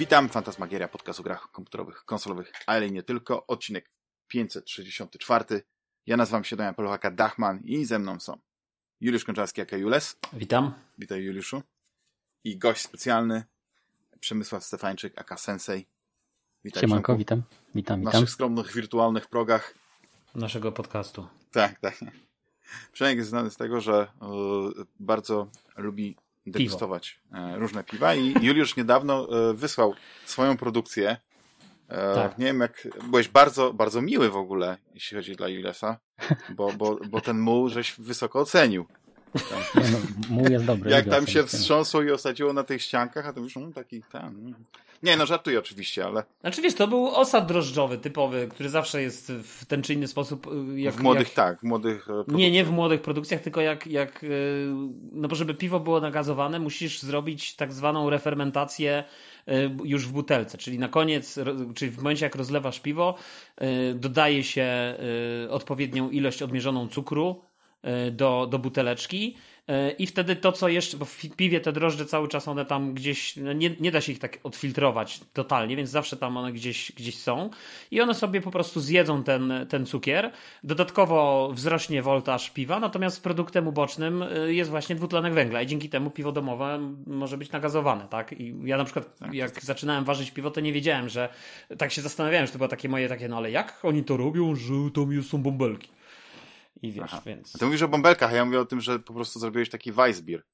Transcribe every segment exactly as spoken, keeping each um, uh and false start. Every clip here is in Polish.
Witam, Fantasmagieria, podcast o grach komputerowych, konsolowych, ale nie tylko. Odcinek pięćset sześćdziesiąty czwarty. Ja nazywam się Damian Polochaka-Dachman i ze mną są Juliusz Konczarski, aka Jules. Witam. Witaj, Juliuszu. I gość specjalny, Przemysław Stefańczyk, aka Sensei. Witaj, Siemanko, Przemku. witam. Witam, W witam. naszych skromnych, wirtualnych progach. Naszego podcastu. Tak, tak. Przemek jest znany z tego, że y, bardzo lubi degustować Piwo. różne piwa i Juliusz niedawno wysłał swoją produkcję. Tak. Nie wiem, jak byłeś bardzo, bardzo miły w ogóle, jeśli chodzi dla Julesa, bo, bo, bo ten muł żeś wysoko ocenił. Tak. Nie, no, muł jest dobry. Jak tam się wstrząsło i osadziło na tych ściankach, a to już no, taki ten. Nie, no żartuję oczywiście, ale... Znaczy wiesz, to był osad drożdżowy typowy, który zawsze jest w ten czy inny sposób... Jak, w młodych, jak... tak, w młodych produkcjach. Nie, nie w młodych produkcjach, tylko jak, jak... No bo żeby piwo było nagazowane, musisz zrobić tak zwaną refermentację już w butelce, czyli na koniec, czyli w momencie jak rozlewasz piwo, dodaje się odpowiednią ilość odmierzoną cukru do, do buteleczki i wtedy to, co jeszcze, bo w piwie te drożdże cały czas one tam gdzieś, no nie, nie da się ich tak odfiltrować totalnie, więc zawsze tam one gdzieś, gdzieś są i one sobie po prostu zjedzą ten, ten cukier. Dodatkowo wzrośnie woltaż piwa, natomiast produktem ubocznym jest właśnie dwutlenek węgla i dzięki temu piwo domowe może być nagazowane, tak? I ja na przykład jak zaczynałem ważyć piwo, to nie wiedziałem, że tak się zastanawiałem, że to było takie moje takie, no ale jak oni to robią, że tam są bąbelki. I wiesz, Aha. więc... A ty mówisz o bąbelkach, a ja mówię o tym, że po prostu zrobiłeś taki Weissbier.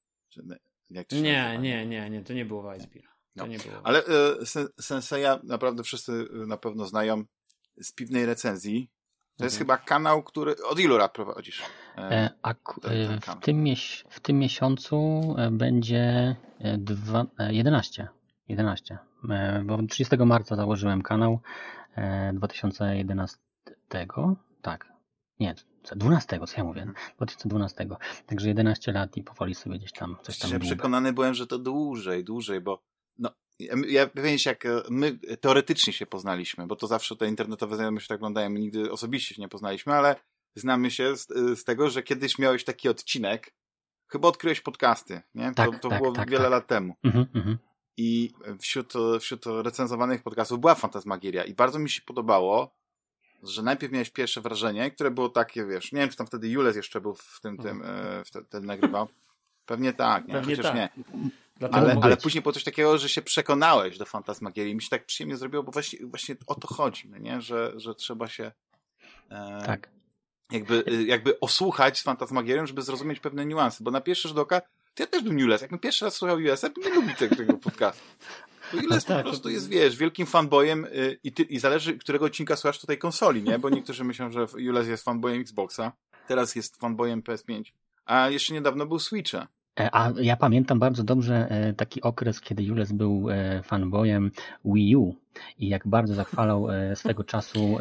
Nie, nie, nie, nie, to nie było Weissbier. To no. nie było. Ale y, Sensei'a naprawdę wszyscy na pewno znają z piwnej recenzji. To jest mhm. chyba kanał, który... Od ilu lat prowadzisz? E, Ak- ten, ten w, tym mieś- w tym miesiącu będzie dwa, jedenaście. jedenaście. Bo trzydziestego marca założyłem kanał dwa tysiące jedenastego. Tak. Nie, dwunastego, co ja mówię? dwa tysiące dwunastego. Także jedenaście lat i powoli sobie gdzieś tam coś tam. Ja przekonany byłem, że to dłużej, dłużej, bo no, ja pewnie jak my teoretycznie się poznaliśmy, bo to zawsze te internetowe znajomości tak wyglądają, my nigdy osobiście się nie poznaliśmy, ale znamy się z, z tego, że kiedyś miałeś taki odcinek, chyba odkryłeś podcasty, nie? Tak, to to tak, było tak, wiele tak. lat temu. Mhm, mhm. I wśród, wśród recenzowanych podcastów była Fantasmagieria i bardzo mi się podobało, że najpierw miałeś pierwsze wrażenie, które było takie, wiesz, nie wiem, czy tam wtedy Jules jeszcze był w tym, tym, e, wtedy nagrywał. Pewnie tak, nie? Pewnie Chociaż tak. nie. Dlatego Ale, być. ale później było coś takiego, że się przekonałeś do Fantasmagierii. Mi się tak przyjemnie zrobiło, bo właśnie, właśnie o to chodzi, no nie? Że, że trzeba się e, Tak. jakby, jakby osłuchać z Fantasmagierią, żeby zrozumieć pewne niuanse, bo na pierwszy rzut oka, to ja też bym Jules. Jakbym pierwszy raz słuchał Julesa, bym nie lubił tego, tego podcastu. Bo Jules tak, po prostu to... jest, wiesz, wielkim fanboyem y, i, ty, i zależy, którego odcinka słuchasz tutaj konsoli, nie? Bo niektórzy myślą, że Jules jest fanboyem Xboxa, teraz jest fanboyem P S pięć, a jeszcze niedawno był Switcha. A ja pamiętam bardzo dobrze taki okres, kiedy Jules był fanboyem Wii U i jak bardzo zachwalał swego czasu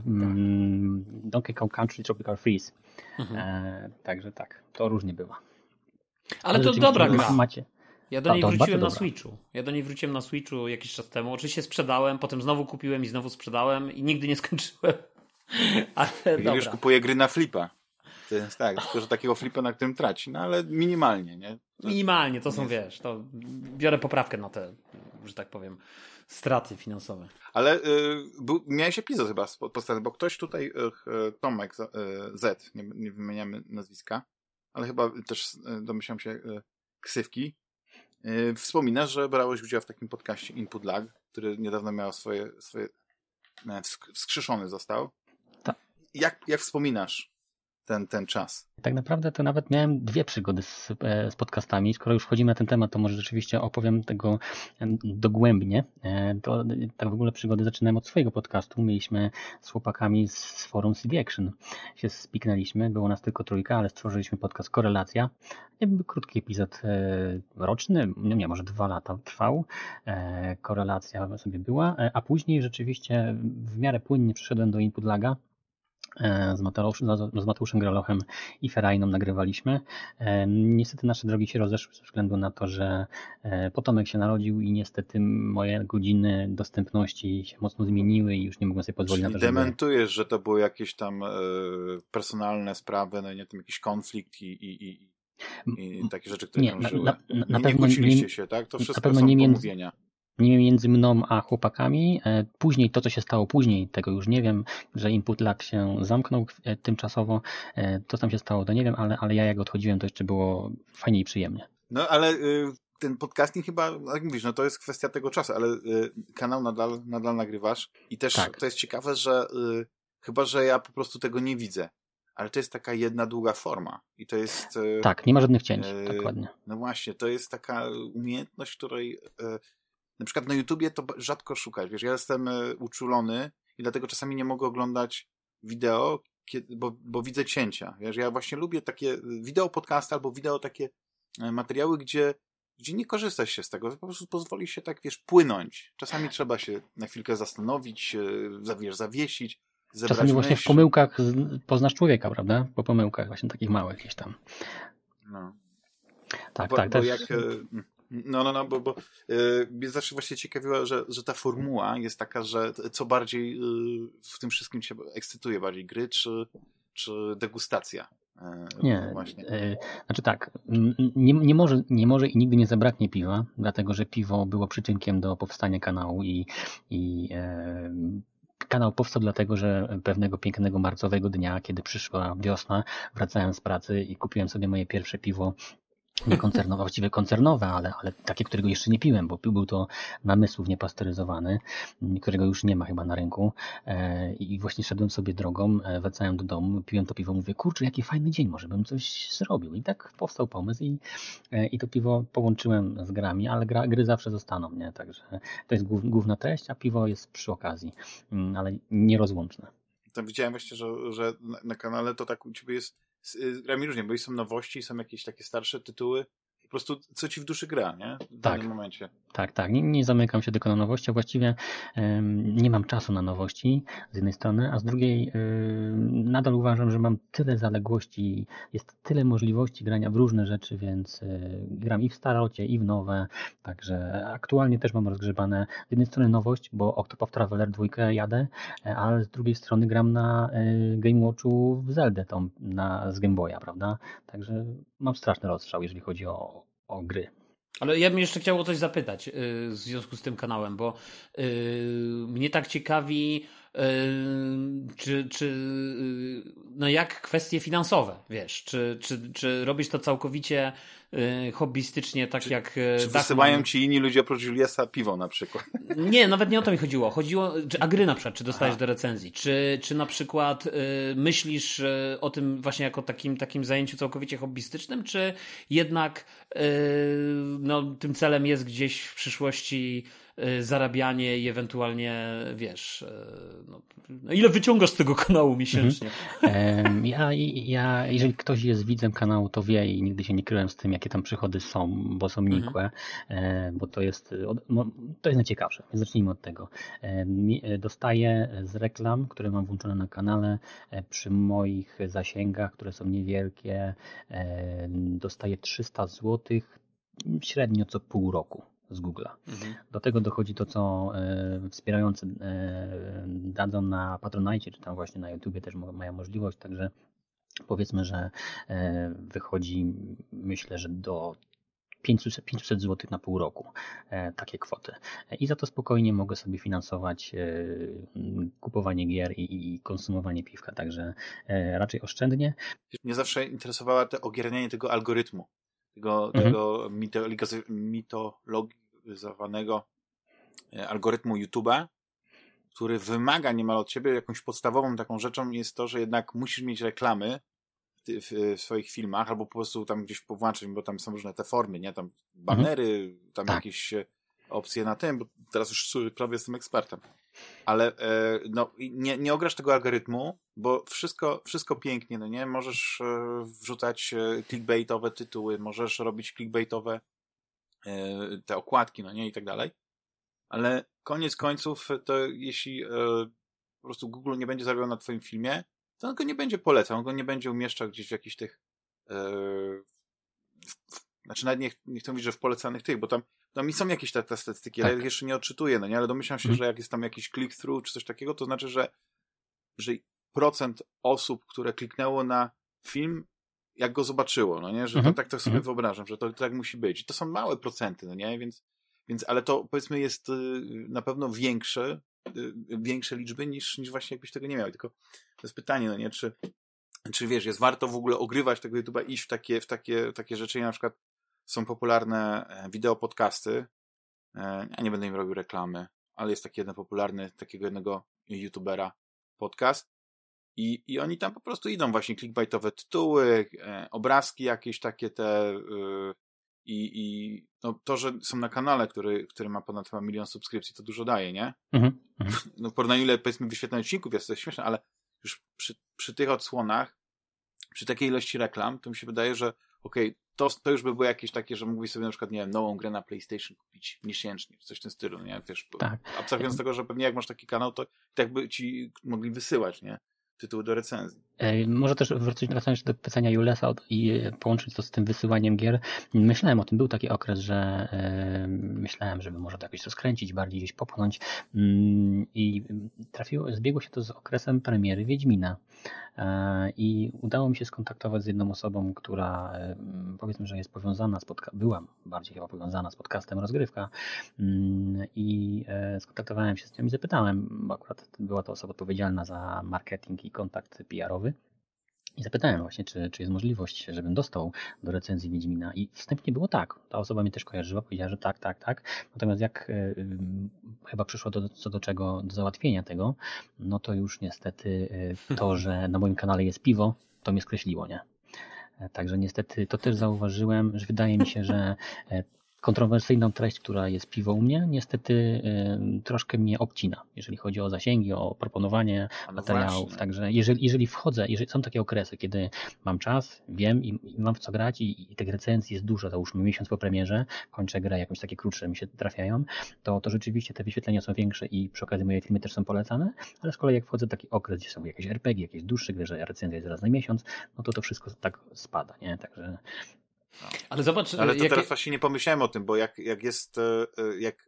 Donkey Kong Country Tropical Freeze. Mhm. Także tak, to różnie bywa. Ale, Ale to dobra gra. Macie... Ja do niej to, to wróciłem na Switchu. Ja do niej wróciłem na Switchu jakiś czas temu. Oczywiście sprzedałem, potem znowu kupiłem i znowu sprzedałem i nigdy nie skończyłem. Ale dobra. Już kupuje gry na flipa. To jest tak, tylko że takiego flipa, na którym traci, no ale minimalnie, nie? To minimalnie, to są, wiesz, to biorę poprawkę na te, że tak powiem, straty finansowe. Ale y, był, miałeś epizod chyba postawy, bo ktoś tutaj, y, Tomek y, Z, nie, nie wymieniamy nazwiska, ale chyba też y, domyślam się y, ksywki, y, wspomina, że brałeś udział w takim podcaście Input Lag, który niedawno miał swoje, swoje y, wskrzeszony został. Tak. Jak, jak wspominasz ten, ten czas? Tak naprawdę to nawet miałem dwie przygody z, z podcastami. Skoro już wchodzimy na ten temat, to może rzeczywiście opowiem tego dogłębnie. To tak w ogóle przygody zaczynałem od swojego podcastu. Mieliśmy z chłopakami z forum C D Action. Się spiknęliśmy. Było nas tylko trójka, ale stworzyliśmy podcast Korelacja. Krótki epizod roczny, nie, może dwa lata trwał. Korelacja sobie była, a później rzeczywiście w miarę płynnie przyszedłem do Input Laga. Z Mateuszem, z Mateuszem Gralochem i Ferajną nagrywaliśmy. Niestety nasze drogi się rozeszły ze względu na to, że potomek się narodził i niestety moje godziny dostępności się mocno zmieniły i już nie mogłem sobie pozwolić Czyli na to, żeby... dementujesz, że to były jakieś tam e, personalne sprawy, no nie, tam jakiś konflikt i, i, i, i takie rzeczy, które nie, krążyły. Na, na, na nie, pewno nie kłóciliście nie, się, tak? To na wszystko pewno są nie między, pomówienia. nie między mną a chłopakami. Później to, co się stało później, tego już nie wiem, że Input Lag się zamknął tymczasowo. To tam się stało, to nie wiem, ale, ale ja jak odchodziłem, to jeszcze było fajnie i przyjemnie. No ale y, ten podcasting chyba, jak mówisz, no to jest kwestia tego czasu, ale y, kanał nadal, nadal nagrywasz i też tak. To jest ciekawe, że y, chyba, że ja po prostu tego nie widzę, ale to jest taka jedna długa forma i to jest... Y, tak, nie ma żadnych cięć, y, dokładnie. No właśnie, to jest taka umiejętność, której y, na przykład na YouTubie to rzadko szukać, wiesz, ja jestem y, uczulony i dlatego czasami nie mogę oglądać wideo, kiedy, bo, bo widzę cięcia, wiesz, ja właśnie lubię takie wideo podcasty albo wideo takie materiały, gdzie, gdzie nie korzystasz się z tego, po prostu pozwoli się tak, wiesz, płynąć. Czasami trzeba się na chwilkę zastanowić, wiesz, zawiesić, zebrać Czasami właśnie myśl. w pomyłkach poznasz człowieka, prawda? Po pomyłkach właśnie takich małych gdzieś tam. No. Tak, bo, tak. Bo też... jak, no, no, no, bo, bo yy, mnie zawsze właśnie ciekawiło, że, że ta formuła jest taka, że co bardziej yy, w tym wszystkim cię ekscytuje, bardziej gry czy, czy degustacja? Nie, właśnie. Yy, znaczy tak, nie, nie, może, nie może i nigdy nie zabraknie piwa, dlatego że piwo było przyczynkiem do powstania kanału i, i yy, kanał powstał dlatego, że pewnego pięknego marcowego dnia, kiedy przyszła wiosna, wracałem z pracy i kupiłem sobie moje pierwsze piwo. Nie koncernowe, właściwie koncernowe, ale, ale takie, którego jeszcze nie piłem, bo był to namysłów niepasteryzowany, którego już nie ma chyba na rynku. I właśnie szedłem sobie drogą, wracałem do domu, piłem to piwo, mówię, kurczę, jaki fajny dzień, może bym coś zrobił. I tak powstał pomysł i, i to piwo połączyłem z grami, ale gra, gry zawsze zostaną, nie? Także to jest główna treść, a piwo jest przy okazji, ale nierozłączne. Tam widziałem właśnie, że, że na, na kanale to tak u ciebie jest z grami różnie, bo i są nowości, są jakieś takie starsze tytuły. Po prostu co ci w duszy gra, nie? W tak. danym momencie. Tak, tak. Nie, nie zamykam się tylko na nowości, a właściwie um, nie mam czasu na nowości z jednej strony, a z drugiej um, nadal uważam, że mam tyle zaległości, jest tyle możliwości grania w różne rzeczy, więc y, gram i w starocie, i w nowe, także aktualnie też mam rozgrzebane z jednej strony nowość, bo Octopath Traveler dwa jadę, ale z drugiej strony gram na y, Game Watchu w Zeldę, tą na, z Game Boya, prawda? Także mam straszny rozstrzał, jeżeli chodzi o, o gry. Ale ja bym jeszcze chciał o coś zapytać yy, w związku z tym kanałem, bo yy, mnie tak ciekawi, yy, czy, czy yy, no jak kwestie finansowe, wiesz, czy, czy, czy robisz to całkowicie yy, hobbystycznie, tak czy, jak Czy Dachman... wysyłają ci inni ludzie oprócz Juliasa piwo na przykład? Nie, nawet nie o to mi chodziło. Chodziło, czy, a gry na przykład, czy dostajesz Aha. do recenzji, czy, czy na przykład y, myślisz y, o tym właśnie jako takim, takim zajęciu całkowicie hobbystycznym, czy jednak y, no, tym celem jest gdzieś w przyszłości y, zarabianie i ewentualnie, wiesz, y, no, no ile wyciągasz z tego kanału miesięcznie? Mhm. ja, ja, jeżeli ktoś jest widzem kanału, to wie i nigdy się nie kryłem z tym, jakie tam przychody są, bo są nikłe, mhm. bo to jest, to jest najciekawsze. Zacznijmy od tego. Dostaję z reklam, które mam włączone na kanale, przy moich zasięgach, które są niewielkie, dostaję trzysta złotych średnio co pół roku z Google'a. Mhm. Do tego dochodzi to, co e, wspierający e, dadzą na Patronite, czy tam właśnie na YouTubie też mają możliwość, także powiedzmy, że e, wychodzi, myślę, że do pięćset złotych na pół roku e, takie kwoty. I za to spokojnie mogę sobie finansować e, kupowanie gier i, i konsumowanie piwka, także e, raczej oszczędnie. Mnie zawsze interesowało to ogiernianie tego algorytmu, tego, mhm. tego mitologizowanego algorytmu YouTube'a, który wymaga niemal od ciebie, jakąś podstawową taką rzeczą jest to, że jednak musisz mieć reklamy w, w swoich filmach, albo po prostu tam gdzieś powłączyć, bo tam są różne te formy, nie? Tam banery, mhm. tam tak. jakieś opcje na tym, bo teraz już prawie jestem ekspertem. Ale e, no, nie, nie ograsz tego algorytmu, bo wszystko, wszystko pięknie, no nie? Możesz e, wrzucać e, clickbaitowe tytuły, możesz robić clickbaitowe e, te okładki, no nie? I tak dalej. Ale koniec końców, to jeśli e, po prostu Google nie będzie zarabiał na twoim filmie, to on go nie będzie polecał, on go nie będzie umieszczał gdzieś w jakichś tych e, w, w, znaczy nawet nie, nie chcę mówić, że w polecanych tych, bo tam Tam są jakieś te, te statystyki, tak. ale ja jeszcze nie odczytuję, no nie? Ale domyślam się, mm. że jak jest tam jakiś click-through czy coś takiego, to znaczy, że, że procent osób, które kliknęło na film, jak go zobaczyło, no nie? Że mm-hmm. to tak to sobie mm-hmm. wyobrażam, że to tak musi być. I to są małe procenty, no nie? Więc, Więc, ale to powiedzmy jest na pewno większe, większe liczby niż, niż właśnie jakbyś tego nie miał. Tylko to jest pytanie, no nie, czy, czy wiesz, jest warto w ogóle ogrywać tego YouTube'a, iść w takie, w takie, takie rzeczy. Ja na przykład są popularne wideo podcasty. Ja nie będę im robił reklamy, ale jest taki jeden popularny, takiego jednego YouTubera podcast i, i oni tam po prostu idą właśnie clickbaitowe tytuły, e, obrazki jakieś takie te y, i, i no, to, że są na kanale, który, który ma ponad chyba milion subskrypcji, to dużo daje, nie? Mhm. No w porównaniu ile, powiedzmy, wyświetleń odcinków jest to śmieszne, ale już przy, przy tych odsłonach, przy takiej ilości reklam, to mi się wydaje, że okej, okay, to, to już by było jakieś takie, że mógłbyś sobie na przykład, nie wiem, nową grę na PlayStation kupić miesięcznie, coś w tym stylu, nie? Wiesz, tak. Abstrahując z tego, że pewnie jak masz taki kanał, to tak by ci mogli wysyłać, nie? Tytuły do recenzji. Może też wrócić, wracając do pytania Julesa i połączyć to z tym wysyłaniem gier. Myślałem o tym, był taki okres, że yy, myślałem, żeby może to jakoś rozkręcić, bardziej gdzieś popchnąć yy, i trafiło, zbiegło się to z okresem premiery Wiedźmina. Yy, I udało mi się skontaktować z jedną osobą, która yy, powiedzmy, że jest powiązana z podca- byłam bardziej chyba powiązana z podcastem Rozgrywka yy, i yy, skontaktowałem się z nią i zapytałem, bo akurat była to osoba odpowiedzialna za marketing i kontakt P R-owy. I zapytałem właśnie, czy, czy jest możliwość, żebym dostał do recenzji Wiedźmina. I wstępnie było tak. Ta osoba mnie też kojarzyła, powiedziała, że tak, tak, tak. Natomiast jak y, y, chyba przyszło do, co do czego, do załatwienia tego, no to już niestety y, to, że na moim kanale jest piwo, to mnie skreśliło, nie? Także niestety to też zauważyłem, że wydaje mi się, że kontrowersyjną treść, która jest piwo u mnie, niestety y, troszkę mnie obcina, jeżeli chodzi o zasięgi, o proponowanie no materiałów. Właśnie. Także jeżeli, jeżeli wchodzę, jeżeli są takie okresy, kiedy mam czas, wiem i, i mam w co grać i, i tych recenzji jest dużo, załóżmy miesiąc po premierze, kończę grę, jakieś takie krótsze mi się trafiają, to, to rzeczywiście te wyświetlenia są większe i przy okazji moje filmy też są polecane, ale z kolei jak wchodzę w taki okres, gdzie są jakieś er pe gie, jakieś dłuższe gry, że recenzja jest raz na miesiąc, no to to wszystko tak spada, nie? Także no. Ale zobacz, ale to jakie... teraz właśnie nie pomyślałem o tym, bo jak, jak jest jak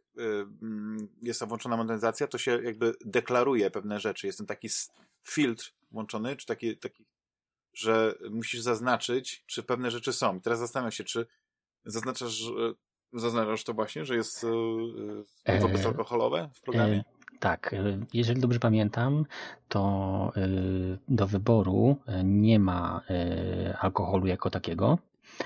jest włączona monetyzacja, to się jakby deklaruje pewne rzeczy. Jest ten taki filtr włączony, czy taki, taki, że musisz zaznaczyć, czy pewne rzeczy są. Teraz zastanawiam się, czy zaznaczasz, zaznaczasz to właśnie, że jest piwo bezalkoholowe w programie? E, tak, jeżeli dobrze pamiętam, to do wyboru nie ma alkoholu jako takiego.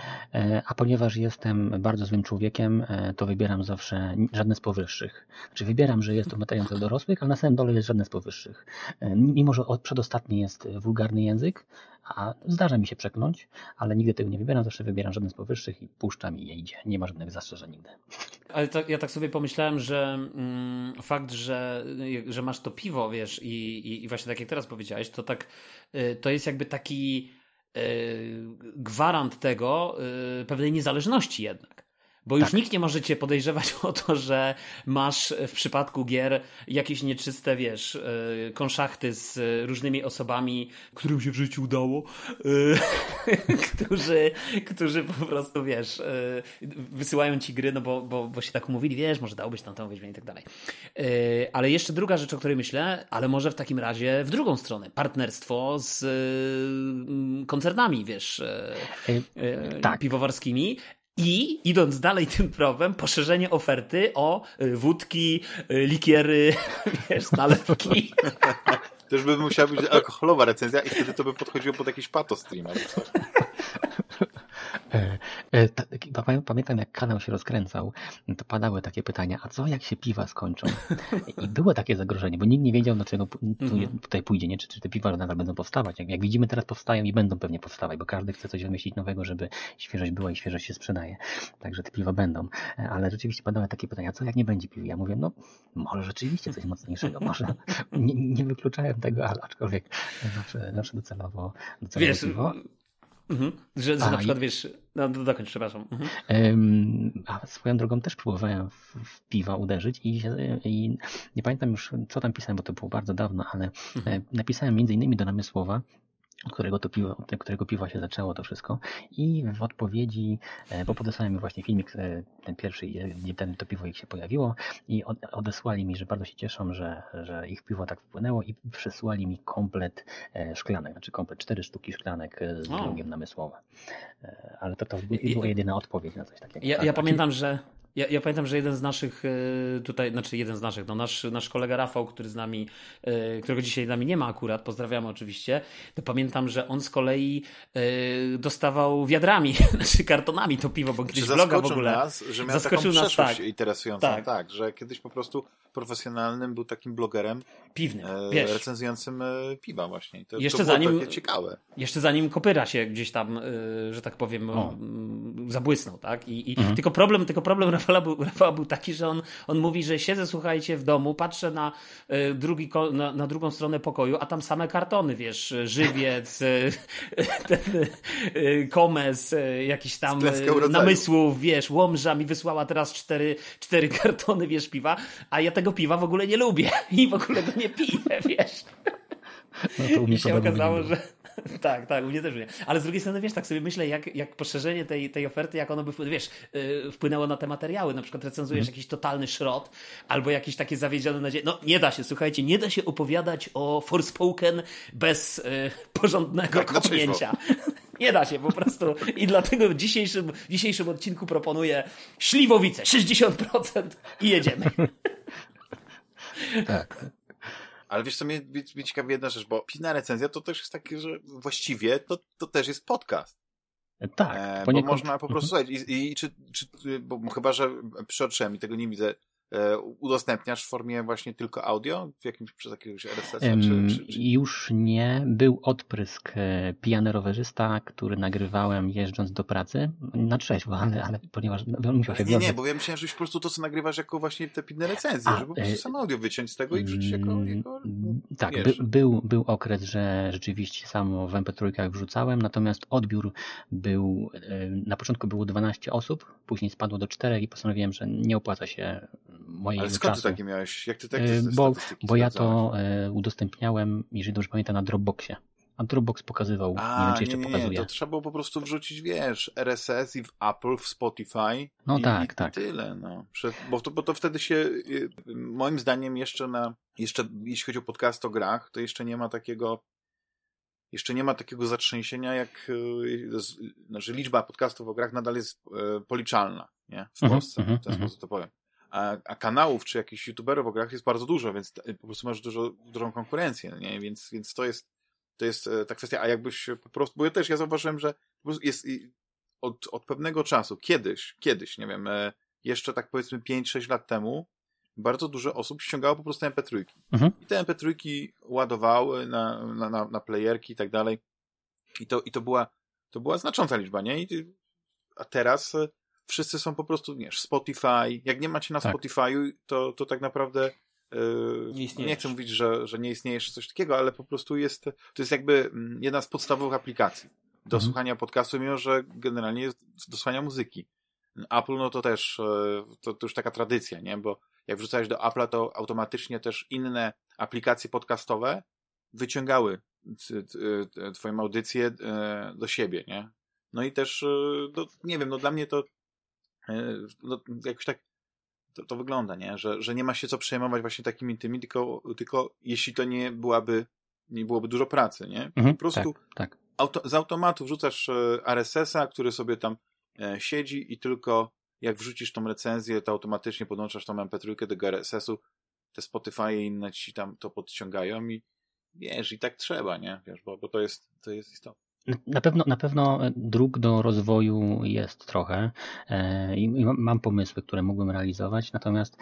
A ponieważ jestem bardzo złym człowiekiem, to wybieram zawsze żadne z powyższych. Znaczy wybieram, że jest to materiał dla dorosłych, ale na samym dole jest żadne z powyższych. Mimo, że przedostatni jest wulgarny język, a zdarza mi się przekląć, ale nigdy tego nie wybieram, zawsze wybieram żadne z powyższych i puszczam i je idzie. Nie ma żadnych zastrzeżeń nigdy. Ale to, ja tak sobie pomyślałem, że mm, fakt, że, że masz to piwo, wiesz, i, i, i właśnie tak jak teraz powiedziałeś, to tak, y, to jest jakby taki gwarant tego, pewnej niezależności jednak. Bo już tak. Nikt nie może cię podejrzewać o to, że masz w przypadku gier jakieś nieczyste, wiesz, konszachty z różnymi osobami, którym się w życiu udało, którzy, którzy po prostu, wiesz, wysyłają ci gry, no bo, bo, bo się tak umówili, wiesz, może dałobyś tam tą Wiedźminę i tak dalej. Ale jeszcze druga rzecz, o której myślę, ale może w takim razie w drugą stronę. Partnerstwo z koncernami, wiesz, tak. piwowarskimi. I idąc dalej tym tropem, poszerzenie oferty o wódki, likiery, wiesz, nalewki. To już by musiała być alkoholowa recenzja i wtedy to by podchodziło pod jakiś pato stream. Pamiętam, jak kanał się rozkręcał, to padały takie pytania, a co jak się piwa skończą? I było takie zagrożenie, bo nikt nie wiedział, do czego tutaj pójdzie, nie? Czy, czy te piwa nadal będą powstawać. Jak, jak widzimy, teraz powstają i będą pewnie powstawać, bo każdy chce coś wymyślić nowego, żeby świeżość była i świeżość się sprzedaje. Także te piwa będą. Ale rzeczywiście padały takie pytania, co jak nie będzie piw? Ja mówię, no może rzeczywiście coś mocniejszego, może. Nie, nie wykluczałem tego, ale aczkolwiek zawsze, zawsze docelowo, docelowo Wiesz, piwo. Mhm. Że, że A, na przykład, i... wiesz, no dokończ, przepraszam. Mhm. Um, a swoją drogą też próbowałem w, w piwa uderzyć i, i nie pamiętam już, co tam pisałem, bo to było bardzo dawno, ale mhm. napisałem między innymi do Namysłowa, od którego to piwo, od którego piwa się zaczęło to wszystko i w odpowiedzi, bo podesłałem mi właśnie filmik, ten pierwszy, gdzie ten, to piwo ich się pojawiło i odesłali mi, że bardzo się cieszą, że, że ich piwo tak wpłynęło i przysłali mi komplet szklanek, znaczy komplet cztery sztuki szklanek z drugiem Namysłowa. Ale to, to była jedyna odpowiedź na coś takiego. Ja, ja pamiętam, że Ja, ja pamiętam, że jeden z naszych tutaj, znaczy jeden z naszych, no nasz, nasz kolega Rafał, który z nami, którego dzisiaj z nami nie ma akurat, pozdrawiamy oczywiście, to pamiętam, że on z kolei dostawał wiadrami, znaczy kartonami to piwo, bo kiedyś bloga w ogóle nas, że miał zaskoczył taką nas, przeszłość tak. interesującą, tak. tak, że kiedyś po prostu profesjonalnym był takim blogerem piwnym, e, wiesz. recenzującym e, piwa właśnie. To, jeszcze to było zanim, takie ciekawe. Jeszcze zanim kopyra się gdzieś tam, y, że tak powiem, o. zabłysnął, tak? I, i mhm. tylko problem, tylko problem Rafała był, Rafała był taki, że on, on mówi, że siedzę, słuchajcie, w domu, patrzę na, y, drugi, na, na drugą stronę pokoju, a tam same kartony, wiesz, Żywiec, y, ten, y, Komes, y, jakiś tam y, Namysłów, wiesz, Łomża mi wysłała teraz cztery, cztery kartony, wiesz, piwa, a ja tego piwa w ogóle nie lubię i w ogóle go nie piję, wiesz. No to u mnie I się okazało, że tak, tak, u mnie też nie. Ale z drugiej strony, wiesz, tak sobie myślę, jak, jak poszerzenie tej, tej oferty, jak ono by, wiesz, yy, wpłynęło na te materiały. Na przykład recenzujesz mm. jakiś totalny szrot, albo jakieś takie zawiedzione nadzieje. No nie da się, słuchajcie, nie da się opowiadać o Forspoken bez yy, porządnego kopnięcia. Nie da się po prostu. I dlatego w dzisiejszym, w dzisiejszym odcinku proponuję Śliwowice, sześćdziesiąt procent i jedziemy. Tak. Ale wiesz co, mnie, mnie ciekawi jedna rzecz, bo piwna recenzja to też jest takie, że właściwie to, to też jest podcast. Tak. E, bo można po prostu słuchać. I, i czy, czy, bo chyba, że przeoczyłem i tego nie widzę, e, udostępniasz w formie właśnie tylko audio? W jakimś, przez jakiegoś R S S-a? Um, czy, czy, czy... Już nie. Był odprysk e, pijany rowerzysta, który nagrywałem jeżdżąc do pracy. Na trzeźwo, ale, ale ponieważ on musiał się Nie, nie, bo ja myślałem, że już po prostu to, co nagrywasz jako właśnie te piwne recenzje, A, żeby po prostu sam audio wyciąć z tego i wrzucić jako... jako tak, by, był, był okres, że rzeczywiście samo w em pe trzy wrzucałem, natomiast odbiór był, na początku było dwanaście osób, później spadło do czterech i postanowiłem, że nie opłaca się mojego Ale skąd czasu. ty takie miałeś? Jak ty takie bo, bo ja to e, udostępniałem, jeżeli dobrze pamiętam, na Dropboxie. A Dropbox pokazywał, A, nie wiem, czy jeszcze nie, nie, pokazuje. To trzeba było po prostu wrzucić, wiesz, R S S i w Apple, w Spotify. No i, tak, i tak. tyle, no. Bo to, bo to wtedy się, moim zdaniem, jeszcze na, jeszcze jeśli chodzi o podcast o grach, to jeszcze nie ma takiego, jeszcze nie ma takiego zatrzęsienia, jak, znaczy liczba podcastów o grach nadal jest policzalna, nie? W Polsce, uh-huh, w ten uh-huh. sposób to powiem. A, a kanałów, czy jakichś youtuberów o grach jest bardzo dużo, więc po prostu masz dużo, dużą konkurencję, nie? Więc, więc to jest, to jest ta kwestia, a jakbyś po prostu, bo ja też, ja zauważyłem, że jest od, od pewnego czasu, kiedyś, kiedyś, nie wiem, jeszcze tak powiedzmy pięć sześć lat temu, bardzo dużo osób ściągało po prostu em pe trzy. Mhm. I te em pe trzy ładowały na, na, na, na playerki i tak dalej. I to, i to była, to była znacząca liczba, nie? I, a teraz wszyscy są po prostu, wiesz, Spotify. Jak nie macie na tak. Spotify'u, to, to tak naprawdę Yy, nie, nie chcę mówić, że, że nie istniejesz coś takiego, ale po prostu jest, to jest jakby jedna z podstawowych aplikacji do mhm. słuchania podcastu, mimo że generalnie jest do słuchania muzyki. Apple, no to też to, to już taka tradycja, nie? Bo jak wrzucałeś do Apple'a, to automatycznie też inne aplikacje podcastowe wyciągały twoją audycję do siebie, nie? No i też, no, nie wiem, no dla mnie to no, jakoś tak To, to wygląda, nie? Że, że nie ma się co przejmować właśnie takimi tymi, tylko, tylko jeśli to nie byłaby, nie byłoby dużo pracy, nie? Mhm, po prostu tak, tak. Auto, z automatu wrzucasz R S S-a, który sobie tam e, siedzi i tylko jak wrzucisz tą recenzję, to automatycznie podłączasz tą em pe trzy do tego R S S-u, te Spotify i inne ci tam to podciągają i wiesz, i tak trzeba, nie? Wiesz, bo, bo to jest, to jest istotne. Na pewno, na pewno dróg do rozwoju jest trochę i mam pomysły, które mógłbym realizować, natomiast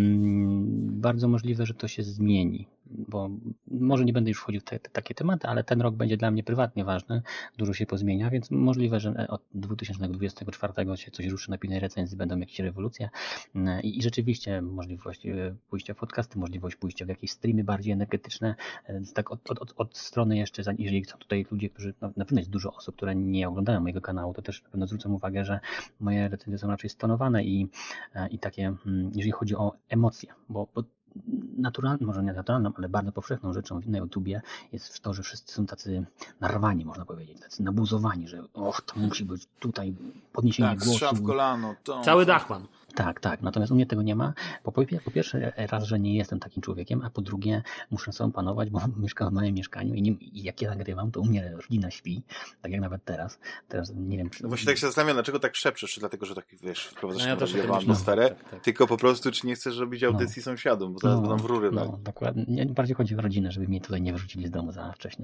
bardzo możliwe, że to się zmieni, bo może nie będę już wchodził w te, te, takie tematy, ale ten rok będzie dla mnie prywatnie ważny, dużo się pozmienia, więc możliwe, że od dwa tysiące dwudziestego czwartego się coś ruszy na pilnej recenzji, będą jakieś rewolucje i, i rzeczywiście możliwość pójścia w podcasty, możliwość pójścia w jakieś streamy bardziej energetyczne, tak od, od, od strony jeszcze, jeżeli są tutaj ludzie, którzy no, na pewno jest dużo osób, które nie oglądają mojego kanału, to też na pewno zwrócą uwagę, że moje recenzje są raczej stonowane i, i takie, jeżeli chodzi o emocje, bo, bo naturalną, może nie naturalną, ale bardzo powszechną rzeczą na YouTubie jest to, że wszyscy są tacy narwani, można powiedzieć, tacy nabuzowani, że och, to musi być tutaj podniesienie tak, głosu. strzał w kolano. To... Cały Dachman. Tak, tak. Natomiast u mnie tego nie ma. Po, po pierwsze raz, że nie jestem takim człowiekiem, a po drugie muszę sobie panować, bo mieszkam w małym mieszkaniu i, nie, i jak ja nagrywam, to u mnie rodzina śpi, tak jak nawet teraz. Teraz nie wiem, czy... No właśnie tak się zastanawiam, dlaczego tak szepczesz, czy dlatego, że tak, wiesz, wprowadzasz No ja też taką tak atmosferę, tak, tak. tylko po prostu, czy nie chcesz robić audycji No. sąsiadom, bo zaraz no, będą w rury. No, tak? dokładnie. Nie, bardziej chodzi o rodzinę, żeby mnie tutaj nie wyrzucili z domu za wcześnie.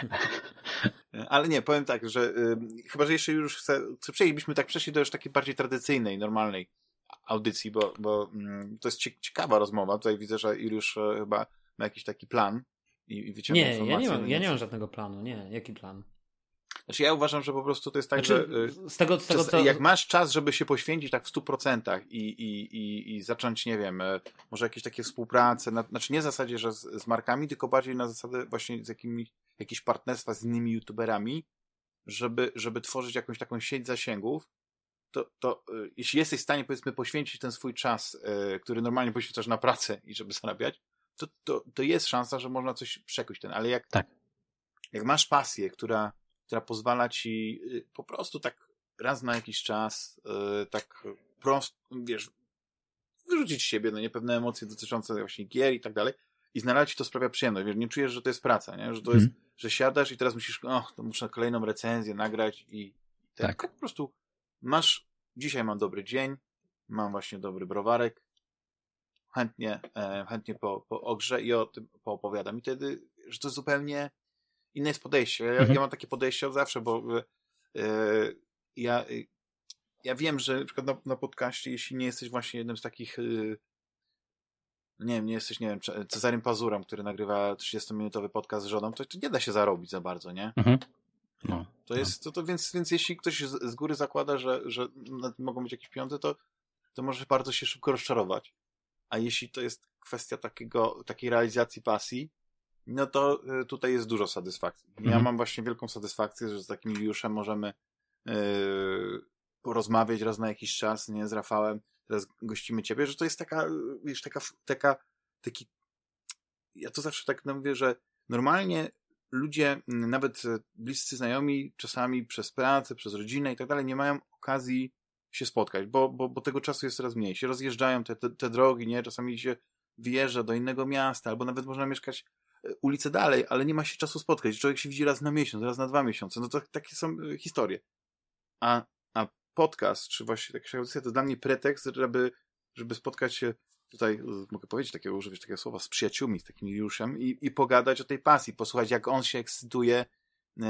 Ale nie, powiem tak, że y, chyba, że jeszcze już chcę, chcę przejść, byśmy tak przeszli do już takiej bardziej tradycyjnej, normalnej audycji, bo, bo mm, to jest ciekawa rozmowa. Tutaj widzę, że Juliusz e, chyba ma jakiś taki plan i, i wyciąga Nie, informacje. ja nie mam, ja nie mam więc... żadnego planu, nie. Jaki plan? Znaczy ja uważam, że po prostu to jest tak, Znaczy, że y, z tego, z tego, czas, co... jak masz czas, żeby się poświęcić tak w stu procentach i, i, i, i zacząć, nie wiem, e, może jakieś takie współprace, na, znaczy nie w zasadzie, że z, z markami, tylko bardziej na zasadę właśnie z jakimiś, jakieś partnerstwa z innymi youtuberami, żeby, żeby tworzyć jakąś taką sieć zasięgów, to, to y, jeśli jesteś w stanie, powiedzmy, poświęcić ten swój czas, y, który normalnie poświęcasz na pracę i żeby zarabiać, to, to, to jest szansa, że można coś przekuć ten, ale jak, Tak. jak masz pasję, która, która pozwala ci y, po prostu tak raz na jakiś czas, y, tak prosto, wiesz, wyrzucić z siebie, no nie, pewne emocje dotyczące właśnie gier i tak dalej, i znaleźć ci to sprawia przyjemność, wiesz, nie czujesz, że to jest praca, nie? Że to Mhm. jest, że siadasz i teraz musisz, o, to muszę kolejną recenzję nagrać i tak, Tak. tak po prostu masz, dzisiaj mam dobry dzień, mam właśnie dobry browarek, chętnie, e, chętnie po, po ogrze i o tym poopowiadam. I wtedy, że to jest zupełnie inne jest podejście. Ja, Mhm. ja mam takie podejście od zawsze, bo e, ja, ja wiem, że na przykład na, na podcaście, jeśli nie jesteś właśnie jednym z takich e, nie wiem, nie jesteś, nie wiem, Cezarym Pazurem, który nagrywa trzydziestominutowy podcast z żoną, to, to nie da się zarobić za bardzo, nie? Mhm. No. To jest, to, to więc, więc jeśli ktoś z, z góry zakłada, że, że mogą być jakieś pieniądze, to, to może bardzo się szybko rozczarować. A jeśli to jest kwestia takiego, takiej realizacji pasji, no to y, tutaj jest dużo satysfakcji. Ja Mhm. mam właśnie wielką satysfakcję, że z takim Juliuszem możemy y, porozmawiać raz na jakiś czas, nie, z Rafałem, teraz gościmy ciebie, że to jest taka, wiesz, taka, taka, taki, ja to zawsze tak mówię, że normalnie ludzie, nawet bliscy znajomi, czasami przez pracę, przez rodzinę i tak dalej, nie mają okazji się spotkać, bo, bo, bo tego czasu jest coraz mniej. Się rozjeżdżają te, te, te drogi, nie? Czasami się wyjeżdża do innego miasta, albo nawet można mieszkać ulicę dalej, ale nie ma się czasu spotkać. Człowiek się widzi raz na miesiąc, raz na dwa miesiące. No to takie są historie. A, a podcast, czy właśnie taka audycja, to dla mnie pretekst, żeby, żeby spotkać się tutaj, mogę powiedzieć takiego, używać takiego słowa, z przyjaciółmi, z takim Juliuszem i, i pogadać o tej pasji, posłuchać, jak on się ekscytuje e,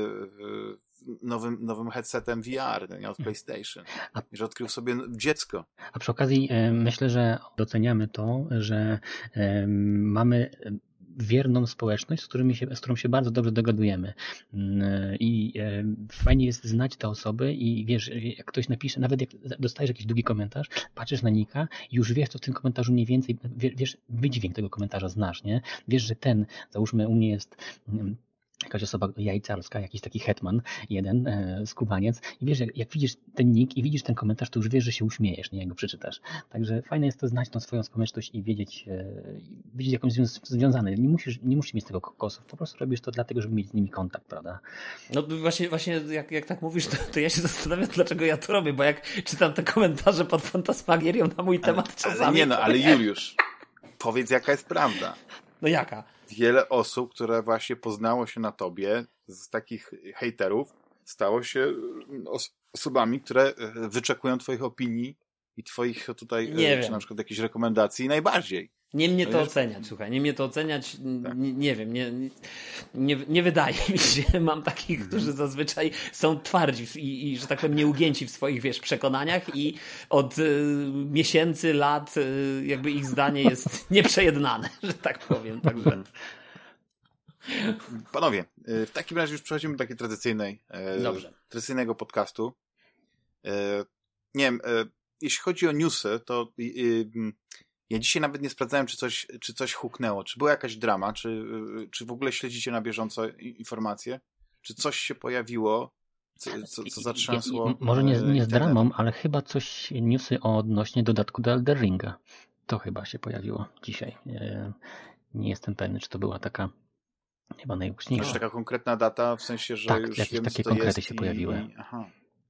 nowym, nowym headsetem V R, nie, od PlayStation. A, że odkrył sobie dziecko. a przy okazji e, myślę, że doceniamy to, że e, mamy wierną społeczność, z, którymi się, z którą się bardzo dobrze dogadujemy. I e, fajnie jest znać te osoby i wiesz, jak ktoś napisze, nawet jak dostajesz jakiś długi komentarz, patrzysz na nika i już wiesz, co w tym komentarzu mniej więcej, wiesz, wydźwięk tego komentarza znasz, nie? Wiesz, że ten, załóżmy u mnie jest jakaś osoba jajcarska, jakiś taki hetman, jeden, e, skubaniec i wiesz, jak, jak widzisz ten nick i widzisz ten komentarz, to już wiesz, że się uśmiejesz, nie, jak go przeczytasz. Także fajne jest to znać tą swoją społeczność i wiedzieć, e, wiedzieć jak on jest związany. Nie musisz, nie musisz mieć tego kokosów, po prostu robisz to dlatego, żeby mieć z nimi kontakt, prawda? No właśnie, właśnie jak, jak tak mówisz, to, to ja się zastanawiam, dlaczego ja to robię, bo jak czytam te komentarze pod Fantasmagierią na mój temat ale, czasami... Ale nie no, ale Juliusz, powiedz jaka jest prawda. No jaka? Wiele osób, które właśnie poznało się na tobie, z takich hejterów, stało się os- osobami, które wyczekują twoich opinii i twoich tutaj, nie czy wiem. na przykład jakichś rekomendacji najbardziej. Nie mnie To to jest... oceniać, słuchaj, nie mnie to oceniać, Tak. nie, nie wiem, nie, nie, nie wydaje mi się, mam takich, Mhm. którzy zazwyczaj są twardzi i, i, że tak powiem, nieugięci w swoich, wiesz, przekonaniach i od y, miesięcy, lat y, jakby ich zdanie jest nieprzejednane, że tak powiem. Także. Panowie, w takim razie już przechodzimy do takiej tradycyjnej, Dobrze. tradycyjnego podcastu. Nie wiem, jeśli chodzi o newsy, to ja dzisiaj nawet nie sprawdzałem, czy coś, czy coś huknęło, czy była jakaś drama, czy, czy w ogóle śledzicie na bieżąco informacje, czy coś się pojawiło, co, co, co zatrzęsło. I, i, może nie, nie z internet. dramą, ale chyba coś, newsy odnośnie dodatku do Elden Ringa. To chyba się pojawiło dzisiaj. Nie, nie jestem pewny, czy to była taka chyba najgłośniejsza. Może taka konkretna data, w sensie, że tak, już jakieś wiemy, takie co to konkrety jest się i... pojawiły. Aha.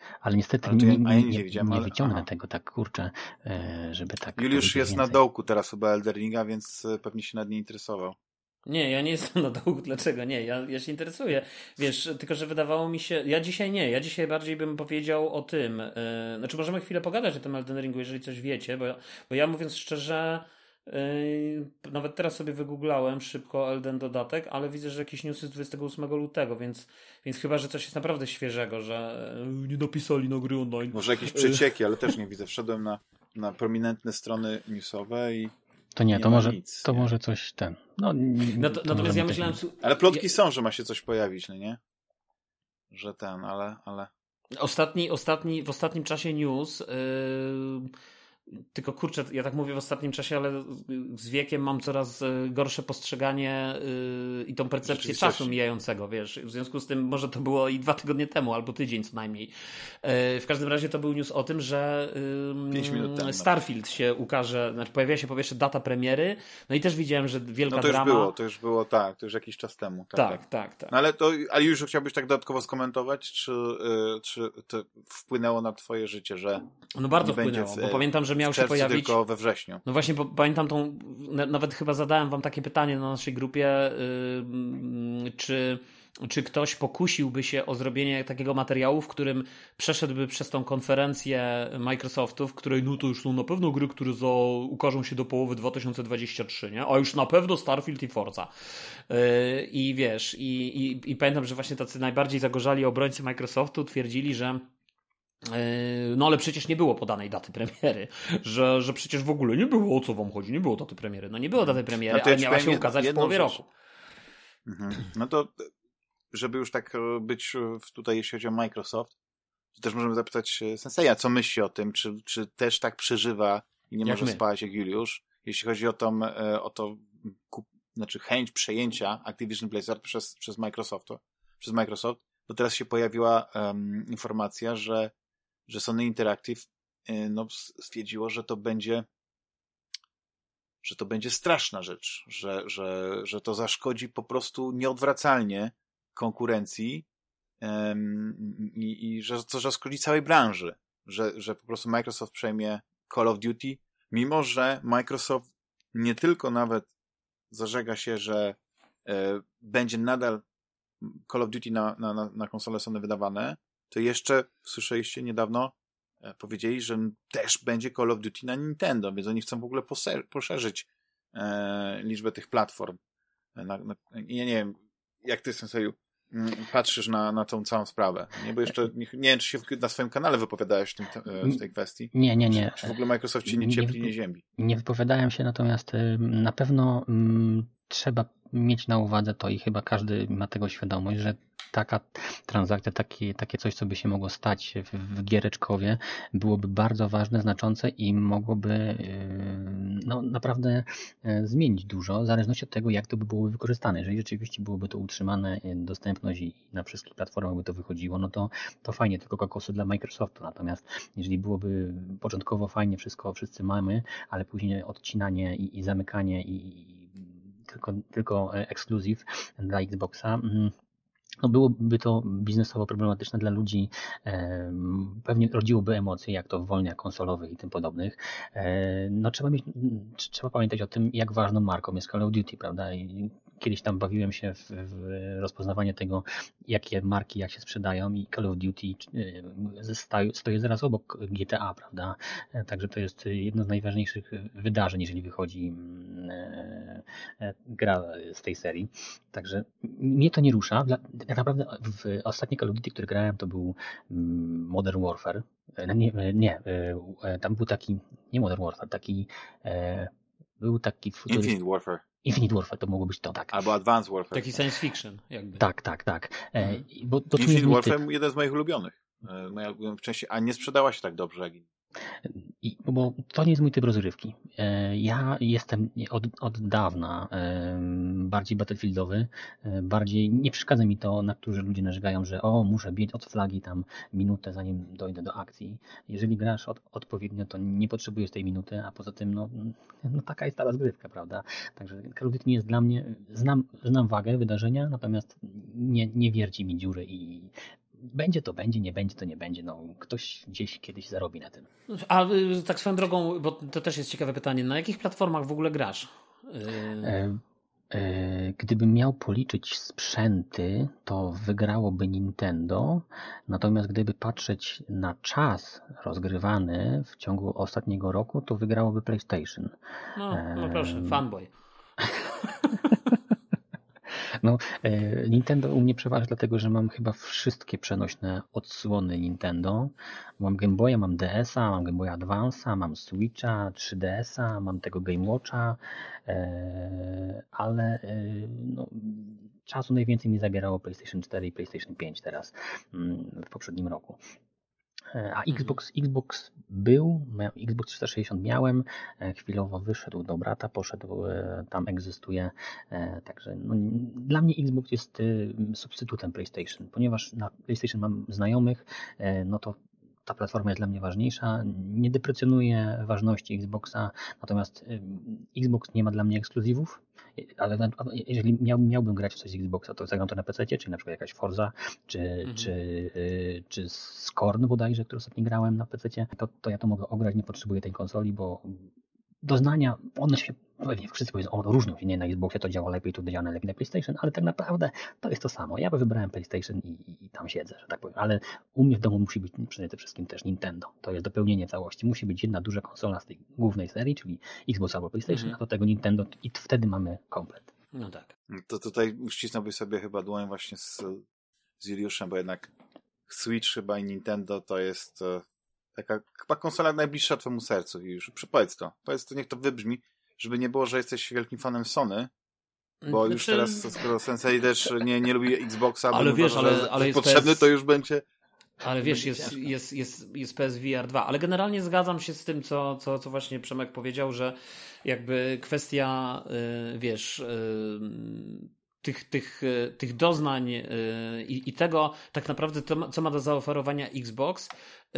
Ale niestety ale nie, ja, nie, ja nie, nie, widziałem, nie ale, wyciągnę aha. tego tak, kurczę, żeby tak... Juliusz jest więcej. na dołku teraz chyba Elden Ringa, więc pewnie się nad nie interesował. Nie, ja nie jestem na dołku. Dlaczego? Nie, ja, ja się interesuję. Wiesz, tylko że wydawało mi się... Ja dzisiaj nie. Ja dzisiaj bardziej bym powiedział o tym. Yy, znaczy możemy chwilę pogadać o tym Elden Ringu, jeżeli coś wiecie, bo, bo ja mówiąc szczerze yy, nawet teraz sobie wygooglałem szybko Elden dodatek, ale widzę, że jakiś news jest dwudziestego ósmego lutego, więc, więc chyba, że coś jest naprawdę świeżego, że yy, nie napisali na gry online. Może jakieś przecieki, ale też nie widzę. Wszedłem na, na prominentne strony newsowe i To nie, nie to, ma może, nic, to nie? może coś ten. No, No to, to natomiast ja możemy myślałem... też- Ale plotki ja, są, że ma się coś pojawić, no nie? Że ten, ale... ale... Ostatni, ostatni, w ostatnim czasie news, yy, tylko kurczę, ja tak mówię w ostatnim czasie, ale z wiekiem mam coraz gorsze postrzeganie yy, i tą percepcję czasu mijającego, wiesz. W związku z tym może to było i dwa tygodnie temu, albo tydzień co najmniej. Yy, w każdym razie to był news o tym, że yy, Pięć minut temu. Starfield się ukaże, znaczy pojawia się po pierwsze data premiery, no i też widziałem, że wielka No to już drama. było, to już było, tak, to już jakiś czas temu. Tak, Tak, tak, tak. No ale to, ale już chciałbyś tak dodatkowo skomentować, czy, yy, czy to wpłynęło na twoje życie, że No bardzo nie będzie wpłynęło, w- bo pamiętam, że miał w się czerwcu, pojawić... tylko we wrześniu. No właśnie, bo pamiętam tą, na- nawet chyba zadałem wam takie pytanie na naszej grupie, yy, czy, czy ktoś pokusiłby się o zrobienie takiego materiału, w którym przeszedłby przez tą konferencję Microsoftu, w której no to już są na pewno gry, które za, ukażą się do połowy dwa tysiące dwudziestego trzeciego, nie? A już na pewno Starfield i Forza. Yy, I wiesz, i, i, i pamiętam, że właśnie tacy najbardziej zagorzali obrońcy Microsoftu twierdzili, że no ale przecież nie było podanej daty premiery, że, że przecież w ogóle nie było, o co wam chodzi, nie było daty premiery. No nie było daty premiery, No to ja ale ci miała powiem się jedno- ukazać w jedną połowie rzecz. roku. Mhm. No to, żeby już tak e, być e, tutaj, jeśli chodzi o Microsoft, to też możemy zapytać e, Senseja, co myśli o tym, czy, czy też tak przeżywa i nie Jak może my. spać jak Juliusz, jeśli chodzi o tą, e, o to kup, znaczy chęć przejęcia Activision Blizzard przez, przez Microsoft, przez Microsoft, bo teraz się pojawiła um, informacja, że, że Sony Interactive e, no, stwierdziło, że to będzie że to będzie straszna rzecz, że, że, że to zaszkodzi po prostu nieodwracalnie konkurencji um, i, i że to zaszkodzi całej branży, że, że po prostu Microsoft przejmie Call of Duty, mimo że Microsoft nie tylko nawet zażega się, że e, będzie nadal Call of Duty na, na, na, na konsolę Sony wydawane, to jeszcze słyszeliście niedawno powiedzieli, że też będzie Call of Duty na Nintendo, więc oni chcą w ogóle poser- poszerzyć e, liczbę tych platform. Na, na, ja nie wiem, jak ty, Senseju, patrzysz na, na tą całą sprawę, nie? Bo jeszcze nie, nie wiem, czy się w, na swoim kanale wypowiadałeś w, tym, w tej kwestii. Nie, nie, nie. Czy, czy w ogóle Microsoft ci nie ciepli, nie, nie ziemi? Nie wypowiadałem się, natomiast y, na pewno mm, trzeba mieć na uwadze to i chyba każdy ma tego świadomość, że taka transakcja, takie, takie coś, co by się mogło stać w, w giereczkowie, byłoby bardzo ważne, znaczące i mogłoby yy, no, naprawdę yy, zmienić dużo, w zależności od tego, jak to by było wykorzystane. Jeżeli rzeczywiście byłoby to utrzymane, yy, dostępność i na wszystkich platformach by to wychodziło, no to, to fajnie, tylko kokosy dla Microsoftu. Natomiast jeżeli byłoby początkowo fajnie, wszystko wszyscy mamy, ale później odcinanie i, i zamykanie i, i tylko, tylko ekskluzyw dla Xboxa, yy, no byłoby to biznesowo problematyczne dla ludzi, e, pewnie rodziłoby emocje, jak to w wojnach konsolowych i tym podobnych. E, no trzeba mieć, trzeba pamiętać o tym, jak ważną marką jest Call of Duty, prawda? I kiedyś tam bawiłem się w, w rozpoznawanie tego, jakie marki, jak się sprzedają i Call of Duty e, stoi zaraz obok G T A, prawda? E, także to jest jedno z najważniejszych wydarzeń, jeżeli wychodzi e, e, gra z tej serii. Także mnie to nie rusza. Dla, tak naprawdę w ostatni Call of Duty, który grałem, to był Modern Warfare. Nie, nie tam był taki, nie Modern Warfare, taki był taki futuryst... Infinite Warfare. Infinite Warfare to mogło być to, tak. Albo Advanced Warfare. Taki science fiction, jakby. Tak, tak, tak. Mhm. Bo, bo Infinite Warfare typ. jeden z moich ulubionych. Moja ulubiona wcześniej, a nie sprzedała się tak dobrze jak inni. I, bo to nie jest mój typ rozrywki. Ja jestem od, od dawna bardziej battlefieldowy, bardziej nie przeszkadza mi to, na którzy ludzie narzekają, że o, muszę biec od flagi tam minutę, zanim dojdę do akcji. Jeżeli grasz od, odpowiednio, to nie potrzebujesz tej minuty, a poza tym no, no taka jest ta rozgrywka, prawda? Także Call of Duty nie jest dla mnie, znam, znam wagę wydarzenia, natomiast nie, nie wierci mi dziury i będzie to będzie, nie będzie to nie będzie. No, ktoś gdzieś kiedyś zarobi na tym. A tak swoją drogą, bo to też jest ciekawe pytanie, na jakich platformach w ogóle grasz? E, e, gdybym miał policzyć sprzęty, to wygrałoby Nintendo, natomiast gdyby patrzeć na czas rozgrywany w ciągu ostatniego roku, to wygrałoby PlayStation. No, no proszę, fanboy. No, e, Nintendo u mnie przeważa, dlatego że mam chyba wszystkie przenośne odsłony Nintendo. Mam Game Boya, mam D S a, mam Game Boya Advance'a, mam Switcha, trzy D S a, mam tego Game Watcha, e, ale e, no, czasu najwięcej mi zabierało PlayStation cztery i PlayStation pięć teraz mm, w poprzednim roku. A Xbox, Xbox był, Xbox trzysta sześćdziesiąt miałem, chwilowo wyszedł do brata, poszedł, tam egzystuje, także no, dla mnie Xbox jest substytutem PlayStation, ponieważ na PlayStation mam znajomych, no to ta platforma jest dla mnie ważniejsza, nie deprecjonuję ważności Xboxa, natomiast Xbox nie ma dla mnie ekskluzywów, ale jeżeli miał, miałbym grać w coś z Xboxa, to zagram to na pececie, czyli na przykład jakaś Forza, czy, mhm. czy, czy Scorn bodajże, który ostatnio grałem na pececie, to, to ja to mogę ograć, nie potrzebuję tej konsoli, bo doznania, one się, pewnie wszyscy powiedzą, o, różnią się, nie, na Xboxie to działa lepiej, tu działa lepiej na PlayStation, ale tak naprawdę to jest to samo. Ja wybrałem PlayStation i, i, i tam siedzę, że tak powiem, ale u mnie w domu musi być przede wszystkim też Nintendo. To jest dopełnienie całości. Musi być jedna duża konsola z tej głównej serii, czyli Xbox albo PlayStation, mhm. a do tego Nintendo i wtedy mamy komplet. No tak. To tutaj uścisnąłbyś sobie chyba dłoń właśnie z, z Juliuszem, bo jednak Switch chyba i Nintendo to jest taka chyba konsola najbliższa twemu sercu. Już powiedz to. Powiedz to, niech to wybrzmi, żeby nie było, że jesteś wielkim fanem Sony, bo już teraz, skoro Sensei też nie, nie lubi Xboxa, ale bo wiesz, uważa, ale, że ale jest potrzebny, P S... to już będzie... Ale wiesz, jest, jest, jest, jest P S V R dwa, ale generalnie zgadzam się z tym, co, co, co właśnie Przemek powiedział, że jakby kwestia, yy, wiesz... Yy, Tych, tych, tych doznań yy, i tego tak naprawdę, to, co ma do zaoferowania Xbox, yy,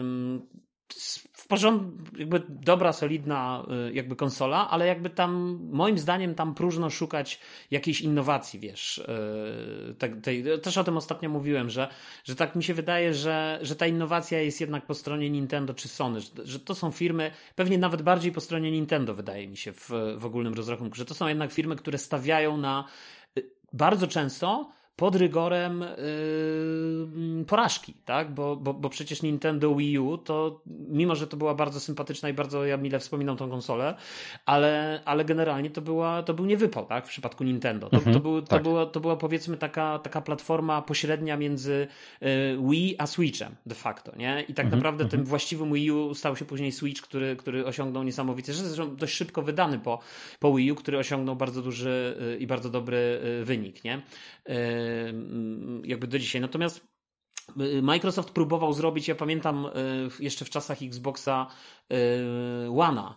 w porządku, jakby dobra, solidna yy, jakby konsola, ale jakby tam, moim zdaniem, tam próżno szukać jakiejś innowacji, wiesz. Yy, te, tej, też o tym ostatnio mówiłem, że, że tak mi się wydaje, że, że ta innowacja jest jednak po stronie Nintendo czy Sony, że, że to są firmy, pewnie nawet bardziej po stronie Nintendo, wydaje mi się, w, w ogólnym rozrachunku, że to są jednak firmy, które stawiają na bardzo często pod rygorem yy, porażki, tak? Bo, bo, bo przecież Nintendo Wii U to, mimo że to była bardzo sympatyczna i bardzo ja mile wspominam tą konsolę, ale, ale generalnie to, była, to był niewypał, tak? W przypadku Nintendo. To, mhm, to, był, to, tak. była, to była powiedzmy taka, taka platforma pośrednia między yy, Wii a Switchem de facto, nie? I tak mhm, naprawdę mhm. tym właściwym Wii U stał się później Switch, który, który osiągnął niesamowicie, zresztą dość szybko wydany po, po Wii U, który osiągnął bardzo duży yy, i bardzo dobry yy, wynik, nie? Yy, jakby do dzisiaj. Natomiast Microsoft próbował zrobić, ja pamiętam jeszcze w czasach Xboxa One'a,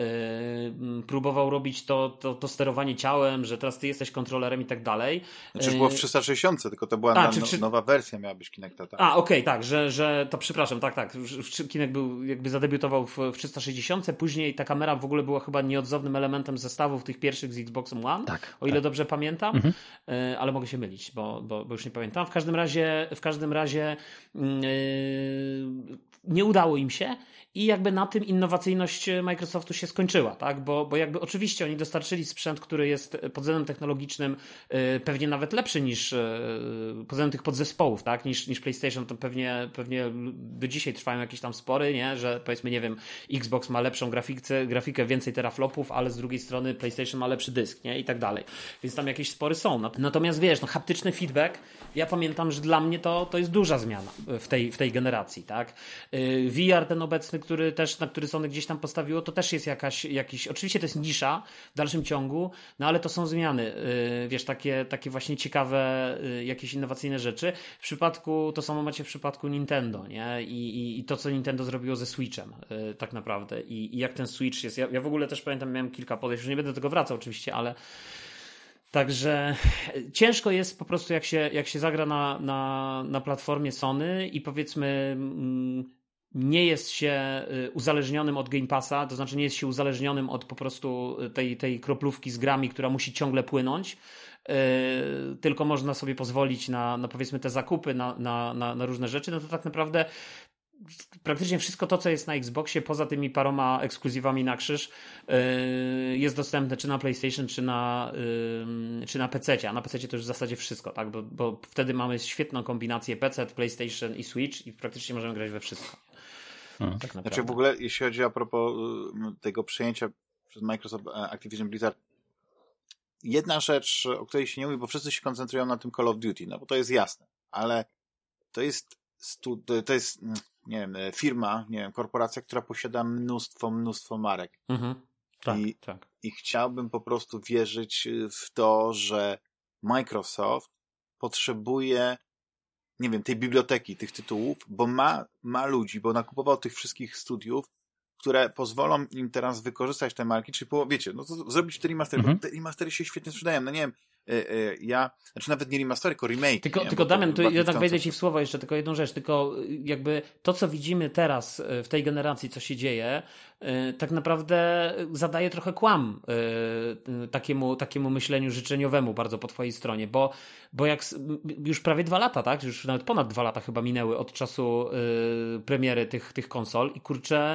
próbował robić to, to, to sterowanie ciałem, że teraz ty jesteś kontrolerem i tak dalej. Znaczy było w trzysta sześćdziesiąt, tylko to była A, na, czy, czy... nowa wersja miała być Kinecta. Tak? A, okej, okay, tak, że, że to przepraszam, tak, tak. Kinect był, jakby zadebiutował w, w trzysta sześćdziesiąt, później ta kamera w ogóle była chyba nieodzownym elementem zestawów tych pierwszych z Xboxem One, tak, o ile tak. dobrze pamiętam, mhm. ale mogę się mylić, bo, bo, bo już nie pamiętam. W każdym razie, w każdym razie yy, nie udało im się i jakby na tym innowacyjność Microsoftu się skończyła, tak? Bo, bo jakby oczywiście oni dostarczyli sprzęt, który jest pod względem technologicznym yy, pewnie nawet lepszy niż yy, pod względem tych podzespołów, tak? Niż, niż PlayStation, to pewnie, pewnie do dzisiaj trwają jakieś tam spory, nie? Że powiedzmy, nie wiem, Xbox ma lepszą grafikę, grafikę więcej teraflopów, ale z drugiej strony PlayStation ma lepszy dysk, nie? I tak dalej. Więc tam jakieś spory są. Natomiast wiesz, no haptyczny feedback, ja pamiętam, że dla mnie to, to jest duża zmiana w tej, w tej generacji, tak? Yy, V R ten obecny, który też, na który Sony gdzieś tam postawiło, to też jest jakaś, jakiś, oczywiście to jest nisza w dalszym ciągu, no ale to są zmiany, yy, wiesz, takie, takie właśnie ciekawe, yy, jakieś innowacyjne rzeczy. W przypadku, to samo macie w przypadku Nintendo, nie? I, i, i to, co Nintendo zrobiło ze Switchem, yy, tak naprawdę. I, i jak ten Switch jest. Ja, ja w ogóle też pamiętam, miałem kilka podejść, już nie będę do tego wracał oczywiście, ale także ciężko jest po prostu, jak się, jak się zagra na, na, na platformie Sony i powiedzmy mm, nie jest się uzależnionym od Game Passa, to znaczy nie jest się uzależnionym od po prostu tej, tej kroplówki z grami, która musi ciągle płynąć, tylko można sobie pozwolić na, na powiedzmy te zakupy, na, na, na, na różne rzeczy, no to tak naprawdę praktycznie wszystko to, co jest na Xboxie, poza tymi paroma ekskluzywami na krzyż, jest dostępne czy na PlayStation, czy na, czy na pececie, a na pececie to już w zasadzie wszystko, tak? Bo, bo wtedy mamy świetną kombinację P C, PlayStation i Switch i praktycznie możemy grać we wszystko. Hmm. Tak znaczy w ogóle, jeśli chodzi a propos tego przejęcia przez Microsoft Activision Blizzard, jedna rzecz, o której się nie mówi, bo wszyscy się koncentrują na tym Call of Duty, no bo to jest jasne, ale to jest stu, to jest, nie wiem, firma, nie wiem, korporacja, która posiada mnóstwo, mnóstwo marek. Mhm. Tak, I, tak. I chciałbym po prostu wierzyć w to, że Microsoft potrzebuje, nie wiem, tej biblioteki, tych tytułów, bo ma, ma ludzi, bo nakupował tych wszystkich studiów, które pozwolą im teraz wykorzystać te marki, czyli po, wiecie, no to zrobić te remastery, mhm. bo te remastery się świetnie sprzedają, no nie wiem, y, y, ja, znaczy nawet nie remastery, tylko remake. Tylko, nie, tylko Damian, tu jednak chcąco. wejdę ci w słowo jeszcze, tylko jedną rzecz, tylko jakby to, co widzimy teraz w tej generacji, co się dzieje, y, tak naprawdę zadaje trochę kłam y, takiemu, takiemu myśleniu życzeniowemu bardzo po twojej stronie, bo, bo jak już prawie dwa lata, tak, już nawet ponad dwa lata chyba minęły od czasu y, premiery tych, tych konsol i kurczę,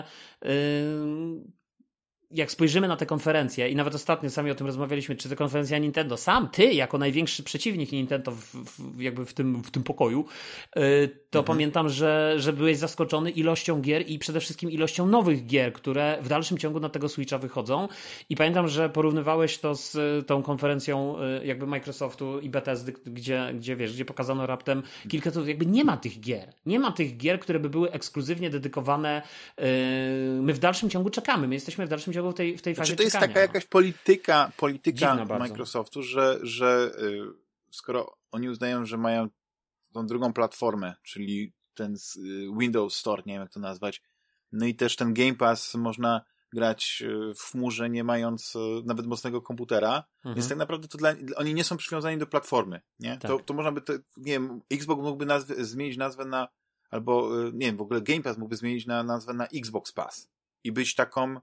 jak spojrzymy na te konferencje i nawet ostatnio sami o tym rozmawialiśmy, czy to konferencja Nintendo, sam ty jako największy przeciwnik Nintendo w, w, jakby w tym, w tym pokoju, to mhm. pamiętam, że, że byłeś zaskoczony ilością gier i przede wszystkim ilością nowych gier, które w dalszym ciągu na tego Switcha wychodzą i pamiętam, że porównywałeś to z tą konferencją jakby Microsoftu i Bethesdy, gdzie, gdzie wiesz, gdzie pokazano raptem kilka, to jakby nie ma tych gier. Nie ma tych gier, które by były ekskluzywnie dedykowane. My w dalszym ciągu czekamy. My jesteśmy w dalszym ciągu w tej, w tej fazie znaczy, to jest czekania, taka jakaś polityka, polityka Dziwna Microsoftu, że, że y, skoro oni uznają, że mają tą drugą platformę, czyli ten y, Windows Store, nie wiem jak to nazwać, no i też ten Game Pass można grać w chmurze, nie mając y, nawet mocnego komputera, mhm. więc tak naprawdę to dla, oni nie są przywiązani do platformy, nie? Tak. To, to można by, to, nie wiem, Xbox mógłby nazwę, zmienić nazwę na, albo y, nie wiem, w ogóle Game Pass mógłby zmienić na nazwę na Xbox Pass i być taką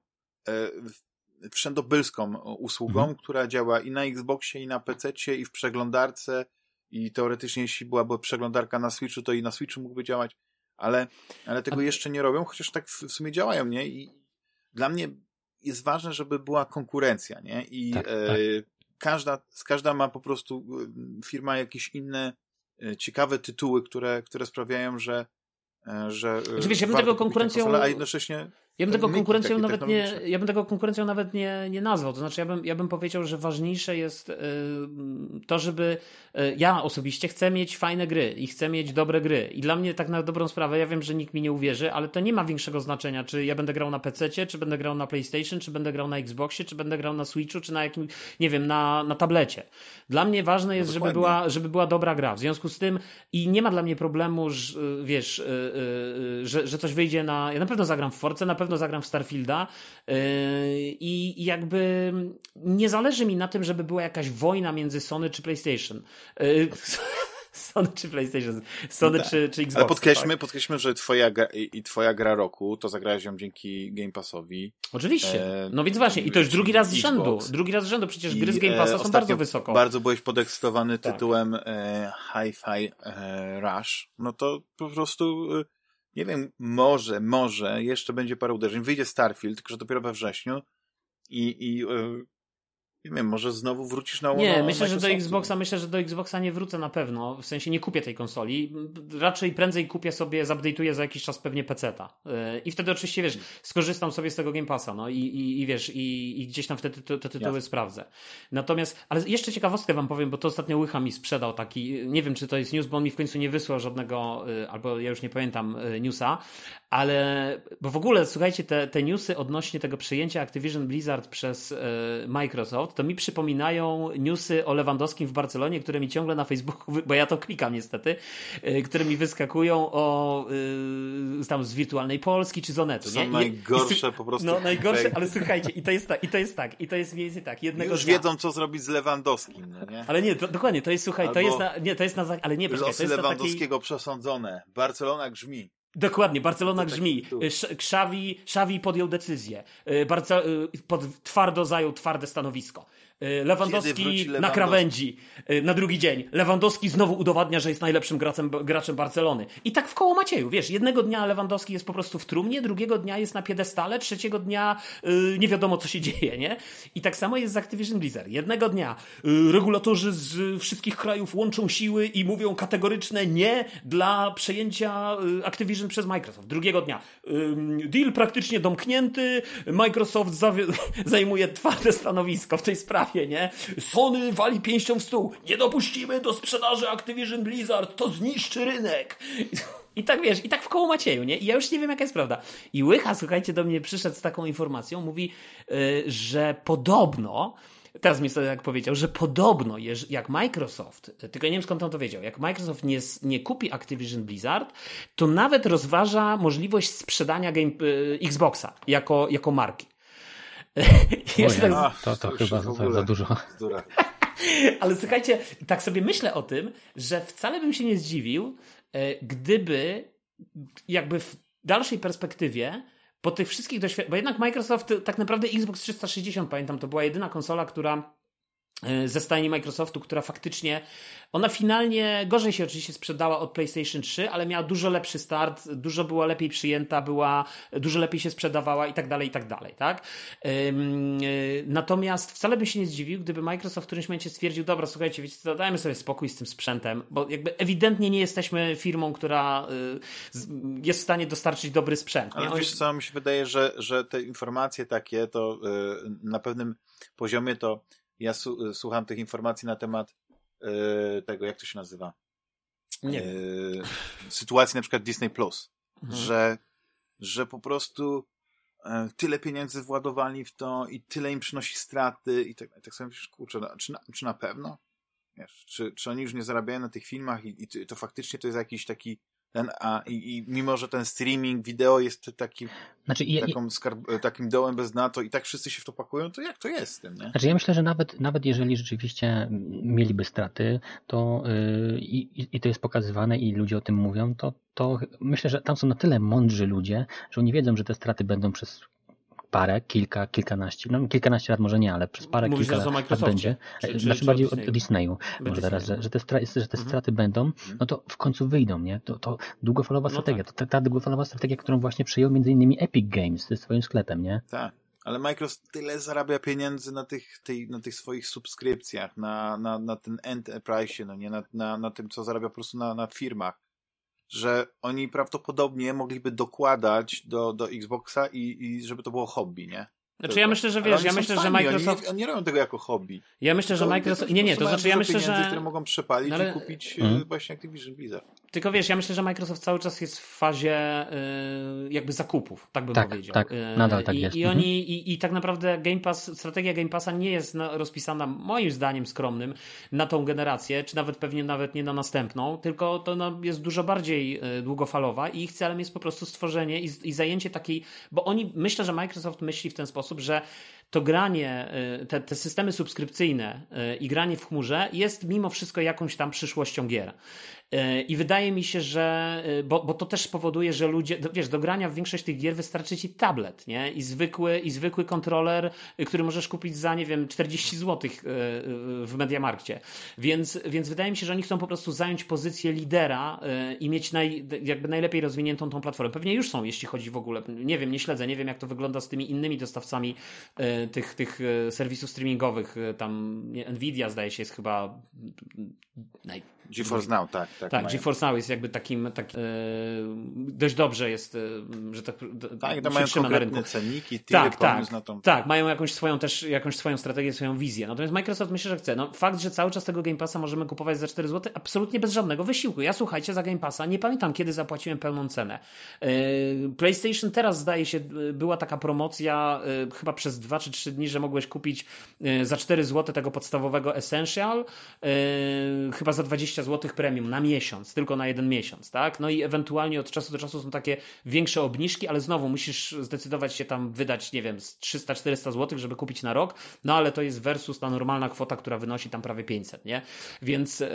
wszędobylską usługą, mhm. która działa i na Xboxie, i na pececie, i w przeglądarce, i teoretycznie jeśli byłaby przeglądarka na Switchu, to i na Switchu mógłby działać, ale, ale tego A... jeszcze nie robią, chociaż tak w, w sumie działają, nie? I dla mnie jest ważne, żeby była konkurencja, nie? I tak, e, tak. Każda, każda ma po prostu firma jakieś inne e, ciekawe tytuły, które, które sprawiają, że że Oczywiście, ja bym tego konkurencją konsolę, a jednocześnie ja bym tego konkurencją nawet nie ja bym tego konkurencją nawet nie, nie nazwał. To znaczy ja bym, ja bym powiedział, że ważniejsze jest y, to, żeby y, ja osobiście chcę mieć fajne gry i chcę mieć dobre gry. I dla mnie tak na dobrą sprawę, ja wiem, że nikt mi nie uwierzy, ale to nie ma większego znaczenia, czy ja będę grał na pececie, czy będę grał na PlayStation, czy będę grał na Xboxie, czy będę grał na Switchu, czy na jakim, nie wiem, na, na tablecie. Dla mnie ważne jest, no żeby była, żeby była dobra gra. W związku z tym i nie ma dla mnie problemu, że, wiesz, y, y, że, że coś wyjdzie na... Ja na pewno zagram w Force, na pewno zagram w Starfielda yy, i jakby nie zależy mi na tym, żeby była jakaś wojna między Sony czy PlayStation. Yy, Sony czy PlayStation, Sony no tak. czy, czy Xbox. Ale podkreślmy, tak? podkreślmy, że twoja gra, i, i twoja gra roku, to zagrałeś ją dzięki Game Passowi. Oczywiście. E, no więc właśnie, i to już drugi raz z rzędu. Drugi raz z rzędu, przecież gry z Game Passa są bardzo wysoko. Bardzo byłeś podekscytowany tak. tytułem e, Hi-Fi e, Rush. No to po prostu... E, nie wiem, może, może jeszcze będzie parę uderzeń. Wyjdzie Starfield, tylko że dopiero we wrześniu i, i yy, nie wiem, może znowu wrócisz na łono Nie, myślę, że do Xboxa, myślę, że do Xboxa nie wrócę na pewno. W sensie nie kupię tej konsoli. Raczej prędzej kupię sobie, zupdate'uję za jakiś czas pewnie peceta. Yy, I wtedy oczywiście, wiesz, skorzystam sobie z tego Game Passa, no i, i, i wiesz, i, i gdzieś tam wtedy te, te tytuły Jasne. sprawdzę. Natomiast, ale jeszcze ciekawostkę wam powiem, bo to ostatnio Łycha mi sprzedał taki, nie wiem, czy to jest news, bo on mi w końcu nie wysłał żadnego, yy, albo ja już nie pamiętam yy, newsa, ale, bo w ogóle, słuchajcie, te, te newsy odnośnie tego przejęcia Activision Blizzard przez yy, Microsoft, to mi przypominają newsy o Lewandowskim w Barcelonie, które mi ciągle na Facebooku, bo ja to klikam niestety, yy, które mi wyskakują o yy, tam z Wirtualnej Polski czy z Onetu. Są nie? najgorsze I, po prostu. No najgorsze, ale słuchajcie, i to jest tak, i to jest tak, i to jest mniej więcej tak. Jednego Już dnia. wiedzą, co zrobić z Lewandowskim, no nie? Ale nie, to, dokładnie, to jest, słuchaj, Albo to jest na, nie, to jest na, ale nie, poczekaj, losy to jest Lewandowskiego na takiej... przesądzone. Barcelona grzmi. Dokładnie, Barcelona grzmi. Xavi, Xavi podjął decyzję. Barca, pod, twardo zajął twarde stanowisko. Lewandowski, Lewandowski na krawędzi, na drugi dzień. Lewandowski znowu udowadnia, że jest najlepszym graczem, graczem Barcelony. I tak w koło Macieju, wiesz, jednego dnia Lewandowski jest po prostu w trumnie, drugiego dnia jest na piedestale, trzeciego dnia yy, nie wiadomo co się dzieje, nie? I tak samo jest z Activision Blizzard. Jednego dnia yy, regulatorzy z wszystkich krajów łączą siły i mówią kategoryczne nie dla przejęcia yy, Activision przez Microsoft. Drugiego dnia yy, deal praktycznie domknięty, Microsoft zawi- zajmuje twarde stanowisko w tej sprawie. Nie? Sony wali pięścią w stół. Nie dopuścimy do sprzedaży Activision Blizzard, to zniszczy rynek. I tak wiesz, i tak w koło Macieju, nie? I ja już nie wiem, jaka jest prawda. I Łycha, słuchajcie, do mnie przyszedł z taką informacją, mówi, yy, że podobno, teraz mi sobie jak powiedział, że podobno, jak Microsoft, tylko nie wiem skąd on to wiedział, jak Microsoft nie, nie kupi Activision Blizzard, to nawet rozważa możliwość sprzedania game, yy, Xboxa jako, jako marki. Ojej, tak... Ach, to, to, to chyba za, za dużo. Ale słuchajcie, tak sobie myślę o tym, że wcale bym się nie zdziwił, gdyby jakby w dalszej perspektywie po tych wszystkich doświadczeniach, bo jednak Microsoft, tak naprawdę Xbox trzysta sześćdziesiąt, pamiętam, to była jedyna konsola, która ze stajni Microsoftu, która faktycznie, ona finalnie gorzej się oczywiście sprzedała od PlayStation trzy, ale miała dużo lepszy start, dużo była lepiej przyjęta, była, dużo lepiej się sprzedawała i tak dalej, i tak dalej, tak? Natomiast wcale bym się nie zdziwił, gdyby Microsoft w którymś momencie stwierdził, dobra, słuchajcie, wiecie co, dajmy sobie spokój z tym sprzętem, bo jakby ewidentnie nie jesteśmy firmą, która jest w stanie dostarczyć dobry sprzęt. Ale wiesz co, mi się wydaje, że, że te informacje takie, to na pewnym poziomie to ja su- słucham tych informacji na temat yy, tego, jak to się nazywa? Nie yy, sytuacji na przykład Disney Plus, mhm. że, że po prostu yy, tyle pieniędzy władowali w to i tyle im przynosi straty i tak, i tak sobie myślisz, kurczę, no, czy, na, czy na pewno? Wiesz, czy, czy oni już nie zarabiają na tych filmach i, i to faktycznie to jest jakiś taki ten, a, i, i mimo, że ten streaming wideo jest taki, znaczy, ja, taką skarb, takim dołem bez dna, to i tak wszyscy się w to pakują, to jak to jest z tym, nie? Znaczy ja myślę, że nawet, nawet jeżeli rzeczywiście mieliby straty, to yy, i, i to jest pokazywane i ludzie o tym mówią, to, to myślę, że tam są na tyle mądrzy ludzie, że oni wiedzą, że te straty będą przez parę, kilka, kilkanaście, no kilkanaście lat może nie, ale przez parę, Mówisz kilka lat będzie. Czy, czy, znaczy czy bardziej o Disneyu? od Disneyu. Może teraz, że, że te, straty, że te straty mhm. będą, no to w końcu wyjdą, nie? To, to długofalowa no strategia. Tak. To ta, ta długofalowa strategia, którą właśnie przyjął między innymi Epic Games ze swoim sklepem, nie? Tak. Ale Microsoft tyle zarabia pieniędzy na tych, tej, na tych swoich subskrypcjach, na, na, na ten enterprise, no nie? Na, na, na tym, co zarabia po prostu na, na firmach, że oni prawdopodobnie mogliby dokładać do, do Xboxa i, i żeby to było hobby, nie? Znaczy ja myślę, że wiesz, ja myślę, fani, że Microsoft... Oni nie, oni nie robią tego jako hobby. Ja myślę, że to, Microsoft... To, nie, nie, to znaczy ja myślę, że... które mogą przepalić no ale... i kupić hmm. właśnie Activision Blizzard. Tylko wiesz, ja myślę, że Microsoft cały czas jest w fazie yy, jakby zakupów, tak bym tak, powiedział. Tak, nadal tak I, jest. I, oni, i, I tak naprawdę Game Pass, strategia Game Passa nie jest na, rozpisana, moim zdaniem skromnym, na tą generację, czy nawet pewnie nawet nie na następną, tylko to no, jest dużo bardziej y, długofalowa i ich celem jest po prostu stworzenie i, i zajęcie takiej, bo oni, myślę, że Microsoft myśli w ten sposób, że to granie, te, te systemy subskrypcyjne i granie w chmurze jest mimo wszystko jakąś tam przyszłością gier. I wydaje mi się, że, bo, bo to też powoduje, że ludzie, wiesz, do grania w większość tych gier wystarczy ci tablet, nie? I zwykły, i zwykły kontroler, który możesz kupić za, nie wiem, czterdzieści złotych w Mediamarkcie. Więc, więc wydaje mi się, że oni chcą po prostu zająć pozycję lidera i mieć naj, jakby najlepiej rozwiniętą tą platformę. Pewnie już są, jeśli chodzi w ogóle, nie wiem, nie śledzę, nie wiem jak to wygląda z tymi innymi dostawcami tych, tych serwisów streamingowych, tam Nvidia zdaje się jest chyba naj... GeForce Now, tak. Tak, tak GeForce Now jest jakby takim, tak, e, dość dobrze jest, e, że tak, tak, to mają konkretne ceniki, tak, tak, na tą... tak, mają jakąś swoją też, jakąś swoją strategię, swoją wizję. Natomiast Microsoft myślę, że chce. No, fakt, że cały czas tego Game Passa możemy kupować za cztery złote, absolutnie bez żadnego wysiłku. Ja słuchajcie, za Game Passa nie pamiętam, kiedy zapłaciłem pełną cenę. E, PlayStation teraz zdaje się, była taka promocja e, chyba przez dwa czy trzy dni, że mogłeś kupić e, za cztery złote tego podstawowego Essential, e, chyba za dwadzieścia dwadzieścia złotych premium na miesiąc, tylko na jeden miesiąc, tak? No i ewentualnie od czasu do czasu są takie większe obniżki, ale znowu musisz zdecydować się tam wydać, nie wiem, z trzysta czterysta złotych, żeby kupić na rok, no ale to jest versus ta normalna kwota, która wynosi tam prawie pięćset, nie? Więc yy...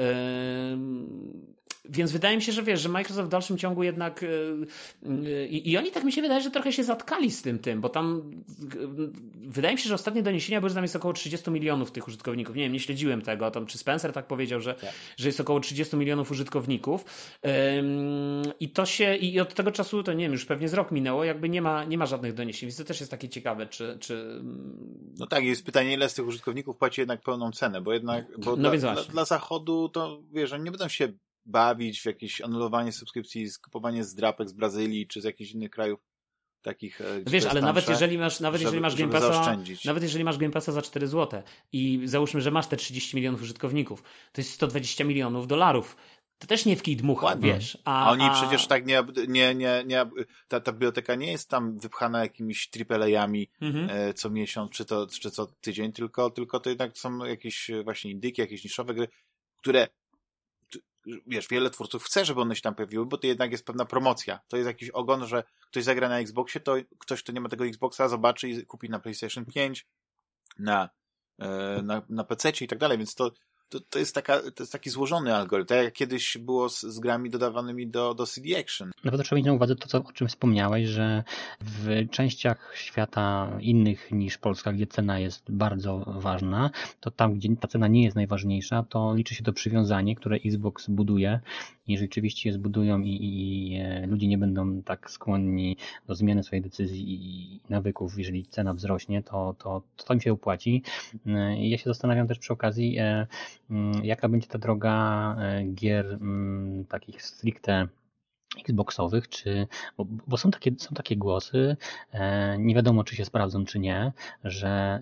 Więc wydaje mi się, że wiesz, że Microsoft w dalszym ciągu jednak yy, yy, i oni tak mi się wydaje, że trochę się zatkali z tym tym, bo tam yy, wydaje mi się, że ostatnie doniesienia były, że tam jest około trzydzieści milionów tych użytkowników. Nie wiem, nie śledziłem tego, tam czy Spencer tak powiedział, że, tak. że jest około trzydzieści milionów użytkowników yy, i to się, i od tego czasu, to nie wiem, już pewnie z rok minęło, jakby nie ma, nie ma żadnych doniesień, więc to też jest takie ciekawe, czy... czy... No tak, jest pytanie, ile z tych użytkowników płaci jednak pełną cenę, bo jednak bo no dla, więc dla, dla Zachodu to, wiesz, oni nie będą się bawić w jakieś anulowanie subskrypcji, skupowanie zdrapek z Brazylii czy z jakichś innych krajów takich. Wiesz, ale nawet jeżeli masz, nawet żeby, jeżeli masz Game Passa, nawet jeżeli masz Game Passa za cztery złote i załóżmy, że masz te trzydzieści milionów użytkowników, to jest sto dwadzieścia milionów dolarów. To też nie w kij dmucha, Ładnie. wiesz. A, a oni a... przecież tak nie, nie, nie, nie ta, ta biblioteka nie jest tam wypchana jakimiś triple A-ami mhm. e, co miesiąc, czy to, czy co tydzień, tylko, tylko to jednak są jakieś właśnie indyki, jakieś niszowe gry, które wiesz, wiele twórców chce, żeby one się tam pojawiły, bo to jednak jest pewna promocja. To jest jakiś ogon, że ktoś zagra na Xboxie, to ktoś, kto nie ma tego Xboxa, zobaczy i kupi na PlayStation pięć, na, na, na pececie i tak dalej, więc to, to, to, jest taka, to jest taki złożony algorytm, tak jak kiedyś było z, z grami dodawanymi do, do C D Action. No bo to trzeba mieć na uwadze to, co, o czym wspomniałeś, że w częściach świata innych niż Polska, gdzie cena jest bardzo ważna, to tam, gdzie ta cena nie jest najważniejsza, to liczy się to przywiązanie, które Xbox buduje. I rzeczywiście je zbudują i, i ludzie nie będą tak skłonni do zmiany swojej decyzji i nawyków, jeżeli cena wzrośnie, to, to, to im się opłaci. Ja się zastanawiam też przy okazji, jaka będzie ta droga gier takich stricte Xboxowych, czy, bo, bo są takie, są takie głosy, e, nie wiadomo czy się sprawdzą, czy nie, że e,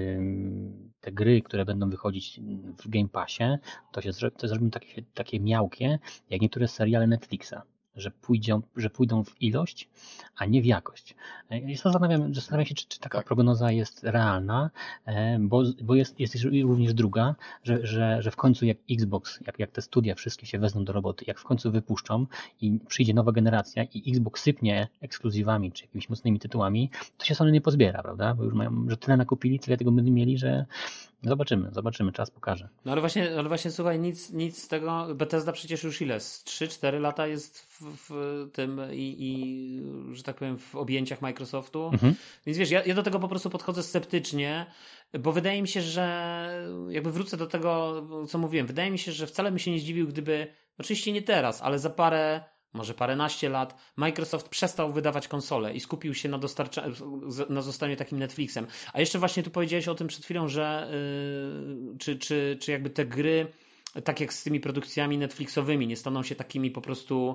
te gry, które będą wychodzić w Game Passie, to się to zrobią takie, takie miałkie, jak niektóre seriale Netflixa, że pójdą, że pójdą w ilość, a nie w jakość. Ja się zastanawiam, zastanawiam się, czy, czy taka tak. prognoza jest realna, bo, bo jest, jest również druga, że, że, że w końcu jak Xbox, jak, jak te studia wszystkie się wezmą do roboty, jak w końcu wypuszczą i przyjdzie nowa generacja i Xbox sypnie ekskluzywami, czy jakimiś mocnymi tytułami, to się Sony nie pozbiera, prawda? Bo już mają, że tyle nakupili, tyle tego będą mieli, że zobaczymy, zobaczymy, czas pokaże. No ale właśnie, ale właśnie słuchaj, nic, nic z tego, Bethesda przecież już ile? Z trzy cztery lata jest w, w tym i, i, że tak powiem, w objęciach Microsoftu. Mhm. Więc wiesz, ja, ja do tego po prostu podchodzę sceptycznie, bo wydaje mi się, że jakby wrócę do tego, co mówiłem, wydaje mi się, że wcale bym się nie zdziwił, gdyby, oczywiście nie teraz, ale za parę może paręnaście lat, Microsoft przestał wydawać konsole i skupił się na, dostarcza- na zostaniu takim Netflixem. A jeszcze właśnie tu powiedziałeś o tym przed chwilą, że yy, czy, czy, czy jakby te gry, tak jak z tymi produkcjami Netflixowymi, nie staną się takimi po prostu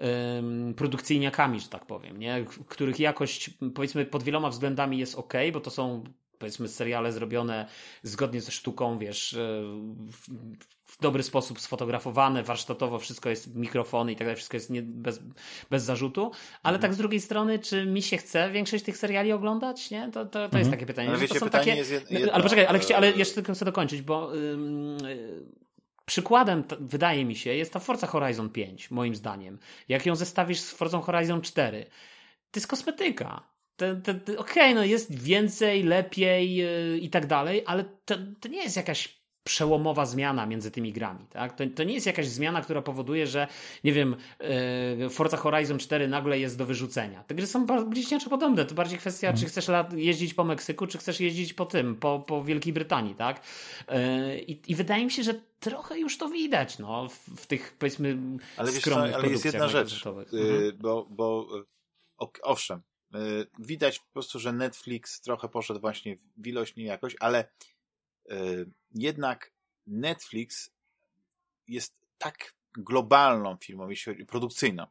yy, produkcyjniakami, że tak powiem, nie? Których jakość, powiedzmy, pod wieloma względami jest ok, bo to są, powiedzmy, seriale zrobione zgodnie ze sztuką, wiesz, w, w dobry sposób sfotografowane, warsztatowo, wszystko jest, mikrofony i tak dalej, wszystko jest nie, bez, bez zarzutu, ale mhm. tak z drugiej strony, czy mi się chce większość tych seriali oglądać, nie? To, to, to mhm. jest takie pytanie. Ale wiecie, to są pytanie takie... jest jedno... Ale poczekaj, ale, chcia... ale jeszcze tylko chcę dokończyć, bo yy, przykładem, to, wydaje mi się, jest ta Forza Horizon pięć, moim zdaniem. Jak ją zestawisz z Forzą Horizon cztery, to jest kosmetyka. Okej, okay, no jest więcej, lepiej yy, i tak dalej, ale to, to nie jest jakaś przełomowa zmiana między tymi grami, tak? To, to nie jest jakaś zmiana, która powoduje, że nie wiem, yy, Forza Horizon cztery nagle jest do wyrzucenia. Te gry są bliźniaczo podobne, to bardziej kwestia, hmm. czy chcesz jeździć po Meksyku, czy chcesz jeździć po tym, po, po Wielkiej Brytanii, tak? Yy, i, I wydaje mi się, że trochę już to widać, no, w, w tych, powiedzmy, ale skromnych wiesz co, ale jest jedna rzecz, yy, bo, bo owszem, widać po prostu, że Netflix trochę poszedł właśnie w ilość, nie jakość, ale yy, jednak Netflix jest tak globalną firmą, jeśli chodzi produkcyjną,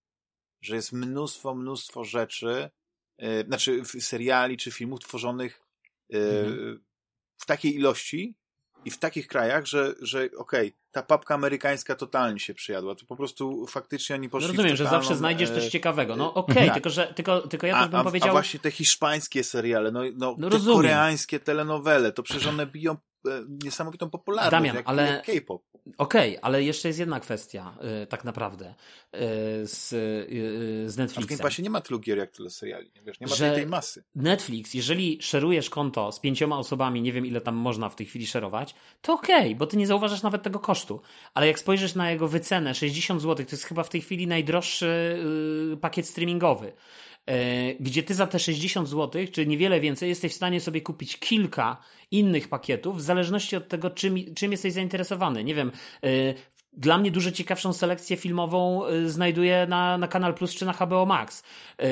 że jest mnóstwo, mnóstwo rzeczy, yy, znaczy seriali czy filmów tworzonych yy, mhm. w takiej ilości i w takich krajach, że, że okej, okay, ta papka amerykańska totalnie się przyjadła. To po prostu faktycznie oni poszli no rozumiem, w totalną, że zawsze znajdziesz coś ciekawego. No okej, okay, tak. tylko, że, tylko, tylko ja też bym a, powiedział... A właśnie te hiszpańskie seriale, no, no, no te rozumiem. koreańskie telenowele, to przecież one biją niesamowitą popularność, Damian, jak, ale... jak K-pop. Okej, okay, ale jeszcze jest jedna kwestia, yy, tak naprawdę, yy, z, yy, z Netflixem. A w Game Passie nie ma tylu gier jak tyle seriali, wiesz, nie ma że tej masy. Netflix, jeżeli szerujesz konto z pięcioma osobami, nie wiem ile tam można w tej chwili szerować, to okej, okay, bo ty nie zauważasz nawet tego kosztu. Ale jak spojrzysz na jego wycenę, sześćdziesiąt złotych, to jest chyba w tej chwili najdroższy yy, pakiet streamingowy. Gdzie ty za te sześćdziesiąt złotych, czy niewiele więcej, jesteś w stanie sobie kupić kilka innych pakietów, w zależności od tego, czym, czym jesteś zainteresowany. Nie wiem, dla mnie dużo ciekawszą selekcję filmową znajduję na, na Kanal Plus czy na H B O Max.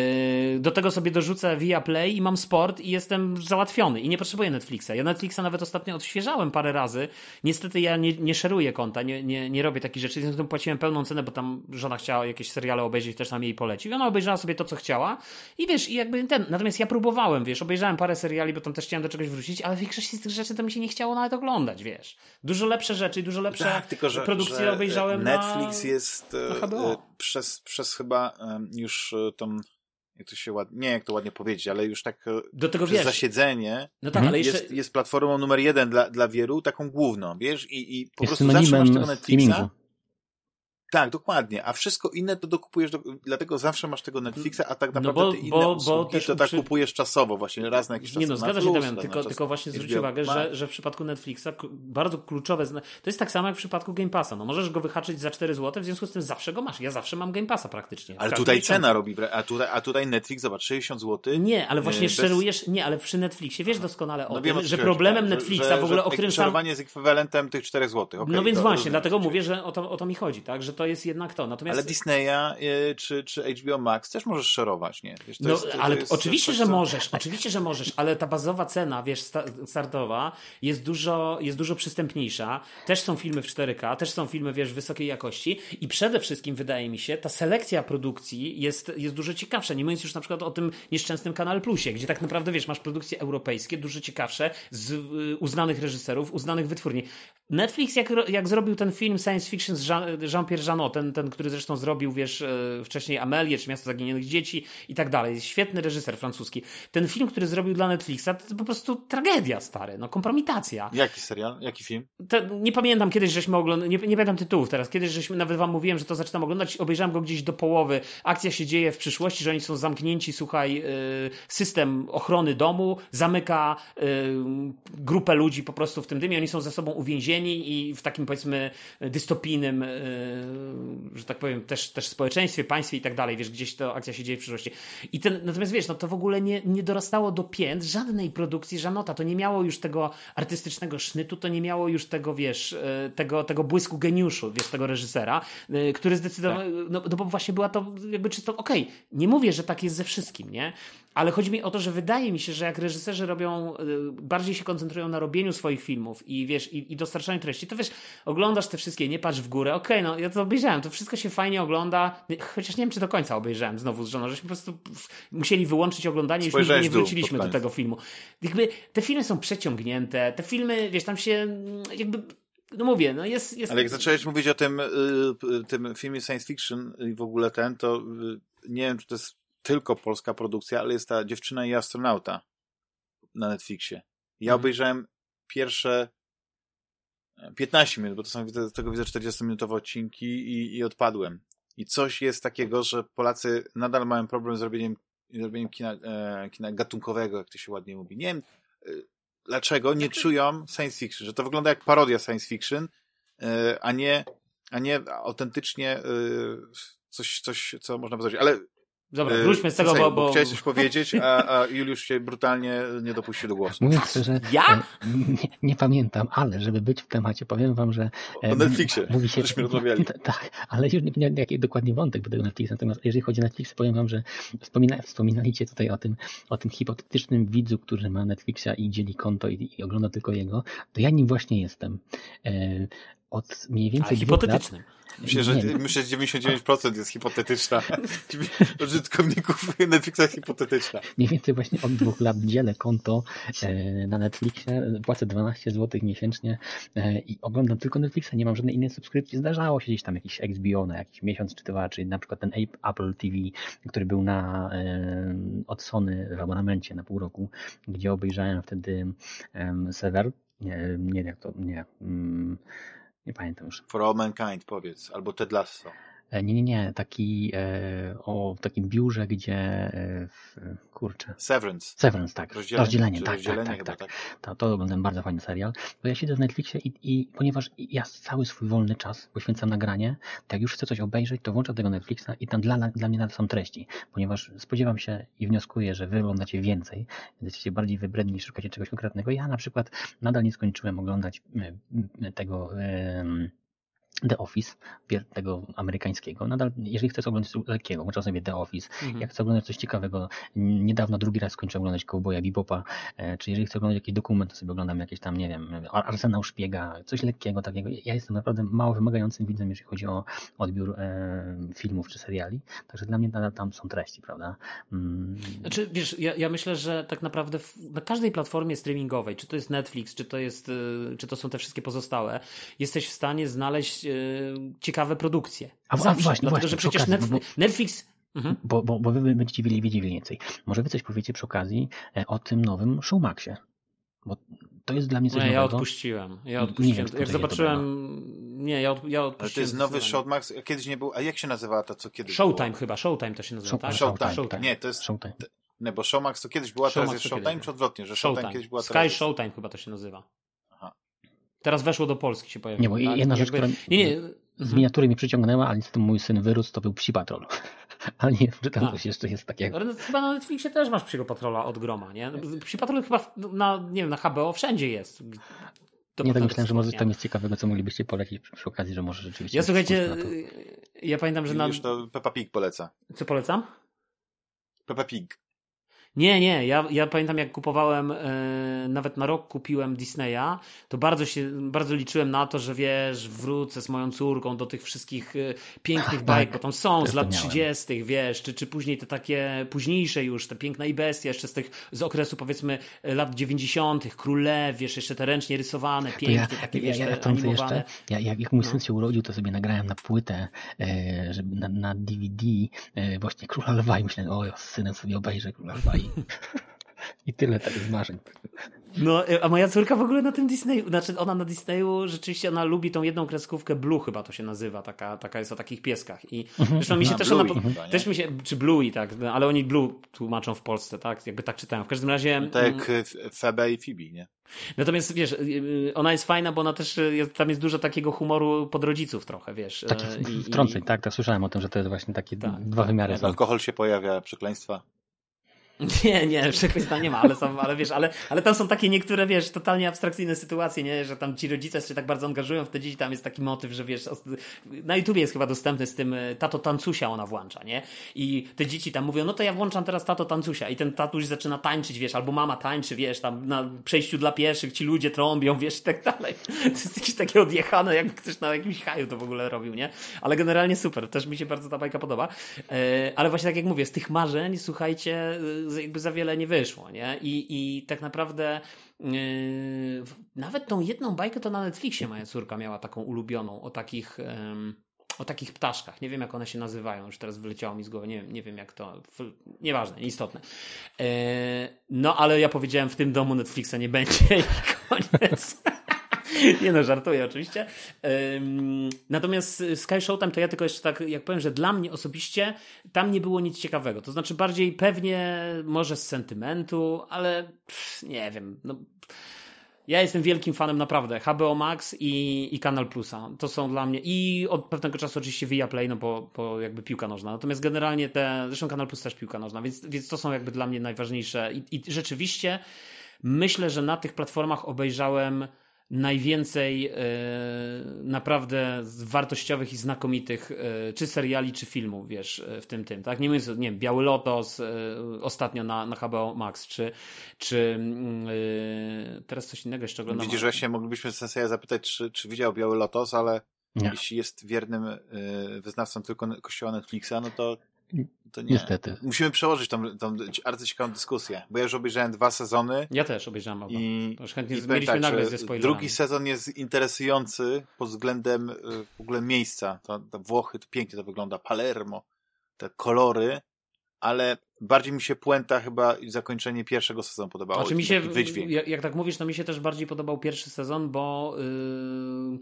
Do tego sobie dorzucę Viaplay i mam sport i jestem załatwiony i nie potrzebuję Netflixa. Ja Netflixa nawet ostatnio odświeżałem parę razy. Niestety ja nie, nie szeruję konta, nie, nie, nie robię takich rzeczy. Zresztą płaciłem pełną cenę, bo tam żona chciała jakieś seriale obejrzeć, też nam jej polecił. I ona obejrzała sobie to, co chciała i wiesz, i jakby ten, natomiast ja próbowałem, wiesz, obejrzałem parę seriali, bo tam też chciałem do czegoś wrócić, ale większości z tych rzeczy to mi się nie chciało nawet oglądać, wiesz. Dużo lepsze rzeczy, dużo lepsze tak, tylko, że, produkcje że obejrzałem Netflix na... jest na przez, przez chyba już tą, jak to się ładnie, nie jak to ładnie powiedzieć, ale już tak do tego przez wiesz. zasiedzenie no tak, ale jest, jeszcze... jest platformą numer jeden dla, dla wielu, taką główną, wiesz, i, i po jest prostu zawsze masz tego Netflixa. Streamingu. Tak, dokładnie. A wszystko inne to dokupujesz, do, dlatego zawsze masz tego Netflixa, a tak naprawdę no bo, te inne bo, usługi bo to tak przy... kupujesz czasowo, właśnie raz na jakiś czas. Nie no, zgadza się, Damian, tylko, czas, tylko właśnie zwróć uwagę, że, że w przypadku Netflixa bardzo kluczowe, to jest tak samo jak w przypadku Game Passa. No możesz go wyhaczyć za cztery złote, w związku z tym zawsze go masz. Ja zawsze mam Game Passa praktycznie. Ale tutaj miesiącu. Cena robi, a tutaj, a tutaj Netflix, zobacz, sześćdziesiąt złotych. Nie, ale właśnie bez... szerujesz, nie, ale przy Netflixie wiesz doskonale o no tym, wiem, że problemem tak, Netflixa że, w ogóle, że o którym sam... szerowanie jest ekwiwalentem tych czterech złotych. Okay, no więc właśnie, rozumiem, dlatego mówię, że o to, o to mi chodzi, tak, że to jest jednak to. Natomiast... Ale Disneya y, czy, czy H B O Max też możesz szerować, nie? Wiesz, to no, jest, to, ale to jest oczywiście, coś, że co... możesz, oczywiście, że możesz, ale ta bazowa cena, wiesz, startowa jest dużo, jest dużo przystępniejsza. Też są filmy w cztery K, też są filmy, wiesz, wysokiej jakości i przede wszystkim, wydaje mi się, ta selekcja produkcji jest, jest dużo ciekawsza. Nie mówiąc już na przykład o tym nieszczęsnym Kanal Plusie, gdzie tak naprawdę, wiesz, masz produkcje europejskie, dużo ciekawsze, z y, uznanych reżyserów, uznanych wytwórni. Netflix, jak, jak zrobił ten film science fiction z Jean, Jean-Pierre Janot, ten, ten, który zresztą zrobił, wiesz, wcześniej Amelię, czy Miasto Zaginionych Dzieci i tak dalej. Świetny reżyser francuski. Ten film, który zrobił dla Netflixa, to po prostu tragedia, stary. No, kompromitacja. Jaki serial? Jaki film? To, nie pamiętam, kiedyś żeśmy oglądali, nie, nie pamiętam tytułów teraz, kiedyś żeśmy, nawet wam mówiłem, że to zaczynam oglądać, obejrzałem go gdzieś do połowy. Akcja się dzieje w przyszłości, że oni są zamknięci, słuchaj, yy, system ochrony domu zamyka yy, grupę ludzi po prostu w tym dymie, oni są ze sobą uwięzieni i w takim, powiedzmy, dystopijnym, yy, że tak powiem, też, też społeczeństwie, państwie i tak dalej, wiesz, gdzieś to akcja się dzieje w przyszłości. I ten, natomiast wiesz, no to w ogóle nie, nie dorastało do pięt żadnej produkcji Janota, to nie miało już tego artystycznego sznytu, to nie miało już tego, wiesz, tego, tego błysku geniuszu, wiesz, tego reżysera, który zdecydował, tak. no, no bo właśnie była to jakby czysto, okej, okay, nie mówię, że tak jest ze wszystkim, nie? Ale chodzi mi o to, że wydaje mi się, że jak reżyserzy robią, bardziej się koncentrują na robieniu swoich filmów i wiesz, i, i dostarczaniu treści, to wiesz, oglądasz te wszystkie, nie patrz w górę, okej, okay, no ja to obejrzałem, to wszystko się fajnie ogląda, chociaż nie wiem, czy do końca obejrzałem znowu z żoną, żeśmy po prostu musieli wyłączyć oglądanie, już nigdy nie wróciliśmy do tego filmu. Jakby te filmy są przeciągnięte, te filmy, wiesz, tam się jakby... No mówię, no jest... jest... Ale jak zacząłeś mówić o tym, tym filmie science fiction i w ogóle ten, to nie wiem, czy to jest tylko polska produkcja, ale jest ta Dziewczyna i astronauta na Netflixie. Ja hmm. obejrzałem pierwsze piętnaście minut, bo to są z tego widzę czterdziestominutowe odcinki i, i odpadłem. I coś jest takiego, że Polacy nadal mają problem z robieniem, zrobieniem kina, e, kina gatunkowego, jak to się ładnie mówi. Nie wiem, e, dlaczego nie czują science fiction, że to wygląda jak parodia science fiction, e, a nie, a nie autentycznie e, coś, coś, co można by zrobić. Ale dobra, wróćmy z tego, bo, bo... bo chciałeś coś powiedzieć, a, a Juliusz się brutalnie nie dopuścił do głosu. Mówiąc szczerze, ja? Nie, nie pamiętam, ale żeby być w temacie, powiem wam, że... O Netflixie, mówi się, żeśmy rozmawiali. Tak, ale już nie wiem, jaki dokładnie wątek do tego Netflixa, natomiast jeżeli chodzi o Netflix, powiem wam, że wspomina, wspominaliście tutaj o tym, o tym hipotetycznym widzu, który ma Netflixa i dzieli konto i, i ogląda tylko jego, to ja nim właśnie jestem. E, od mniej więcej... Ale hipotetycznym. Myślę, że, myślę, że dziewięćdziesiąt dziewięć procent jest hipotetyczna. Użytkowników Netflixa jest hipotetyczna. Mniej więcej właśnie od dwóch lat dzielę konto e, na Netflixie, płacę dwanaście złotych miesięcznie e, i oglądam tylko Netflixa, nie mam żadnej innej subskrypcji. Zdarzało się gdzieś tam jakiś X B O na jakiś miesiąc czy dwa, czyli na przykład ten Apple T V, który był na e, od Sony w abonamencie na pół roku, gdzie obejrzałem wtedy e, Sever. Nie, nie, jak to, nie. Mm, nie pamiętam już. For All Mankind, powiedz. Albo Ted Lasso. Nie, nie, nie. Taki e, o w takim biurze, gdzie e, w, kurczę. Severance. Severance, tak. Rozdzielenie, rozdzielenie tak, rozdzielenie tak, chyba, tak, tak. tak. To, to oglądam bardzo fajny serial. Bo ja siedzę w Netflixie i, i ponieważ ja cały swój wolny czas poświęcam nagranie, to jak już chcę coś obejrzeć, to włączam tego Netflixa i tam dla, dla mnie nadal są treści. Ponieważ spodziewam się i wnioskuję, że wy oglądacie więcej, jesteście bardziej wybredni, szukacie czegoś konkretnego. Ja na przykład nadal nie skończyłem oglądać tego e, The Office, tego amerykańskiego. Nadal, jeżeli chcesz oglądać coś lekkiego, włączam sobie The Office. Mhm. Jak chcę oglądać coś ciekawego, niedawno drugi raz skończyłem oglądać Cowboya Bebopa, czy jeżeli chcę oglądać jakiś dokument, to sobie oglądam jakieś tam, nie wiem, Arsenał Szpiega, coś lekkiego takiego. Ja jestem naprawdę mało wymagającym widzem, jeżeli chodzi o odbiór e, filmów czy seriali, także dla mnie nadal tam są treści, prawda? Mm. Znaczy, wiesz, ja, ja myślę, że tak naprawdę w, na każdej platformie streamingowej, czy to jest Netflix, czy to jest, czy to są te wszystkie pozostałe, jesteś w stanie znaleźć ciekawe produkcje. A, Zawsze, a właśnie, dlatego, właśnie, że przecież okazji, Netflix... Bo, Netflix mhm. bo, bo, bo wy będziecie wiedzieli więcej. Może wy coś powiecie przy okazji o tym nowym Showmaxie. Bo to jest dla mnie coś nie, nowego. ja odpuściłem. Ja odpuściłem. Nie wiem, jak zobaczyłem... Nie, ja, od, ja odpuściłem. Ale to jest nowy Showmax. Kiedyś nie był... A jak się nazywała to, co kiedyś Showtime było? chyba. Showtime to się nazywa, Show, tak? Showtime. Showtime. Nie, to jest... Showtime. Nie, bo Showmax to kiedyś była, Showmax teraz jest Showtime, czy odwrotnie, że Showtime. Showtime kiedyś była, Sky teraz jest... Showtime chyba to się nazywa. Aha. Teraz weszło do Polski, się pojawiło. Nie, bo tak? jedna Jakby... rzecz, która nie, nie. z mhm. miniatury mnie przyciągnęła, ale niestety mój syn wyrósł, to był Psi Patrol. Ale nie, że tam A. coś jeszcze jest takiego. Ale chyba na Netflixie też masz Psiego Patrola od groma, nie? Psi Patrol chyba na, nie wiem, na H B O wszędzie jest. To nie, tak myślałem, że może tam jest ciekawego, co moglibyście polecić przy okazji, że może rzeczywiście... Ja słuchajcie, ja pamiętam, że na... Już to Peppa Pig poleca. Co polecam? Peppa Pig. Nie, nie, ja, ja pamiętam jak kupowałem, e, nawet na rok kupiłem Disneya, to bardzo się, bardzo liczyłem na to, że wiesz, wrócę z moją córką do tych wszystkich e, pięknych Ach, bajek, tak, bo tam są z lat trzydziestych, wiesz, czy, czy później te takie późniejsze już, te Piękna i Bestia, jeszcze z tych, z okresu powiedzmy lat dziewięćdziesiątych, Królew, wiesz, jeszcze te ręcznie rysowane, pięknie, ja, takie ja, wiesz, ja, te ja animowane. Jeszcze, ja, jak, jak mój syn się urodził, to sobie nagrałem na płytę, e, żeby na, na D V D e, właśnie Króla Lwa i myślałem, o, z synem sobie obejrzę Króla Lwa i I tyle tak z marzeń. No, a moja córka w ogóle na tym Disneyu, znaczy ona na Disneyu rzeczywiście ona lubi tą jedną kreskówkę Blue chyba to się nazywa, taka, taka jest o takich pieskach i mm-hmm. zresztą mi się a, też Bluey, ona, chyba, też mi się, czy Bluey, tak, ale oni Blue tłumaczą w Polsce, tak, jakby tak czytają. W każdym razie... Tak jak Febe i Phoebe, nie? Natomiast wiesz, ona jest fajna, bo ona też, jest, tam jest dużo takiego humoru pod rodziców trochę, wiesz. Taki wtrąceń, i... tak, tak, słyszałem o tym, że to jest właśnie takie tak, dwa wymiary. Jak alkohol się pojawia, przekleństwa. Nie, nie, przekleństwa nie ma, ale są, ale wiesz, ale, ale tam są takie niektóre, wiesz, totalnie abstrakcyjne sytuacje, nie, że tam ci rodzice się tak bardzo angażują w te dzieci, tam jest taki motyw, że wiesz, na YouTubie jest chyba dostępny z tym Tato Tancusia ona włącza, nie, i te dzieci tam mówią, no to ja włączam teraz Tato Tancusia i ten tatuś zaczyna tańczyć, wiesz, albo mama tańczy, wiesz, tam na przejściu dla pieszych ci ludzie trąbią, wiesz, i tak dalej. To jest jakieś takie odjechane, jakby ktoś na jakimś haju to w ogóle robił, nie, ale generalnie super, też mi się bardzo ta bajka podoba, ale właśnie tak jak mówię, z tych marzeń, słuchajcie, jakby za wiele nie wyszło, nie? I, i tak naprawdę yy, nawet tą jedną bajkę to na Netflixie moja córka miała taką ulubioną o takich yy, o takich ptaszkach. Nie wiem jak one się nazywają, już teraz wyleciało mi z głowy, nie, nie wiem jak to, nieważne, nieistotne. Yy, no ale ja powiedziałem, w tym domu Netflixa nie będzie i koniec. Nie no, żartuję oczywiście. Um, natomiast Sky Showtime to ja tylko jeszcze tak, jak powiem, że dla mnie osobiście tam nie było nic ciekawego. To znaczy bardziej pewnie może z sentymentu, ale pff, nie wiem. No, ja jestem wielkim fanem naprawdę H B O Max i, i Kanal Plusa. To są dla mnie i od pewnego czasu oczywiście Viaplay, no bo, bo jakby piłka nożna. Natomiast generalnie te, zresztą Kanal Plus też piłka nożna, więc, więc to są jakby dla mnie najważniejsze i, i rzeczywiście myślę, że na tych platformach obejrzałem najwięcej e, naprawdę wartościowych i znakomitych e, czy seriali, czy filmów, wiesz, w tym tym, tak? Nie mówiąc, nie wiem, Biały Lotos e, ostatnio na, na H B O Max, czy, czy e, teraz coś innego jeszcze oglądam. Widzisz, właśnie moglibyśmy Senseja zapytać, czy, czy widział Biały Lotos, ale nie. Jeśli jest wiernym e, wyznawcą tylko kościoła Netflixa, no to to nie. Niestety. Musimy przełożyć tą, tą arcyciekawą dyskusję, bo ja już obejrzałem dwa sezony. Ja też obejrzałem oba. I, to już chętnie i mieliśmy tak, nagrać ze spoilerami. drugi sezon jest interesujący pod względem w ogóle miejsca. To, to Włochy, to pięknie to wygląda, Palermo, te kolory, ale bardziej mi się puenta chyba i zakończenie pierwszego sezonu podobało. Znaczy mi się, wydźwięk. jak, jak tak mówisz, to mi się też bardziej podobał pierwszy sezon, bo yy,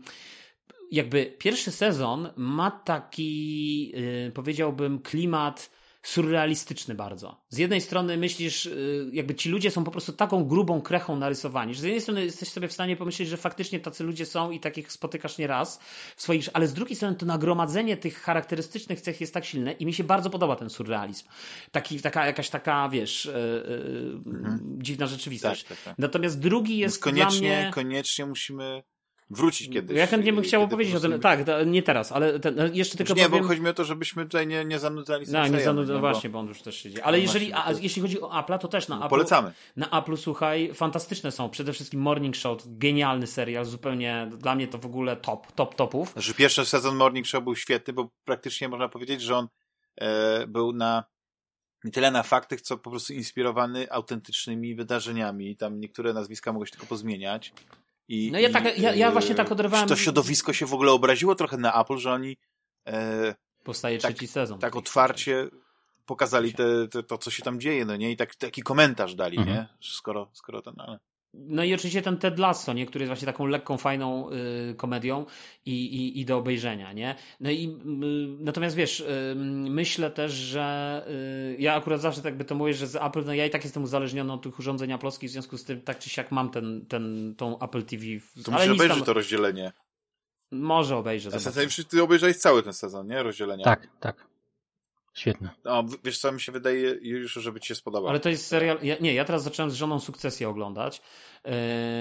jakby pierwszy sezon ma taki, yy, powiedziałbym, klimat surrealistyczny bardzo. Z jednej strony myślisz, jakby ci ludzie są po prostu taką grubą krechą narysowani, że z jednej strony jesteś sobie w stanie pomyśleć, że faktycznie tacy ludzie są i takich spotykasz nieraz w swoich, ale z drugiej strony to nagromadzenie tych charakterystycznych cech jest tak silne i mi się bardzo podoba ten surrealizm. Taki, taka jakaś taka, wiesz, yy, mhm. dziwna rzeczywistość. Tak, tak, tak. Natomiast drugi jest Więc koniecznie, dla mnie... koniecznie musimy wrócić kiedyś. Ja chętnie bym chciał opowiedzieć o tym. Tak, nie teraz, ale ten, jeszcze tylko nie, powiem... bo chodzi mi o to, żebyśmy tutaj nie, nie zanudzali No, nie zanudzali, no właśnie, bo on już też siedzi. Ale no jeżeli, właśnie, a, to... jeśli chodzi o Apple'a, to też na Apple. Polecamy. Na Apple'u, słuchaj, fantastyczne są. Przede wszystkim Morning Show, genialny serial, zupełnie, dla mnie to w ogóle top, top, topów. Znaczy pierwszy sezon Morning Show był świetny, bo praktycznie można powiedzieć, że on e, był na nie tyle na faktach, co po prostu inspirowany autentycznymi wydarzeniami. Tam niektóre nazwiska mogą się tylko pozmieniać. I, no ja, tak, i, ja, ja właśnie tak oderwałem. To środowisko się w ogóle obraziło trochę na Apple, że oni e, powstaje tak, trzeci sezon. Tak otwarcie pokazali te, te, to, co się tam dzieje, no nie? I tak, taki komentarz dali, mhm. nie? Skoro, skoro ten, ale... No i oczywiście ten Ted Lasso, nie? Który jest właśnie taką lekką, fajną y, komedią i, i, i do obejrzenia, nie? No i y, natomiast wiesz, y, myślę też, że y, ja akurat zawsze tak by to mówię, że z Apple, no ja i tak jestem uzależniony od tych urządzeń aplockich, w związku z tym tak czy siak mam ten, ten, tą Apple T V. To musisz obejrzeć tam... to rozdzielenie. Może obejrzę. Ty obejrzałeś cały ten sezon, nie? Rozdzielenia. Tak, tak. Świetne. No, wiesz co, mi się wydaje już, żeby ci się spodobał. Ale to jest serial... Ja, nie, ja teraz zacząłem z żoną Sukcesję oglądać yy,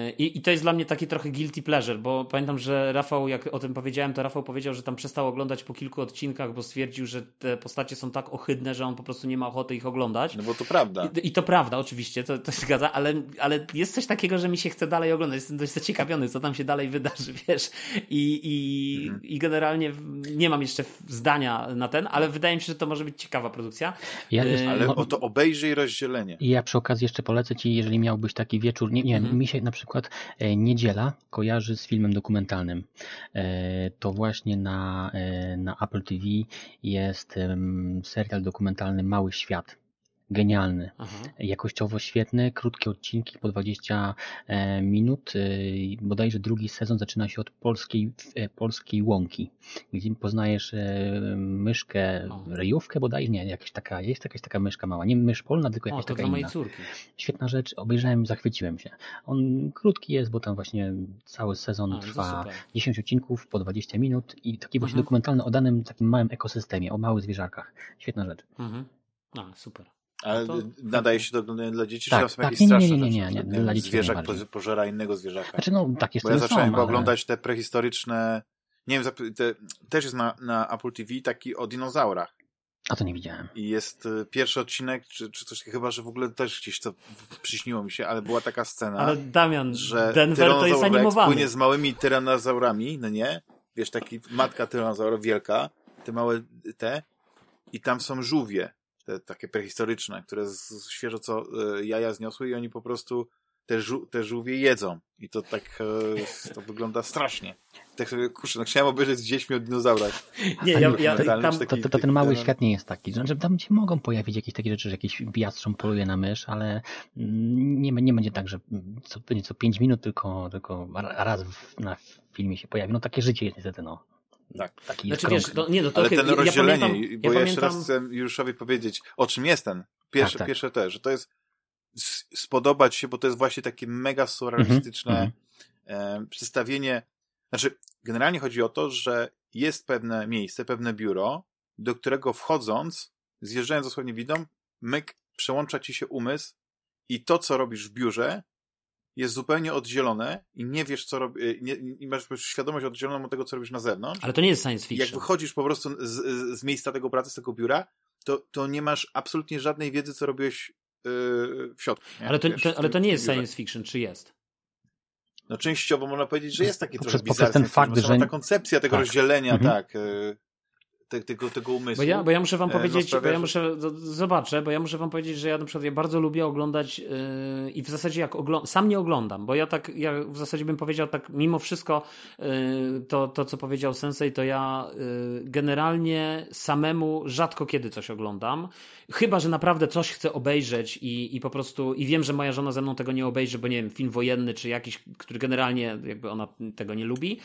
i to jest dla mnie taki trochę guilty pleasure, bo pamiętam, że Rafał, jak o tym powiedziałem, to Rafał powiedział, że tam przestał oglądać po kilku odcinkach, bo stwierdził, że te postacie są tak ohydne, że on po prostu nie ma ochoty ich oglądać. No bo to prawda. I, i to prawda, oczywiście, to, to się zgadza, ale, ale jest coś takiego, że mi się chce dalej oglądać. Jestem dość zaciekawiony, co tam się dalej wydarzy, wiesz. I, i, mhm. i generalnie nie mam jeszcze zdania na ten, ale wydaje mi się, że to może być ciekawa produkcja. Ja, ale no, o to obejrzyj rozdzielenie. I ja przy okazji jeszcze polecę ci, jeżeli miałbyś taki wieczór, nie, nie mhm. mi się na przykład e, niedziela kojarzy z filmem dokumentalnym. E, to właśnie na, e, na Apple T V jest e, serial dokumentalny Mały Świat. Genialny. Aha. Jakościowo świetny, krótkie odcinki po dwadzieścia minut. Bodajże drugi sezon zaczyna się od polskiej, polskiej łąki, gdzie poznajesz myszkę, no. ryjówkę bodajże, nie, jakaś taka, jest jakaś taka myszka mała, nie mysz polna, tylko jakaś o, to taka dla mojej inna. Córki. Świetna rzecz, obejrzałem, zachwyciłem się. On krótki jest, bo tam właśnie cały sezon A, trwa dziesięć odcinków po dwadzieścia minut i taki właśnie mhm. dokumentalny o danym takim małym ekosystemie, o małych zwierzakach. Świetna rzecz. Mhm. A, super. Ale to... nadaje się do oglądania dla dzieci, tak, czy tam są tak, jakieś nie, straszne nie, nie, nie, rzeczy? nie, nie, nie, zwierzak pożera innego zwierzaka. Znaczy, no, takie Bo ja zacząłem są, ale... oglądać te prehistoryczne, nie wiem, te, też jest na, na Apple T V taki o dinozaurach. A to nie widziałem. I jest pierwszy odcinek, czy, czy coś, chyba, że w ogóle też gdzieś to przyśniło mi się, ale była taka scena, ale Damian, że Denver to jest animowany. płynie z małymi tyranozaurami, no nie? Wiesz, taki matka tyranozaura wielka, te małe te, i tam są żółwie. Te takie prehistoryczne, które z, świeżo co y, jaja zniosły i oni po prostu te, żu, te żółwie jedzą. I to tak y, to wygląda strasznie. Tak sobie, kurczę, no chciałem obejrzeć z dziećmi o dinozaurach. Nie, ja, ja, tam, taki, to, to ten mały ten... świat nie jest taki. Znaczy, tam się mogą pojawić jakieś takie rzeczy, że jakiś jastrząb poluje na mysz, ale nie, nie będzie tak, że co, co pięć minut tylko, tylko raz w, na filmie się pojawi. No takie życie jest niestety, no. Tak. Taki znaczy, wiesz, to, nie, no to ale ten ja rozdzielenie, pamiętam, bo ja, ja jeszcze pamiętam... raz chcę Juliuszowi powiedzieć, o czym jest ten. Pierwsze, tak, tak. pierwsze też, że to jest spodobać się, bo to jest właśnie takie mega surrealistyczne mm-hmm. e, przedstawienie. Znaczy, generalnie chodzi o to, że jest pewne miejsce, pewne biuro, do którego wchodząc, zjeżdżając dosłownie widą, myk, przełącza ci się umysł i to, co robisz w biurze, jest zupełnie oddzielone i nie wiesz, co robisz, nie, nie masz świadomość oddzieloną od tego, co robisz na zewnątrz. Ale to nie jest science fiction. Jak wychodzisz po prostu z, z miejsca tego pracy, z tego biura, to, to nie masz absolutnie żadnej wiedzy, co robiłeś yy, w środku. Nie? Ale, to, wiesz, to, ale to nie jest biurze. science fiction, czy jest? No częściowo można powiedzieć, że jest taki trochę poprzez ten bizarny, fakt, że że... ta koncepcja tego tak. rozdzielenia, mhm. tak, yy, te, tego, tego umysłu. Bo ja, bo ja muszę wam e, powiedzieć, no sprawia, bo ja że... muszę, zobaczę, bo ja muszę wam powiedzieć, że ja na przykład ja bardzo lubię oglądać yy, i w zasadzie jak oglądam, sam nie oglądam, bo ja tak, ja w zasadzie bym powiedział tak, mimo wszystko yy, to, to, co powiedział Sensei, to ja yy, generalnie samemu rzadko kiedy coś oglądam, chyba, że naprawdę coś chcę obejrzeć i, i po prostu, i wiem, że moja żona ze mną tego nie obejrzy, bo nie wiem, film wojenny, czy jakiś, który generalnie jakby ona tego nie lubi,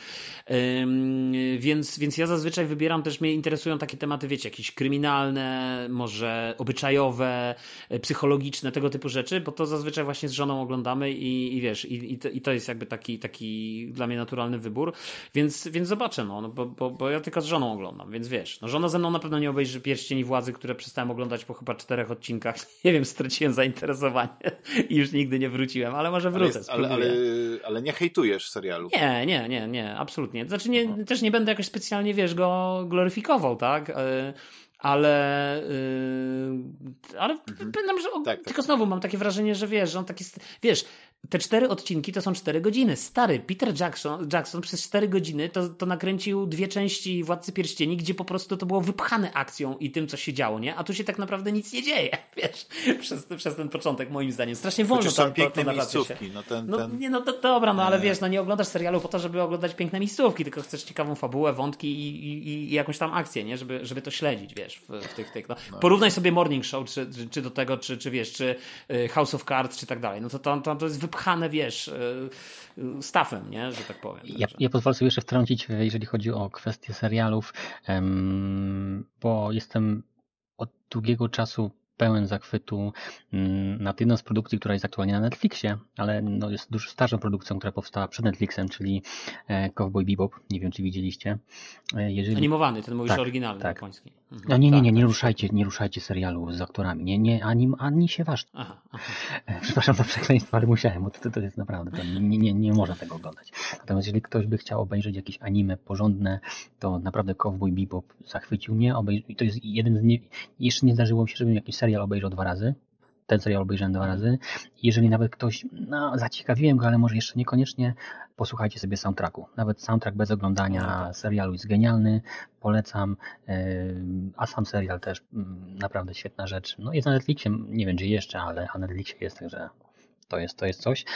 yy, więc, więc ja zazwyczaj wybieram też, mnie interesują takie tematy, wiecie, jakieś kryminalne, może obyczajowe, psychologiczne, tego typu rzeczy, bo to zazwyczaj właśnie z żoną oglądamy i, i wiesz, i, i, to, i to jest jakby taki, taki dla mnie naturalny wybór, więc, więc zobaczę, no, bo, bo, bo ja tylko z żoną oglądam, więc wiesz, no żona ze mną na pewno nie obejrzy Pierścieni Władzy, które przestałem oglądać po chyba czterech odcinkach, nie wiem, straciłem zainteresowanie i już nigdy nie wróciłem, ale może wrócę, ale, ale, ale, ale nie hejtujesz serialu? Nie, nie, nie, nie, absolutnie. Znaczy nie, też nie będę jakoś specjalnie, wiesz, go gloryfikował, tak? Ale yy, ale mhm. pamiętam, że tak, tylko tak. znowu mam takie wrażenie, że wiesz, że on taki, wiesz, te cztery odcinki to są cztery godziny. Stary, Peter Jackson, Jackson przez cztery godziny to, to nakręcił dwie części Władcy Pierścieni, gdzie po prostu to było wypchane akcją i tym, co się działo, nie? A tu się tak naprawdę nic nie dzieje, wiesz, przez, przez ten początek, moim zdaniem. Strasznie wolno Chociaż to, są piękne to, to miejscówki. się. No, ten, no, ten... nie, no to, dobra, no ale wiesz, no nie oglądasz serialu po to, żeby oglądać piękne miejscówki, tylko chcesz ciekawą fabułę, wątki i, i, i jakąś tam akcję, nie? Żeby, żeby to śledzić, wiesz, w, w tych, tych no. No. Porównaj sobie Morning Show, czy, czy, czy do tego, czy, czy wiesz, czy House of Cards, czy tak dalej. No to, to, to, to jest wypchane, wiesz, stafem, nie? Że tak powiem. Ja, ja pozwolę sobie jeszcze wtrącić, jeżeli chodzi o kwestie serialów, um, bo jestem od długiego czasu pełen zachwytu nad jedną z produkcji, która jest aktualnie na Netflixie, ale no jest dużo starszą produkcją, która powstała przed Netflixem, czyli Cowboy Bebop. Nie wiem, czy widzieliście. Jeżeli... Animowany, ten mówisz tak, oryginalny tak. japoński. Mhm. No nie, nie, nie, tak, nie tak, ruszajcie, nie ruszajcie serialu z aktorami. Nie, nie, ani, ani się waż. Aha, aha. Przepraszam za przekleństwo, ale musiałem, bo to, to jest naprawdę, to nie, nie, nie można tego oglądać. Natomiast jeżeli ktoś by chciał obejrzeć jakieś anime porządne, to naprawdę Cowboy Bebop zachwycił mnie. Obejrz... I to jest jeden z nie... Jeszcze nie zdarzyło mi się, żebym jakiś serial obejrzał dwa razy. Ten serial obejrzałem dwa razy. Jeżeli nawet ktoś, no zaciekawiłem go, ale może jeszcze niekoniecznie, posłuchajcie sobie soundtracku. Nawet soundtrack bez oglądania serialu jest genialny, polecam, a sam serial też naprawdę świetna rzecz. No jest na Netflixie, nie wiem czy jeszcze, ale na Netflixie jest, także to jest, to jest coś.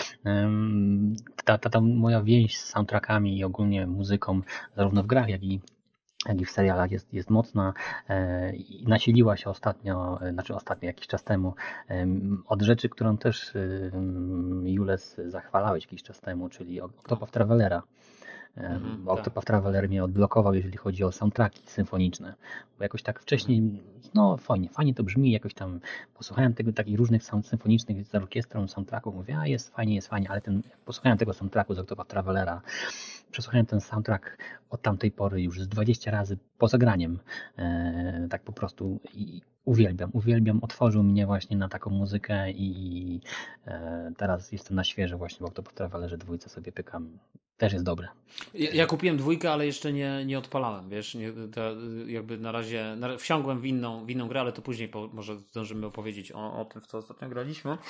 Ta, ta, ta moja więź z soundtrackami i ogólnie muzyką, zarówno w grach, jak i jak i w serialach jest, jest mocna e, i nasiliła się ostatnio, e, znaczy ostatnio, jakiś czas temu, e, od rzeczy, którą też e, Jules zachwalałeś jakiś czas temu, czyli Octopath Travelera. Mm-hmm, Octopath tak. Traveler mnie odblokował, jeżeli chodzi o soundtracki symfoniczne, bo jakoś tak wcześniej, no fajnie, fajnie to brzmi, jakoś tam posłuchałem tego, takich różnych sound symfonicznych z orkiestrą soundtracków, mówię, a jest fajnie, jest fajnie, ale ten, posłuchałem tego soundtracku z Octopath Travelera, przesłuchałem ten soundtrack od tamtej pory już z dwadzieścia razy po zagraniem, e, tak po prostu i uwielbiam, uwielbiam, otworzył mnie właśnie na taką muzykę i e, teraz jestem na świeżo właśnie w Octopath Travelerze dwójce sobie pykam. Też jest dobre. Ja, ja kupiłem dwójkę, ale jeszcze nie, nie odpalałem, wiesz, nie, to jakby na razie na, wsiągłem w inną, w inną grę, ale to później po, może zdążymy opowiedzieć o, o tym, w co ostatnio graliśmy.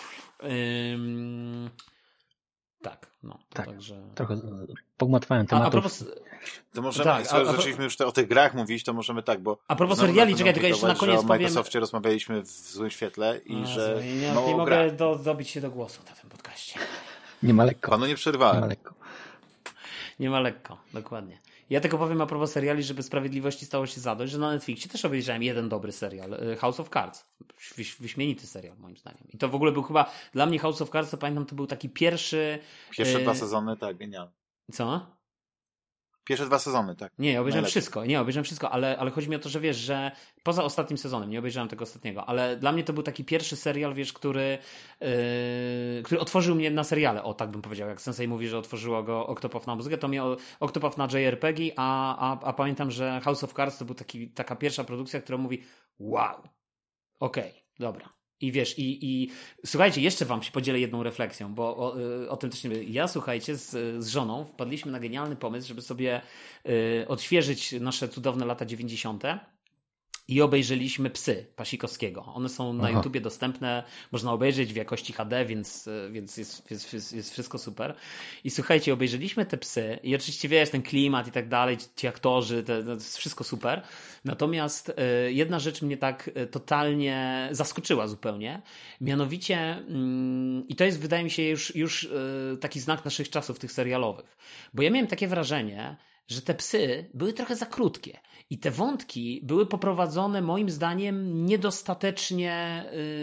Ym... Tak, no. To tak, także... trochę pogmatwałem tematów. A, a propos... To możemy, tak, skoro a, a, zaczęliśmy już te, o tych grach mówić, to możemy tak, bo... A propos seriali, czekaj, tylko jeszcze na koniec że o powiem... Microsoftie rozmawialiśmy w złym świetle i a, że nie, mało nie mogę gra. do, dobić się do głosu na tym podcaście. Nie ma lekko. Panu nie przerwałem. Nie ma lekko. Nie ma lekko, dokładnie. Ja tylko powiem a propos seriali, żeby sprawiedliwości stało się zadość, że na Netflixie też obejrzałem jeden dobry serial, House of Cards. Wyśmienity serial, moim zdaniem. I to w ogóle był chyba, dla mnie House of Cards, to pamiętam, to był taki pierwszy... Pierwsze e... dwa sezony, tak, genialne. Co? Pierwsze dwa sezony, tak. Nie, ja obejrzałem Najlepiej. wszystko, nie, obejrzałem wszystko, ale, ale chodzi mi o to, że wiesz, że poza ostatnim sezonem, nie obejrzałem tego ostatniego, ale dla mnie to był taki pierwszy serial, wiesz, który yy, który otworzył mnie na seriale, o tak bym powiedział, jak Sensei mówi, że otworzyło go Octopath na muzykę, to mnie Octopath na J R P G, a, a, a pamiętam, że House of Cards to był taki, taka pierwsza produkcja, która mówi wow, okej, okay, dobra. I wiesz, i, i słuchajcie, jeszcze wam się podzielę jedną refleksją, bo o, o tym też nie wiem. Ja, słuchajcie, z, z żoną wpadliśmy na genialny pomysł, żeby sobie y, odświeżyć nasze cudowne lata dziewięćdziesiąte. i obejrzeliśmy Psy Pasikowskiego. One są na Aha. YouTubie dostępne, można obejrzeć w jakości H D, więc, więc jest, jest, jest, jest wszystko super. I słuchajcie, obejrzeliśmy te Psy i oczywiście wiesz, ten klimat i tak dalej, ci aktorzy, to, to jest wszystko super. Natomiast y, jedna rzecz mnie tak y, totalnie zaskoczyła zupełnie, mianowicie y, i to jest, wydaje mi się, już, już y, taki znak naszych czasów, tych serialowych. Bo ja miałem takie wrażenie, że te Psy były trochę za krótkie i te wątki były poprowadzone moim zdaniem niedostatecznie,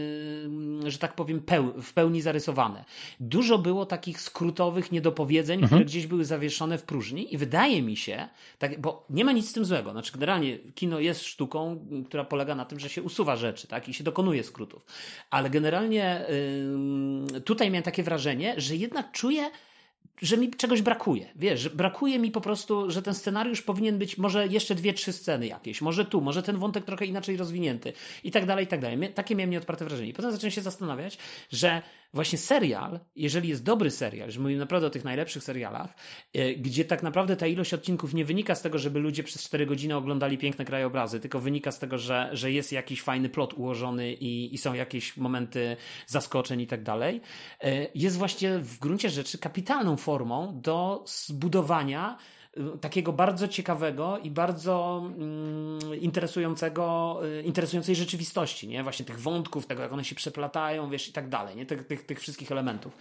yy, że tak powiem, peł- w pełni zarysowane. Dużo było takich skrótowych niedopowiedzeń, mhm. które gdzieś były zawieszone w próżni i wydaje mi się, tak, bo nie ma nic z tym złego, znaczy generalnie kino jest sztuką, która polega na tym, że się usuwa rzeczy, tak, i się dokonuje skrótów, ale generalnie yy, tutaj miałem takie wrażenie, że jednak czuję, że mi czegoś brakuje, wiesz, że brakuje mi po prostu, że ten scenariusz powinien być może jeszcze dwie, trzy sceny jakieś, może tu, może ten wątek trochę inaczej rozwinięty i tak dalej, i tak dalej. Takie miałem nieodparte wrażenie. I potem zacząłem się zastanawiać, że właśnie serial, jeżeli jest dobry serial, że mówimy naprawdę o tych najlepszych serialach, yy, gdzie tak naprawdę ta ilość odcinków nie wynika z tego, żeby ludzie przez cztery godziny oglądali piękne krajobrazy, tylko wynika z tego, że, że jest jakiś fajny plot ułożony i, i są jakieś momenty zaskoczeń i tak dalej, yy, jest właśnie w gruncie rzeczy kapitalną formą do zbudowania takiego bardzo ciekawego i bardzo mm, interesującego, interesującej rzeczywistości, nie? Właśnie tych wątków, tego jak one się przeplatają, wiesz, i tak dalej, nie? Tych, tych, tych wszystkich elementów.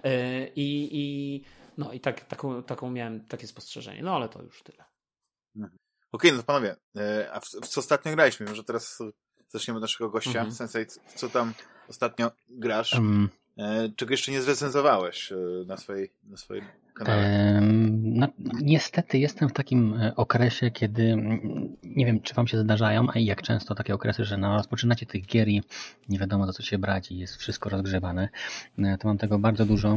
I, i no i tak, taką, taką miałem takie spostrzeżenie. No ale to już tyle. Mhm. Okej, okay, no to panowie, a w, w co ostatnio graliśmy? Może teraz zaczniemy od naszego gościa. Mhm. Sensei, co tam ostatnio grasz? Um. Czego jeszcze nie zrecenzowałeś na swojej, na swojej kanale? No, niestety jestem w takim okresie, kiedy nie wiem, czy wam się zdarzają, a i jak często takie okresy, że no, rozpoczynacie tych gier i nie wiadomo, za co się brać i jest wszystko rozgrzewane. To mam tego bardzo dużo.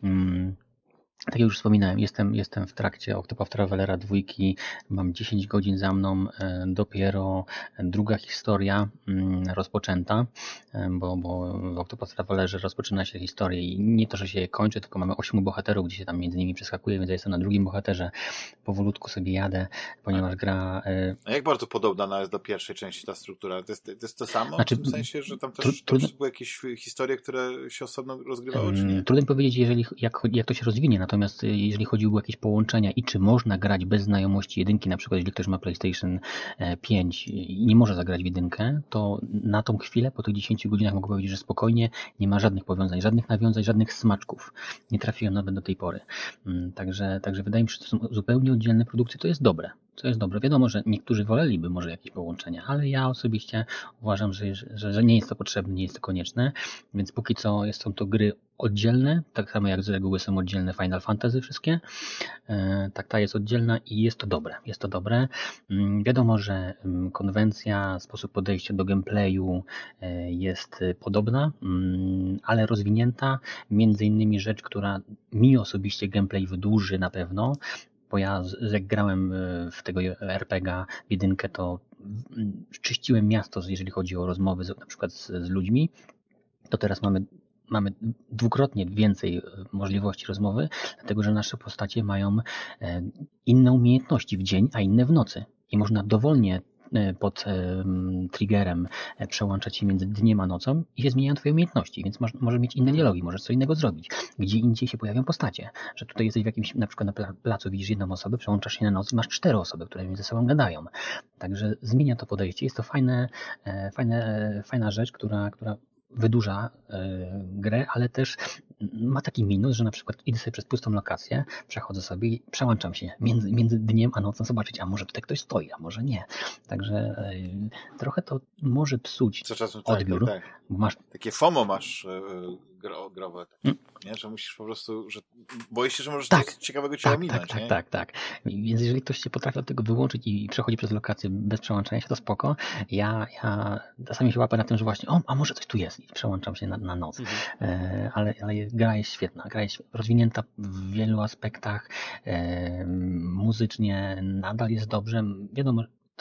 Tak jak już wspominałem, jestem, jestem w trakcie Octopath Travelera dwójki, mam dziesięć godzin za mną, dopiero druga historia rozpoczęta, bo, bo w Octopath Travelerze rozpoczyna się historia i nie to, że się je kończy, tylko mamy ośmiu bohaterów, gdzie się tam między nimi przeskakuje, więc ja jestem na drugim bohaterze, powolutku sobie jadę, ponieważ gra... A jak bardzo podobna jest do pierwszej części ta struktura? To jest to, jest to samo? Znaczy, w tym sensie, że tam też, trud... też były jakieś historie, które się osobno rozgrywały, czy nie? Trudno powiedzieć, jeżeli, jak, jak to się rozwinie, natomiast jeżeli chodzi o jakieś połączenia i czy można grać bez znajomości jedynki, na przykład jeżeli ktoś ma PlayStation pięć i nie może zagrać w jedynkę, to na tą chwilę, po tych dziesięciu godzinach mogę powiedzieć, że spokojnie nie ma żadnych powiązań, żadnych nawiązań, żadnych smaczków. Nie trafiłem nawet do tej pory. Także, także wydaje mi się, że to są zupełnie oddzielne produkcje. To jest dobre. To jest dobre. Wiadomo, że niektórzy woleliby może jakieś połączenia, ale ja osobiście uważam, że, że, że nie jest to potrzebne, nie jest to konieczne, więc póki co są to gry oddzielne, tak samo jak z reguły są oddzielne Final Fantasy wszystkie. Tak, ta jest oddzielna i jest to dobre. Jest to dobre. Wiadomo, że konwencja, sposób podejścia do gameplayu jest podobna, ale rozwinięta. Między innymi rzecz, która mi osobiście gameplay wydłuży na pewno, bo ja jak grałem w tego er pe gie w jedynkę, to czyściłem miasto, jeżeli chodzi o rozmowy z, na przykład z, z ludźmi, to teraz mamy mamy dwukrotnie więcej możliwości rozmowy, dlatego że nasze postacie mają inne umiejętności w dzień, a inne w nocy. I można dowolnie pod triggerem przełączać się między dniem a nocą i się zmieniają twoje umiejętności, więc możesz może mieć inne dialogi, możesz co innego zrobić. Gdzie indziej się pojawią postacie, że tutaj jesteś w jakimś, na przykład na placu, widzisz jedną osobę, przełączasz się na noc i masz cztery osoby, które między sobą gadają. Także zmienia to podejście. Jest to fajne, fajne, fajna rzecz, która, która wydłuża y, grę, ale też ma taki minus, że na przykład idę sobie przez pustą lokację, przechodzę sobie i przełączam się między, między dniem a nocą zobaczyć, a może tutaj ktoś stoi, a może nie. Także y, trochę to może psuć co czasem odbiór. Tak, tak. Bo masz... Takie FOMO masz y, gro, growe, hmm. nie? Że musisz po prostu, że boisz się, że możesz tak, coś ciekawego cię tak, ominąć. Tak, nie? tak, tak, tak. Więc jeżeli ktoś się potrafi od tego wyłączyć i przechodzi przez lokację bez przełączania się, to spoko. Ja, ja czasami się łapę na tym, że właśnie, o, a może coś tu jest i przełączam się na, na noc. Mhm. E, ale, ale gra jest świetna. Gra jest rozwinięta w wielu aspektach. E, muzycznie nadal jest dobrze. Wiadomo,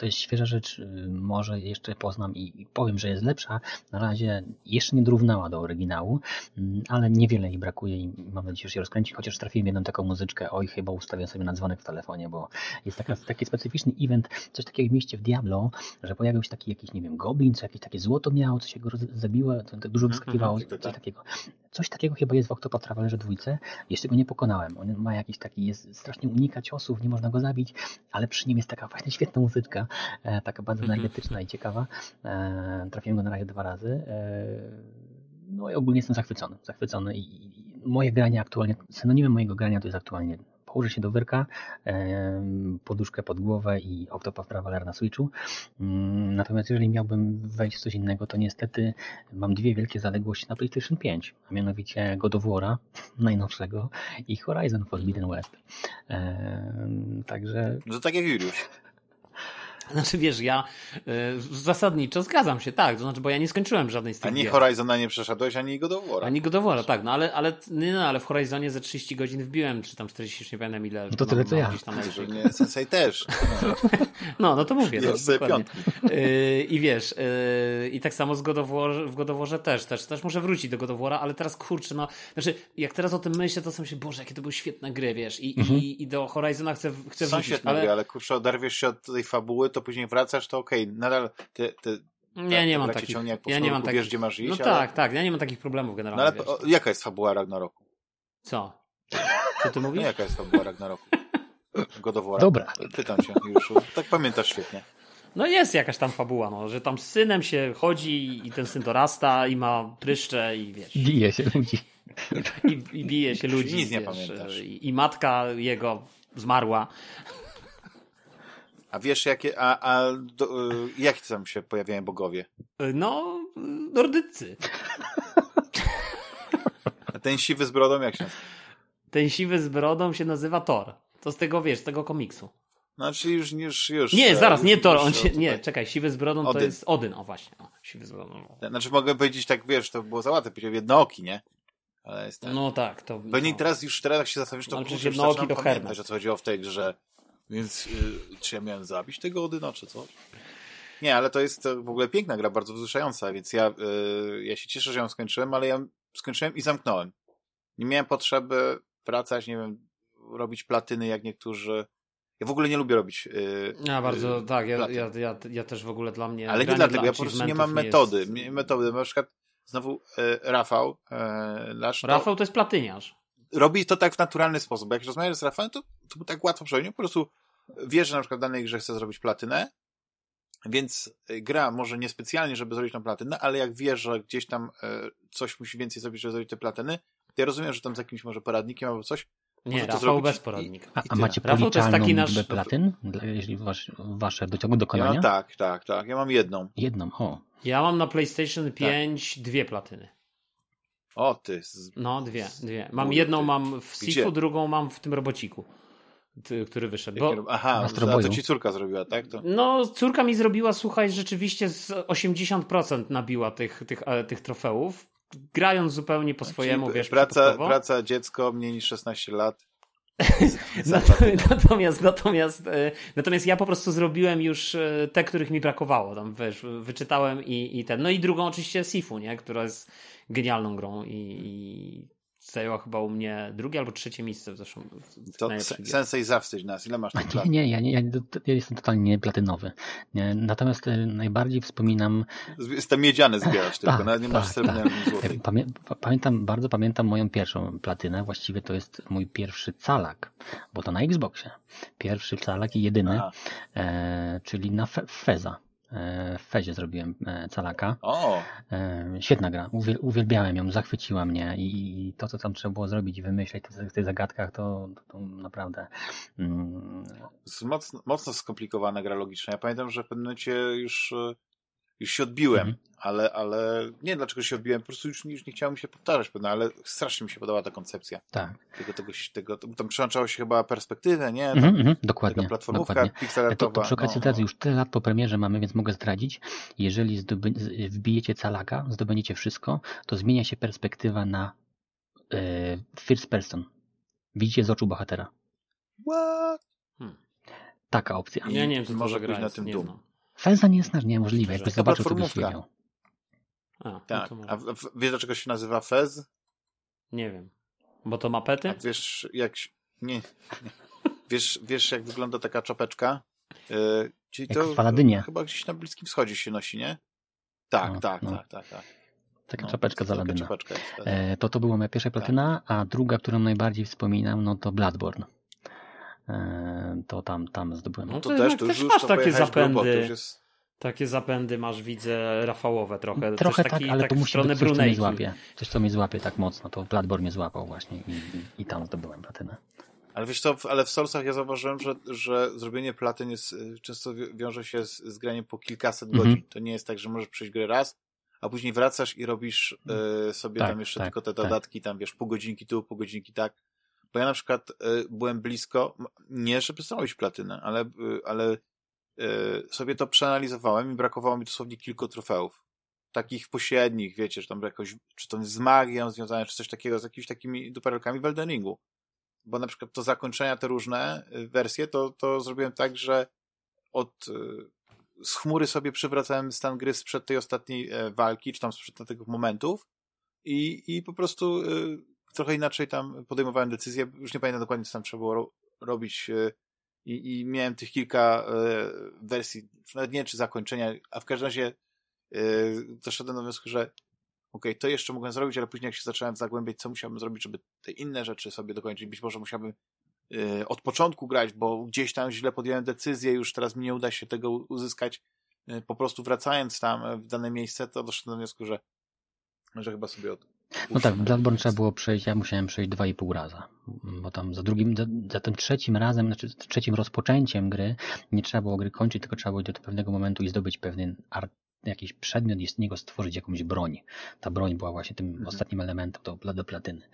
to jest świeża rzecz, może jeszcze poznam i powiem, że jest lepsza. Na razie jeszcze nie dorównała do oryginału, ale niewiele jej brakuje i mam nadzieję, że się rozkręci, chociaż trafiłem jedną taką muzyczkę, oj, chyba ustawię sobie na dzwonek w telefonie, bo jest taka, taki specyficzny event, coś takiego jak w mieście w Diablo, że pojawił się taki jakiś, nie wiem, goblin, czy jakieś takie złoto miało, coś się go zabiło, to, to dużo wyskakiwało, mm-hmm, coś takiego. Coś takiego chyba jest w Octopath Travelerze dwójce, jeszcze go nie pokonałem. On ma jakiś taki, jest strasznie unika ciosów, nie można go zabić, ale przy nim jest taka właśnie świetna muzyczka, e, taka bardzo energetyczna i ciekawa. E, trafiłem go na razie dwa razy. E, no i ogólnie jestem zachwycony, zachwycony i, i moje granie aktualnie, synonimem mojego grania to jest aktualnie położę się do wyrka, e, poduszkę pod głowę i Octopath Traveler na Switchu. Mm, natomiast jeżeli miałbym wejść w coś innego, to niestety mam dwie wielkie zaległości na PlayStation pięć, a mianowicie God of War'a najnowszego i Horizon Forbidden West. E, także... No to tak jak Juliusz. Znaczy wiesz, ja y, zasadniczo zgadzam się, tak, to znaczy, bo ja nie skończyłem żadnej z tych Ani gier. Horizona nie przeszedłeś, ani God of War'a. Ani God of War'a, tak, no ale, ale, nie, no, ale w Horizonie ze trzydzieści godzin wbiłem, czy tam czterdzieści, już nie pamiętam ile. No to tyle, co ja. Gdzieś tam Także nie, Sensei też. No, no to mówię. No, dokładnie. Yy, I wiesz, yy, i tak samo z God of War, w God of Warze też, też, też muszę wrócić do God of War'a, ale teraz kurczę, no, znaczy, jak teraz o tym myślę, to sam się, Boże, jakie to były świetne gry, wiesz, i, mhm. i, i do Horizona chcę, chcę Są wrócić. świetne ale... gry, ale kurczę, oderwiesz się od tej fabuły, to później wracasz, to okej, okay. Nadal te, te ja nie mam takich, ciągnie, ja nie mam takich, wiesz, gdzie masz iść, no ale... tak, tak, ja nie mam takich problemów generalnie. No ale wiesz, o, jaka jest fabuła Ragnaroku? Co? Co ty mówisz? No jaka jest fabuła Ragnaroku? God of War. Dobra. Pytam się, Juszu. Tak pamiętasz świetnie. No jest jakaś tam fabuła, no, że tam z synem się chodzi i ten syn dorasta i ma pryszcze i wiesz. Bije się ludzi. I, i bije się ludzi. Nic nie wiesz, pamiętasz. I, I matka jego zmarła. A wiesz, jakie, a, a do, y, jak tam się pojawiają bogowie? No, nordycy. A ten siwy z brodą, jak się nazywa? Ten siwy z brodą się nazywa Thor. To z tego, wiesz, z tego komiksu. No, czyli już, już, już. Nie, zaraz, już, nie Thor. już, On się, tutaj. nie, czekaj, siwy z brodą Odyn. to jest Odyn. O właśnie, o, siwy z brodą. Znaczy mogę powiedzieć tak, wiesz, to było za łatwe, powiedział jednooki, nie? Ale jest tak. No tak, to... Pewnie no. teraz już teraz jak się zastanowisz, to ale przecież już jednooki zaczynam to pamiętać, Hermes. o co chodziło w tej grze. Więc yy, czy ja miałem zabić tego Odyna, czy co? Nie, ale to jest w ogóle piękna gra, bardzo wzruszająca, więc ja, yy, ja się cieszę, że ją skończyłem, ale ja skończyłem i zamknąłem. Nie miałem potrzeby wracać, nie wiem, robić platyny jak niektórzy. Ja w ogóle nie lubię robić yy, Ja bardzo, yy, tak, ja, ja, ja, ja też w ogóle dla mnie... ale nie dlatego, ja po prostu nie mam nie metody. jest... metody. Na przykład znowu yy, Rafał yy, Lasz, to... Rafał to jest platyniarz. Robi to tak w naturalny sposób, bo jak rozmawiasz z Rafałem, to, to mu tak łatwo przechodzi. Po prostu wie, że na przykład w danej grze chce zrobić platynę, więc gra może niespecjalnie, żeby zrobić tą platynę, ale jak wie, że gdzieś tam e, coś musi więcej zrobić, żeby zrobić te platyny, to ja rozumiem, że tam z jakimś może poradnikiem albo coś. Nie, Rafał bez poradnika. I, i a, a macie policzalną liczbę platyn, jeśli was, wasze do ciągu dokonania? Ja mam, tak, tak, tak. Ja mam jedną. Jedną, o. Ja mam na PlayStation pięć tak. dwie platyny. O, ty. Z... No, dwie, dwie. Mam Ujdy. jedną mam w Sifu, drugą mam w tym robociku, ty, który wyszedł. Bo... Aha, a to ci córka zrobiła, tak? To... No, córka mi zrobiła, słuchaj, rzeczywiście z osiemdziesiąt procent nabiła tych, tych, tych trofeów, grając zupełnie po swojemu, Czyli wiesz, praca, praca, dziecko, mniej niż szesnaście lat. natomiast, natomiast, natomiast ja po prostu zrobiłem już te, których mi brakowało. Tam wiesz, wyczytałem i, i ten. No i drugą oczywiście Sifu, nie? Która jest genialną grą i, i zajęła chyba u mnie drugie albo trzecie miejsce w zeszłym. To Sensei, zawstydź nas. Ile masz tych lat? Nie, ja, nie, ja, ja jestem totalnie platynowy. Nie, natomiast najbardziej wspominam... Jestem miedziany zbierać tylko, tak, nawet nie masz srebrny złotej. Pamię, pamiętam, bardzo pamiętam moją pierwszą platynę. Właściwie to jest mój pierwszy calak, bo to na Xboxie. Pierwszy calak i jedyny, e, czyli na fe, Feza. W Fezie zrobiłem calaka. O. Świetna gra. Uwielbiałem ją, zachwyciła mnie i to, co tam trzeba było zrobić i wymyśleć w tych zagadkach, to, to naprawdę... Mm... Mocno, mocno skomplikowana gra logiczna. Ja pamiętam, że w pewnym momencie już, już się odbiłem, mhm. ale, ale nie dlaczego się odbiłem, po prostu już, już nie chciałem się powtarzać, pewno, ale strasznie mi się podobała ta koncepcja. Tak. Tego, tego, tego, tam przełączało się chyba perspektywę, nie? Tam, mm-hmm, dokładnie. Platformówka dokładnie. pixelartowa. To, to przy okazji no, no. już tyle lat po premierze mamy, więc mogę zdradzić. Jeżeli zdoby, wbijecie calaka, zdobędziecie wszystko, to zmienia się perspektywa na yy, first person. Widzicie z oczu bohatera. What? Hmm. Taka opcja. Ja nie wiem, co może to być gra na jest, tym nie Doom. znam. Feza nie jest niemożliwe, jakbyś To zobaczył, to byś platformówka. wiedział. A, Tak, no to a może. w- wiesz dlaczego się nazywa Fez? Nie wiem. Bo to ma pety? A wiesz jak... Nie, nie. Wiesz, wiesz jak wygląda taka czapeczka? Yy, czyli Jak to w Aladynie. chyba gdzieś na Bliskim Wschodzie się nosi, nie? Tak, No, tak, no. tak, tak, tak. Taka No, czapeczka z taka Aladyna. czapeczka jest, tak. E, to to była moja pierwsza platyna, a druga, którą najbardziej wspominam, no to Bloodborne. E, to tam, tam zdobyłem. No To, to też, jednak to też już masz to takie pojechałeś zapędy. grubo, to już jest... Takie zapędy masz, widzę, Rafałowe trochę. Trochę Coś tak, taki, ale tak to w musi stronę być coś, co mnie Brunejki. złapie. Coś, co mnie złapie tak mocno. To Bloodborne mnie złapał właśnie i, i, i tam zdobyłem platynę. Ale wiesz co, ale w Soulsach ja zauważyłem, że, że zrobienie platyn jest, często wi- wiąże się z, z graniem po kilkaset Mhm. godzin. To nie jest tak, że możesz przejść grę raz, a później wracasz i robisz e, sobie Tak, tam jeszcze tak, tylko te tak. dodatki, tam wiesz, pół godzinki tu, pół godzinki tak. Bo ja na przykład e, byłem blisko, m- nie żeby zrobić platynę, ale, e, ale e, sobie to przeanalizowałem i brakowało mi dosłownie kilku trofeów. Takich pośrednich, wiecie, że tam jakoś, czy to z magią związane, czy coś takiego, z jakimiś takimi duperelkami w Elden Ringu. Bo na przykład to zakończenia, te różne y, wersje, to, to zrobiłem tak, że od y, z chmury sobie przywracałem stan gry sprzed tej ostatniej e, walki, czy tam sprzed tych momentów i, i po prostu y, trochę inaczej tam podejmowałem decyzje. Już nie pamiętam dokładnie, co tam trzeba było ro- robić y, i, i miałem tych kilka y, wersji, nawet nie wiem, czy zakończenia, a w każdym razie y, doszedłem do wniosku, że okej, to jeszcze mogłem zrobić, ale później jak się zacząłem zagłębiać, co musiałbym zrobić, żeby te inne rzeczy sobie dokończyć. Być może musiałbym y, od początku grać, bo gdzieś tam źle podjąłem decyzję, już teraz mi nie uda się tego uzyskać. Y, po prostu wracając tam w dane miejsce, to doszedłem do wniosku, że, że chyba sobie od... No tak, Bloodborne trzeba było przejść, ja musiałem przejść dwa i pół raza, bo tam za drugim, za, za tym trzecim razem, znaczy trzecim rozpoczęciem gry nie trzeba było gry kończyć, tylko trzeba było do pewnego momentu i zdobyć pewien art, jakiś przedmiot i z niego stworzyć jakąś broń. Ta broń była właśnie tym mhm. ostatnim elementem do, do platyny.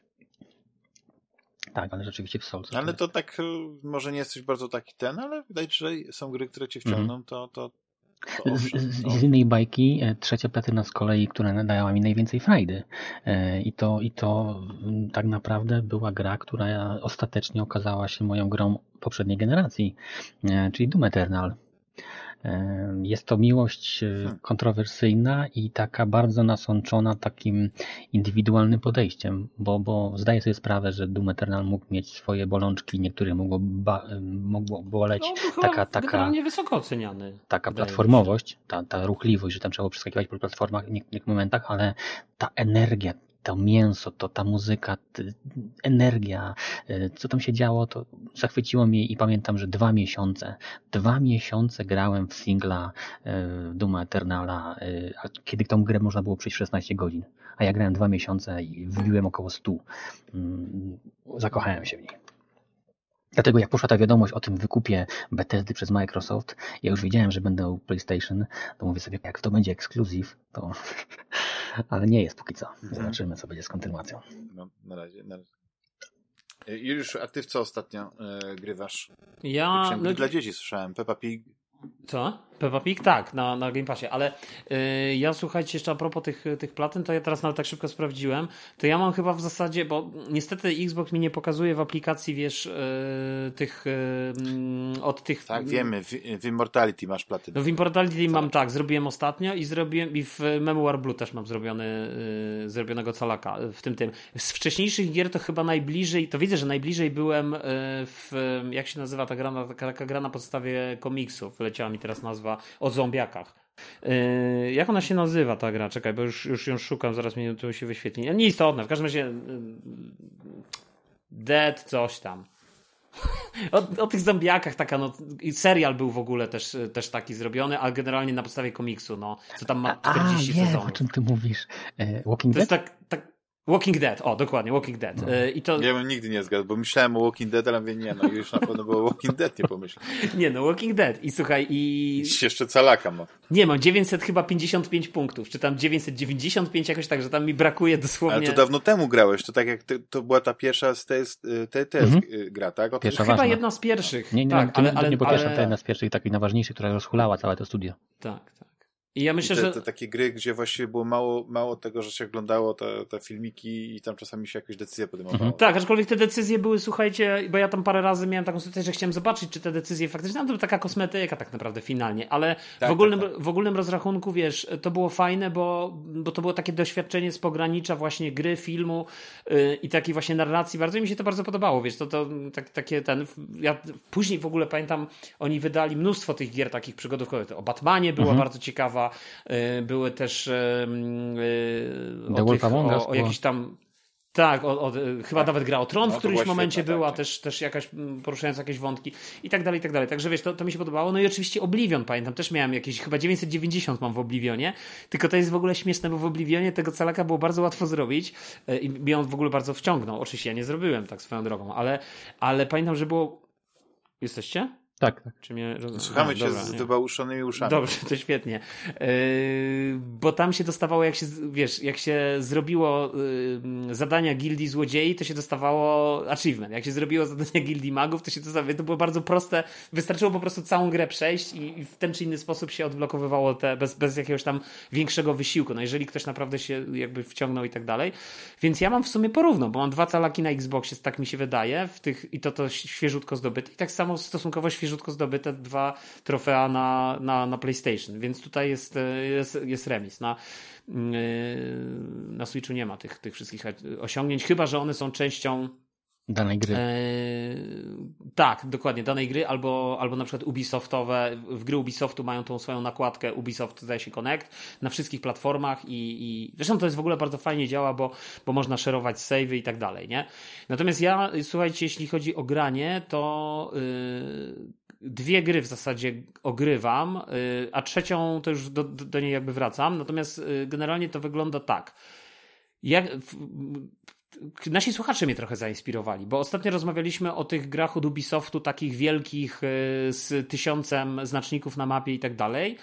Tak, ale rzeczywiście w Soulsach. Ale to tak, może nie jesteś bardzo taki ten, ale wydaje się, że są gry, które cię wciągną, mhm. to, to, to owszem, z, z, no. z innej bajki, trzecia platyna z kolei, która dała mi najwięcej frajdy. I to, i to tak naprawdę była gra, która ostatecznie okazała się moją grą poprzedniej generacji, czyli Doom Eternal. Jest to miłość kontrowersyjna i taka bardzo nasączona takim indywidualnym podejściem, bo, bo zdaję sobie sprawę, że Doom Eternal mógł mieć swoje bolączki, niektórych mogło, ba, mogło boleć. No, taka taka generalnie wysoko oceniany. Taka platformowość, ta, ta ruchliwość, że tam trzeba było przeskakiwać po platformach w niektórych momentach, ale ta energia, to mięso, to ta muzyka, ta energia, co tam się działo, to zachwyciło mnie i pamiętam, że dwa miesiące, dwa miesiące grałem w singla Doom Eternala, a kiedy tą grę można było przejść szesnaście godzin, a ja grałem dwa miesiące i wbiłem około stu. Zakochałem się w niej. Dlatego jak poszła ta wiadomość o tym wykupie Bethesdy przez Microsoft, ja już wiedziałem, że będę u PlayStation, to mówię sobie, jak to będzie ekskluzyw, to... Ale nie jest póki co. Zobaczymy, co będzie z kontynuacją. No, na razie, na razie. Juliusz, a ty w co ostatnio e, grywasz? Ja... No, dla dzieci słyszałem, Peppa Pig. Co? Peppa Pig? Tak, na, na Game Passie, ale yy, ja słuchajcie, jeszcze a propos tych, tych platyn, to ja teraz nawet tak szybko sprawdziłem, to ja mam chyba w zasadzie, bo niestety Xbox mi nie pokazuje w aplikacji, wiesz, yy, tych yy, od tych... Tak, wiemy, w, w Immortality masz platynę. No w Immortality mam tak, zrobiłem ostatnio i zrobiłem i w Memoir Blue też mam zrobiony, yy, zrobionego calaka w tym tym. Z wcześniejszych gier to chyba najbliżej, to widzę, że najbliżej byłem yy, w, jak się nazywa ta gra, taka, taka gra na podstawie komiksów, leciała mi teraz nazwa, o zombiakach. Yy, jak ona się nazywa ta gra? Czekaj, bo już, już ją szukam, zaraz mi to się wyświetli. Nie istotne, w każdym razie yy, Dead coś tam. o, o tych zombiakach taka, no, serial był w ogóle też, też taki zrobiony, ale generalnie na podstawie komiksu, no, co tam ma czterdzieści A, wiem, sezonów. O czym ty mówisz? E, Walking to Dead? Jest tak, tak Walking Dead, o dokładnie, Walking Dead. No. Yy, i to... Ja bym nigdy nie zgadł, bo myślałem o Walking Dead, ale mówię, nie, no już na pewno było Walking Dead, nie pomyślałem. Nie, no Walking Dead i słuchaj, i... Jeszcze calaka ma. Nie, mam dziewięćset chyba pięćdziesiąt pięć punktów, czy tam dziewięćset dziewięćdziesiąt pięć jakoś tak, że tam mi brakuje dosłownie... Ale to dawno temu grałeś, to tak jak ty, to była ta pierwsza z tej, tej, tej mhm. gra, tak? O pierwsza chyba ważna. jedna z pierwszych. Nie, nie, tak, to ale, nie, ale, nie, bo pierwsza ale... to jedna z pierwszych, takich najważniejszych, która rozhulała całe to studio. Tak, tak. I ja myślę, I te, że... te takie gry, gdzie właściwie było mało, mało tego, że się oglądało te, te filmiki i tam czasami się jakieś decyzje podejmowało. Mhm. Tak, aczkolwiek te decyzje były, słuchajcie, bo ja tam parę razy miałem taką sytuację, że chciałem zobaczyć, czy te decyzje faktycznie, no to była taka kosmetyka tak naprawdę finalnie, ale tak, w, ogólnym, tak, tak. w ogólnym rozrachunku, wiesz, to było fajne, bo, bo to było takie doświadczenie z pogranicza właśnie gry, filmu yy, i takiej właśnie narracji. Bardzo mi się to bardzo podobało, wiesz, to, to tak, takie ten... Ja później w ogóle pamiętam, oni wydali mnóstwo tych gier takich przygodówkowych. O Batmanie była mhm. bardzo ciekawa, yy, były też yy, The o, tych, o, o jakiś tam... Tak, o, o, chyba tak. nawet Gra o Tron no, w którymś momencie świetna, była, tak, też, też jakaś poruszająca jakieś wątki i tak dalej, i tak dalej. Także wiesz, to, to mi się podobało. No i oczywiście Oblivion, pamiętam, też miałem jakieś, chyba dziewięćset dziewięćdziesiąt mam w Oblivionie, tylko to jest w ogóle śmieszne, bo w Oblivionie tego calaka było bardzo łatwo zrobić i mnie on w ogóle bardzo wciągnął. Oczywiście ja nie zrobiłem tak swoją drogą, ale, ale pamiętam, że było... Jesteście? Tak, tak. Czy mnie... Słuchamy A, cię dobra, z nie. wybałuszonymi uszami. Dobrze, to świetnie. Yy, bo tam się dostawało, jak się, wiesz, jak się zrobiło yy, zadania gildii złodziei, to się dostawało achievement. Jak się zrobiło zadania gildii magów, to się dostawało, to było bardzo proste. Wystarczyło po prostu całą grę przejść i, i w ten czy inny sposób się odblokowywało te, bez, bez jakiegoś tam większego wysiłku. No jeżeli ktoś naprawdę się jakby wciągnął i tak dalej. Więc ja mam w sumie porówno, bo mam dwa calaki na Xboxie, tak mi się wydaje, w tych, i to to świeżutko zdobyte. I tak samo stosunkowo świeżutko zdobyte dwa trofea na, na, na PlayStation, więc tutaj jest, jest, jest remis. Na, na Switchu nie ma tych, tych wszystkich osiągnięć, chyba że one są częścią danej gry. E, tak, dokładnie, danej gry, albo, albo na przykład Ubisoftowe, w gry Ubisoftu mają tą swoją nakładkę Ubisoft, zdaje się, Connect na wszystkich platformach i, i zresztą to jest w ogóle bardzo fajnie działa, bo, bo można szerować save'y i tak dalej, nie? Natomiast ja, słuchajcie, jeśli chodzi o granie, to yy, dwie gry w zasadzie ogrywam, yy, a trzecią to już do, do, do niej jakby wracam, natomiast yy, generalnie to wygląda tak. Jak... W, Nasi słuchacze mnie trochę zainspirowali, bo ostatnio rozmawialiśmy o tych grach od Ubisoftu, takich wielkich z tysiącem znaczników na mapie i tak dalej.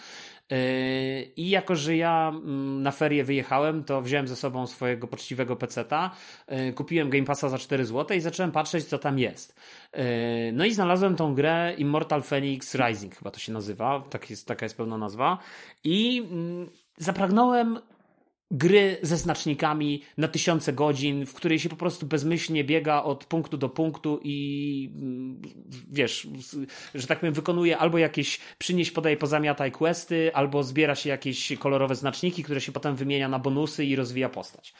I jako, że ja na ferie wyjechałem, to wziąłem ze sobą swojego poczciwego peceta, kupiłem Game Passa za cztery złote i zacząłem patrzeć, co tam jest. No i znalazłem tą grę Immortal Phoenix Rising, chyba to się nazywa, tak jest, taka jest pełna nazwa. I zapragnąłem gry ze znacznikami na tysiące godzin, w której się po prostu bezmyślnie biega od punktu do punktu i wiesz, że tak powiem, wykonuje albo jakieś przynieś, podaj, pozamiataj questy, albo zbiera się jakieś kolorowe znaczniki, które się potem wymienia na bonusy i rozwija postać.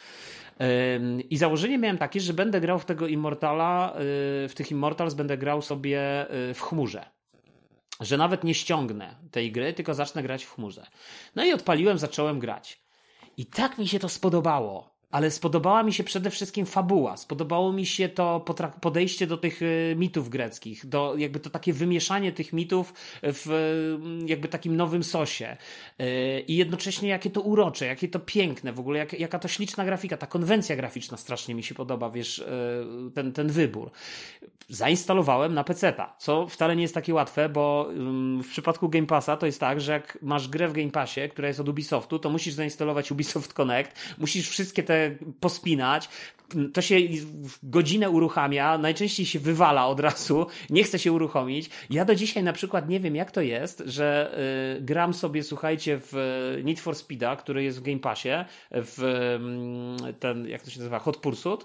I założenie miałem takie, że będę grał w tego Immortala, w tych Immortals będę grał sobie w chmurze. Że nawet nie ściągnę tej gry, tylko zacznę grać w chmurze. No i odpaliłem, zacząłem grać. I tak mi się to spodobało, ale spodobała mi się przede wszystkim fabuła, spodobało mi się to podejście do tych mitów greckich, do jakby to takie wymieszanie tych mitów w jakby takim nowym sosie i jednocześnie jakie to urocze, jakie to piękne w ogóle, jak, jaka to śliczna grafika, ta konwencja graficzna strasznie mi się podoba, wiesz, ten, ten wybór. Zainstalowałem na peceta, co wcale nie jest takie łatwe, bo w przypadku Game Passa to jest tak, że jak masz grę w Game Passie, która jest od Ubisoftu, to musisz zainstalować Ubisoft Connect, musisz wszystkie te pospinać, to się godzinę uruchamia, najczęściej się wywala od razu, nie chce się uruchomić. Ja do dzisiaj na przykład nie wiem, jak to jest, że y, gram sobie, słuchajcie, w Need for Speeda, który jest w Game Passie, w y, ten, jak to się nazywa, Hot Pursuit y,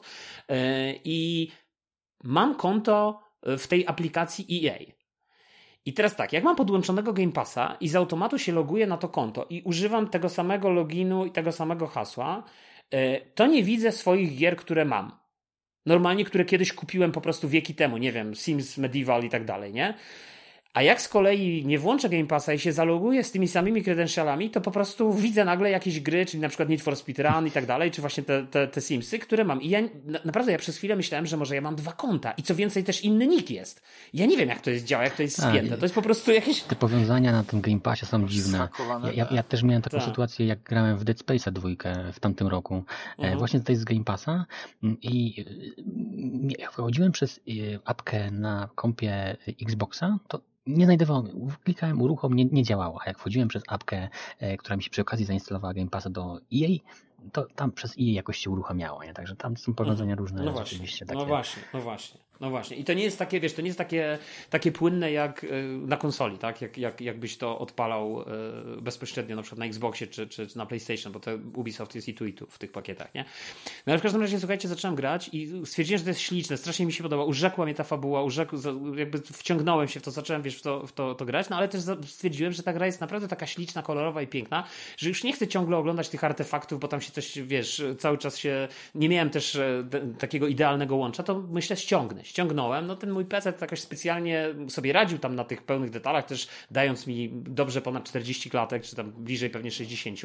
i mam konto w tej aplikacji E A. I teraz tak, jak mam podłączonego Game Passa i z automatu się loguję na to konto i używam tego samego loginu i tego samego hasła, to nie widzę swoich gier, które mam. Normalnie, które kiedyś kupiłem po prostu wieki temu, nie wiem, Sims, Medieval i tak dalej, nie? A jak z kolei nie włączę Game Passa i się zaloguję z tymi samymi credentialami, to po prostu widzę nagle jakieś gry, czyli na przykład Need for Speed Run i tak dalej, czy właśnie te, te, te Simsy, które mam. I ja naprawdę ja przez chwilę myślałem, że może ja mam dwa konta i co więcej też inny nick jest. Ja nie wiem, jak to jest działa, jak to jest spięte. To jest po prostu jakieś... Te powiązania na tym Game Passie są dziwne. Ja, ja, ja też miałem taką tak. sytuację, jak grałem w Dead Space'a dwójkę w tamtym roku. Mhm. Właśnie tutaj z Game Passa i jak wchodziłem przez apkę na kompie Xboxa, to nie znajdowałem, klikałem uruchom, nie, nie działało. A jak wchodziłem przez apkę, e, która mi się przy okazji zainstalowała Game Passa do E A, to tam przez I jakoś się uruchamiało, nie? Także tam są powiązania różne no właśnie, rzeczywiście takie. No właśnie, no właśnie. No właśnie. I to nie jest takie, wiesz, to nie jest takie, takie płynne jak na konsoli, tak? Jak, jak, jakbyś to odpalał bezpośrednio na przykład na Xboxie czy, czy na PlayStation, bo to Ubisoft jest i tu i tu w tych pakietach, nie? No ale w każdym razie, słuchajcie, zacząłem grać i stwierdziłem, że to jest śliczne, strasznie mi się podoba. Urzekła mnie ta fabuła, urzekł, jakby wciągnąłem się w to, zacząłem, wiesz, w to, w to, to grać, no ale też stwierdziłem, że ta gra jest naprawdę taka śliczna, kolorowa i piękna, że już nie chcę ciągle oglądać tych artefaktów, bo tam się coś, wiesz, cały czas się, nie miałem też takiego idealnego łącza, to myślę ściągnę. Ściągnąłem, no ten mój P C jakoś specjalnie sobie radził tam na tych pełnych detalach, też dając mi dobrze ponad czterdzieści klatek, czy tam bliżej pewnie sześćdziesiąt,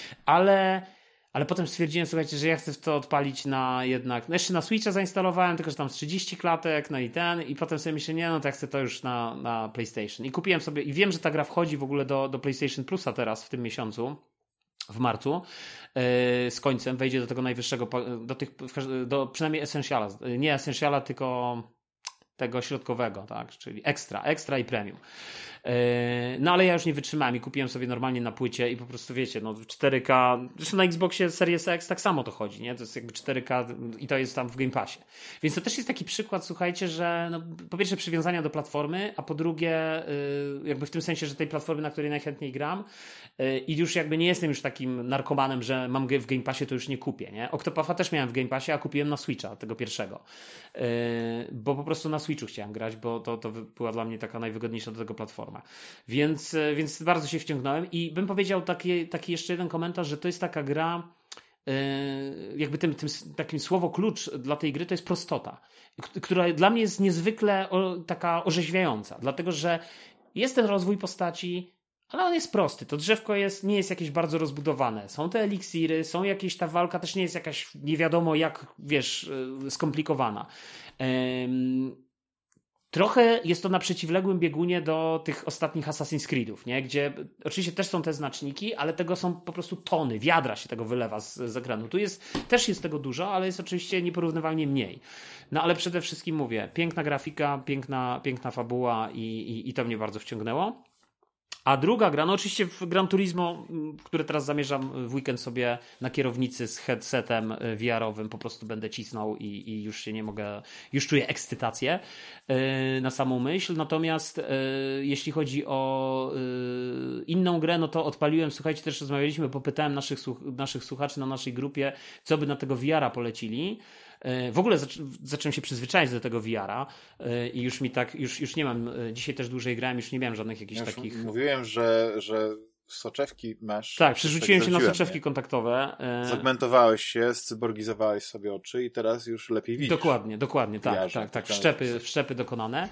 ale, ale potem stwierdziłem, słuchajcie, że ja chcę w to odpalić na jednak, no jeszcze na Switcha zainstalowałem, tylko że tam z trzydzieści klatek, no i ten, i potem sobie myślę, nie, no to ja chcę to już na, na PlayStation. I kupiłem sobie, i wiem, że ta gra wchodzi w ogóle do, do PlayStation Plusa teraz w tym miesiącu, w marcu, yy, z końcem, wejdzie do tego najwyższego, do tych, do przynajmniej Essentiala, nie Essentiala, tylko tego środkowego, tak, czyli Extra, Extra i Premium. Yy, no ale ja już nie wytrzymałem i kupiłem sobie normalnie na płycie i po prostu wiecie, no cztery K, zresztą na Xboxie Series X tak samo to chodzi, nie? To jest jakby cztery K i to jest tam w Game Passie. Więc to też jest taki przykład, słuchajcie, że no, po pierwsze przywiązania do platformy, a po drugie yy, jakby w tym sensie, że tej platformy, na której najchętniej gram yy, i już jakby nie jestem już takim narkomanem, że mam w Game Passie, to już nie kupię, nie? Octopatha też miałem w Game Passie, a kupiłem na Switcha, tego pierwszego. Yy, bo po prostu na Switchu chciałem grać, bo to, to była dla mnie taka najwygodniejsza do tego platforma. Więc, więc bardzo się wciągnąłem i bym powiedział taki, taki jeszcze jeden komentarz, że to jest taka gra, yy, jakby tym, tym takim słowo klucz dla tej gry to jest prostota, która dla mnie jest niezwykle o, taka orzeźwiająca, dlatego że jest ten rozwój postaci, ale on jest prosty. To drzewko jest, nie jest jakieś bardzo rozbudowane. Są te eliksiry, są jakieś, ta walka też nie jest jakaś nie wiadomo jak, wiesz, skomplikowana. Yy, Trochę jest to na przeciwległym biegunie do tych ostatnich Assassin's Creedów, nie? Gdzie oczywiście też są te znaczniki, ale tego są po prostu tony, wiadra się tego wylewa z, z ekranu. Tu jest, też jest tego dużo, ale jest oczywiście nieporównywalnie mniej. No ale przede wszystkim mówię, piękna grafika, piękna, piękna fabuła i, i, i to mnie bardzo wciągnęło. A druga gra, no oczywiście w Gran Turismo, które teraz zamierzam w weekend sobie na kierownicy z headsetem V R-owym po prostu będę cisnął i, i już się nie mogę, już czuję ekscytację yy, na samą myśl. Natomiast yy, jeśli chodzi o yy, inną grę, no to odpaliłem, słuchajcie, też rozmawialiśmy, bo pytałem naszych, naszych słuchaczy na naszej grupie, co by na tego V R-a polecili. W ogóle zac- zacząłem się przyzwyczaić do tego V R-a i już mi tak, już, już nie mam, dzisiaj też dłużej grałem, już nie miałem żadnych jakichś ja takich... Mówiłem, że, że soczewki masz... Tak, przerzuciłem tak się na soczewki nie? kontaktowe. Segmentowałeś się, scyborgizowałeś sobie oczy i teraz już lepiej widzisz. Dokładnie, dokładnie, tak, V R-ze, tak, tak, wszczepy, wszczepy dokonane.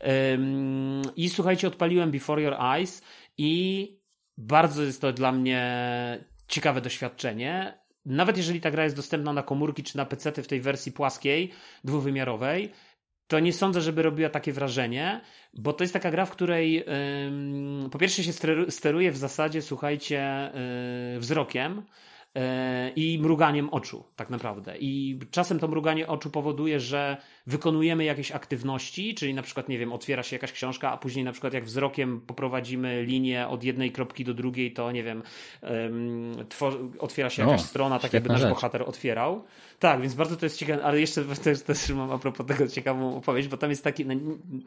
I słuchajcie, odpaliłem Before Your Eyes i bardzo jest to dla mnie ciekawe doświadczenie. Nawet jeżeli ta gra jest dostępna na komórki czy na pecety w tej wersji płaskiej, dwuwymiarowej, to nie sądzę, żeby robiła takie wrażenie, bo to jest taka gra, w której yy, po pierwsze się steruje w zasadzie, słuchajcie, yy, wzrokiem yy, i mruganiem oczu tak naprawdę. I czasem to mruganie oczu powoduje, że wykonujemy jakieś aktywności, czyli na przykład, nie wiem, otwiera się jakaś książka, a później na przykład jak wzrokiem poprowadzimy linię od jednej kropki do drugiej, to nie wiem, um, twor- otwiera się jakaś o, strona, tak jakby nasz rzecz. bohater otwierał. Tak, więc bardzo to jest ciekawe, ale jeszcze też, też mam a propos tego ciekawą opowieść, bo tam jest taki... No,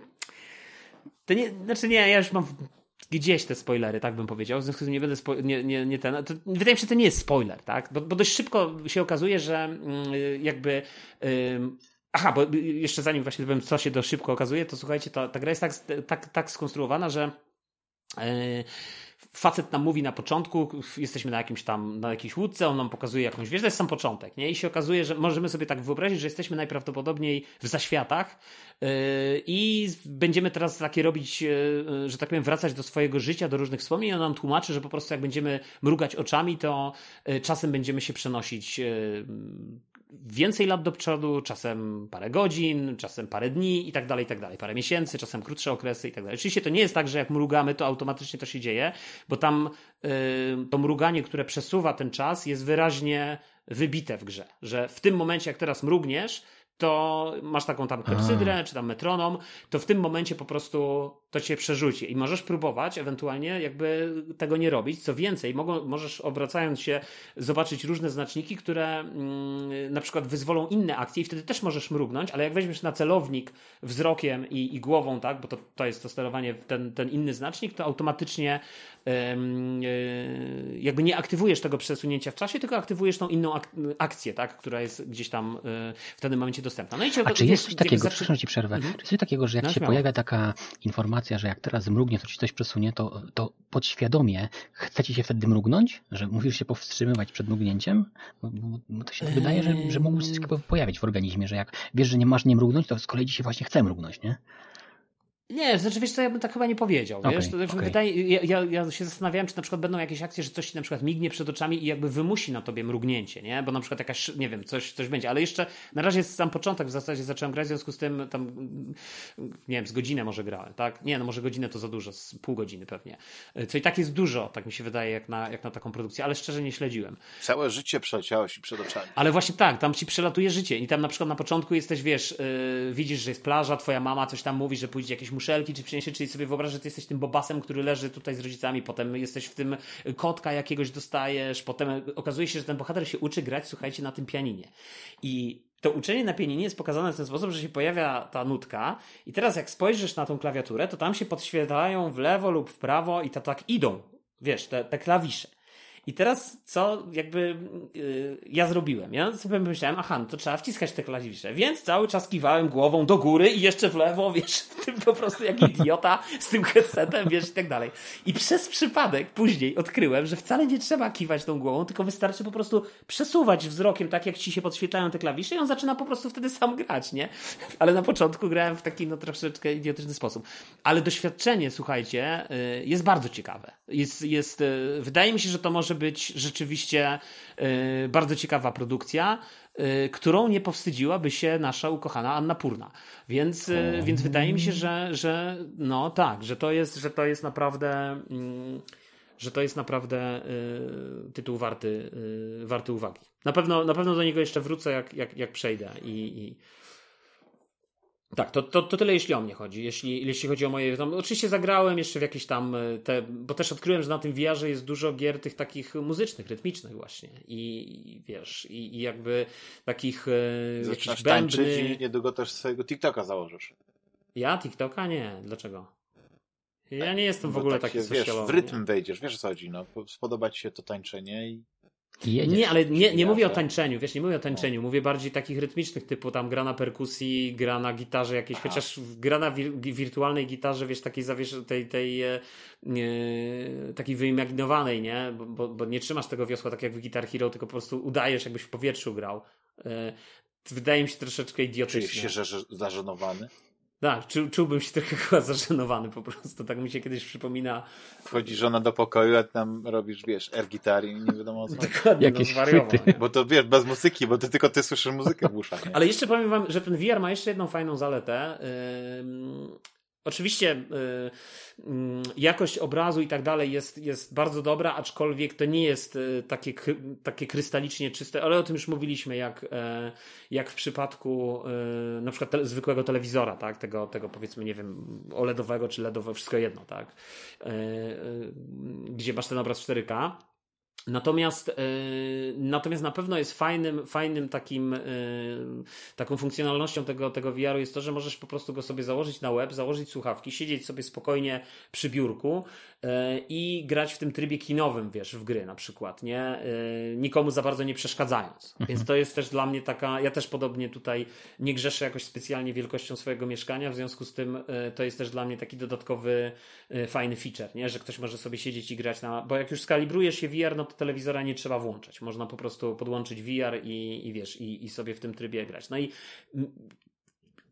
to nie, znaczy nie, ja już mam gdzieś te spoilery, tak bym powiedział, w związku z tym nie będę spo- nie, nie, nie ten, to wydaje mi się, że to nie jest spoiler, tak, bo, bo dość szybko się okazuje, że jakby ym, aha, bo jeszcze zanim właśnie powiem, co się dość szybko okazuje, to słuchajcie, ta, ta gra jest tak, tak, tak skonstruowana, że yy, facet nam mówi na początku, jesteśmy na jakimś tam, na jakiejś łódce, on nam pokazuje jakąś, wiesz, to jest sam początek, nie? I się okazuje, że możemy sobie tak wyobrazić, że jesteśmy najprawdopodobniej w zaświatach yy, i będziemy teraz takie robić, yy, że tak powiem, wracać do swojego życia, do różnych wspomnień i on nam tłumaczy, że po prostu jak będziemy mrugać oczami, to yy, czasem będziemy się przenosić yy, więcej lat do przodu, czasem parę godzin, czasem parę dni i tak dalej, i tak dalej. Parę miesięcy, czasem krótsze okresy i tak dalej. Oczywiście to nie jest tak, że jak mrugamy, to automatycznie to się dzieje, bo tam yy, to mruganie, które przesuwa ten czas, jest wyraźnie wybite w grze. Że w tym momencie, jak teraz mrugniesz, to masz taką tam klepsydrę, A. czy tam metronom, to w tym momencie po prostu to cię przerzuci i możesz próbować ewentualnie jakby tego nie robić. Co więcej, mogą, możesz obracając się zobaczyć różne znaczniki, które mm, na przykład wyzwolą inne akcje i wtedy też możesz mrugnąć, ale jak weźmiesz na celownik wzrokiem i, i głową, tak, bo to, to jest to sterowanie, ten, ten inny znacznik, to automatycznie ym, yy, jakby nie aktywujesz tego przesunięcia w czasie, tylko aktywujesz tą inną ak- akcję, tak, która jest gdzieś tam yy, w tym momencie dostępna. No i A czy jest coś takiego, przepraszam ci przerwę, mhm. czy jest coś takiego, że jak no, się śmiało. pojawia taka informacja, że jak teraz mrugnie, to ci coś przesunie, to, to podświadomie chce ci się wtedy mrugnąć? Że musisz się powstrzymywać przed mrugnięciem? Bo, bo, bo to się eee... wydaje, że, że mogło się coś pojawić w organizmie, że jak wiesz, że nie masz nie mrugnąć, to z kolei ci się właśnie chce mrugnąć, nie? Nie, znaczy wiesz co, ja bym tak chyba nie powiedział, okay, wiesz, to znaczy, okay. wydaje, ja, ja, ja się zastanawiałem, czy na przykład będą jakieś akcje, że coś ci na przykład mignie przed oczami i jakby wymusi na tobie mrugnięcie, nie, bo na przykład jakaś, nie wiem, coś, coś będzie, ale jeszcze na razie jest sam początek, w zasadzie zacząłem grać, w związku z tym tam, nie wiem, z godzinę może grałem, tak, nie, no może godzinę to za dużo, z pół godziny pewnie, co i tak jest dużo, tak mi się wydaje, jak na, jak na taką produkcję, ale szczerze nie śledziłem. Całe życie przeleciało ci przed oczami. Ale właśnie tak, tam ci przelatuje życie i tam na przykład na początku jesteś, wiesz, yy, widzisz, że jest plaża, twoja mama coś tam mówi, że pójdzie jakieś muszelki, czy przyniesie, czyli sobie wyobraź, że ty jesteś tym bobasem, który leży tutaj z rodzicami, potem jesteś w tym, kotka jakiegoś dostajesz, potem okazuje się, że ten bohater się uczy grać, słuchajcie, na tym pianinie. I to uczenie na pianinie jest pokazane w ten sposób, że się pojawia ta nutka i teraz jak spojrzysz na tą klawiaturę, to tam się podświetlają w lewo lub w prawo i to tak idą, wiesz, te, te klawisze. I teraz co jakby yy, ja zrobiłem? Ja sobie myślałem, aha, no to trzeba wciskać te klawisze, więc cały czas kiwałem głową do góry i jeszcze w lewo, wiesz, w tym po prostu jak idiota z tym headsetem, wiesz, i tak dalej. I przez przypadek później odkryłem, że wcale nie trzeba kiwać tą głową, tylko wystarczy po prostu przesuwać wzrokiem tak, jak ci się podświetlają te klawisze i on zaczyna po prostu wtedy sam grać, nie? Ale na początku grałem w taki, no troszeczkę idiotyczny sposób. Ale doświadczenie, słuchajcie, yy, jest bardzo ciekawe. Jest, jest, yy, wydaje mi się, że to może być rzeczywiście y, bardzo ciekawa produkcja, y, którą nie powstydziłaby się nasza ukochana Anna Purna. Więc, y, więc wydaje mi się, że, że no tak, że to jest, że to jest naprawdę y, że to jest naprawdę y, tytuł warty, y, warty uwagi. Na pewno, na pewno do niego jeszcze wrócę, jak, jak, jak przejdę i, i tak, to, to, to tyle jeśli o mnie chodzi. Jeśli, jeśli chodzi o moje... Tam, oczywiście zagrałem jeszcze w jakieś tam... te, bo też odkryłem, że na tym V R-ze jest dużo gier tych takich muzycznych, rytmicznych właśnie. I, i wiesz, i, i jakby takich e, jakichś bębny... i niedługo też swojego TikToka założysz. Ja? TikToka? Nie. Dlaczego? Ja nie jestem w ogóle tak taki się, socialowy. Wiesz, w rytm wejdziesz, wiesz o co chodzi, no. Spodoba ci się to tańczenie i... Jedziesz, nie, ale nie, nie mówię o tańczeniu, wiesz, nie mówię o tańczeniu, mówię bardziej takich rytmicznych, typu tam gra na perkusji, gra na gitarze jakiejś, Aha. chociaż gra na wir- wirtualnej gitarze, wiesz, takiej zawiesz, tej, tej e, e, takiej wyimaginowanej, nie, bo, bo, bo nie trzymasz tego wiosła tak jak w Guitar Hero, tylko po prostu udajesz, jakbyś w powietrzu grał. E, wydaje mi się troszeczkę idiotyczne. Czujesz się że, że zażenowany? Tak, czu, czułbym się trochę chyba zażenowany po prostu, tak mi się kiedyś przypomina. Wchodzi żona do pokoju, a tam robisz, wiesz, air-gitar i nie wiadomo o co. Dokładnie, jakieś no, zwariowo. Bo to wiesz, bez muzyki, bo ty tylko ty słyszysz muzykę w uszach. Nie? Ale jeszcze powiem wam, że ten V R ma jeszcze jedną fajną zaletę. Yy... Oczywiście yy, yy, jakość obrazu i tak dalej jest, jest bardzo dobra, aczkolwiek to nie jest yy, takie, takie krystalicznie czyste, ale o tym już mówiliśmy, jak, yy, jak w przypadku yy, na przykład te, zwykłego telewizora, tak? tego, tego powiedzmy, nie wiem, OLEDowego czy LEDowego, wszystko jedno, tak? Yy, yy, gdzie masz ten obraz w cztery K. Natomiast, yy, natomiast na pewno jest fajnym, fajnym takim, yy, taką funkcjonalnością tego, tego V R-u jest to, że możesz po prostu go sobie założyć na łeb, założyć słuchawki, siedzieć sobie spokojnie przy biurku yy, i grać w tym trybie kinowym, wiesz, w gry na przykład, nie? Yy, nikomu za bardzo nie przeszkadzając. Mhm. Więc to jest też dla mnie taka, ja też podobnie tutaj nie grzeszę jakoś specjalnie wielkością swojego mieszkania, w związku z tym yy, to jest też dla mnie taki dodatkowy yy, fajny feature, nie? Że ktoś może sobie siedzieć i grać na, bo jak już skalibrujesz się V R, no to telewizora nie trzeba włączać. Można po prostu podłączyć V R i, i wiesz, i, i sobie w tym trybie grać. No i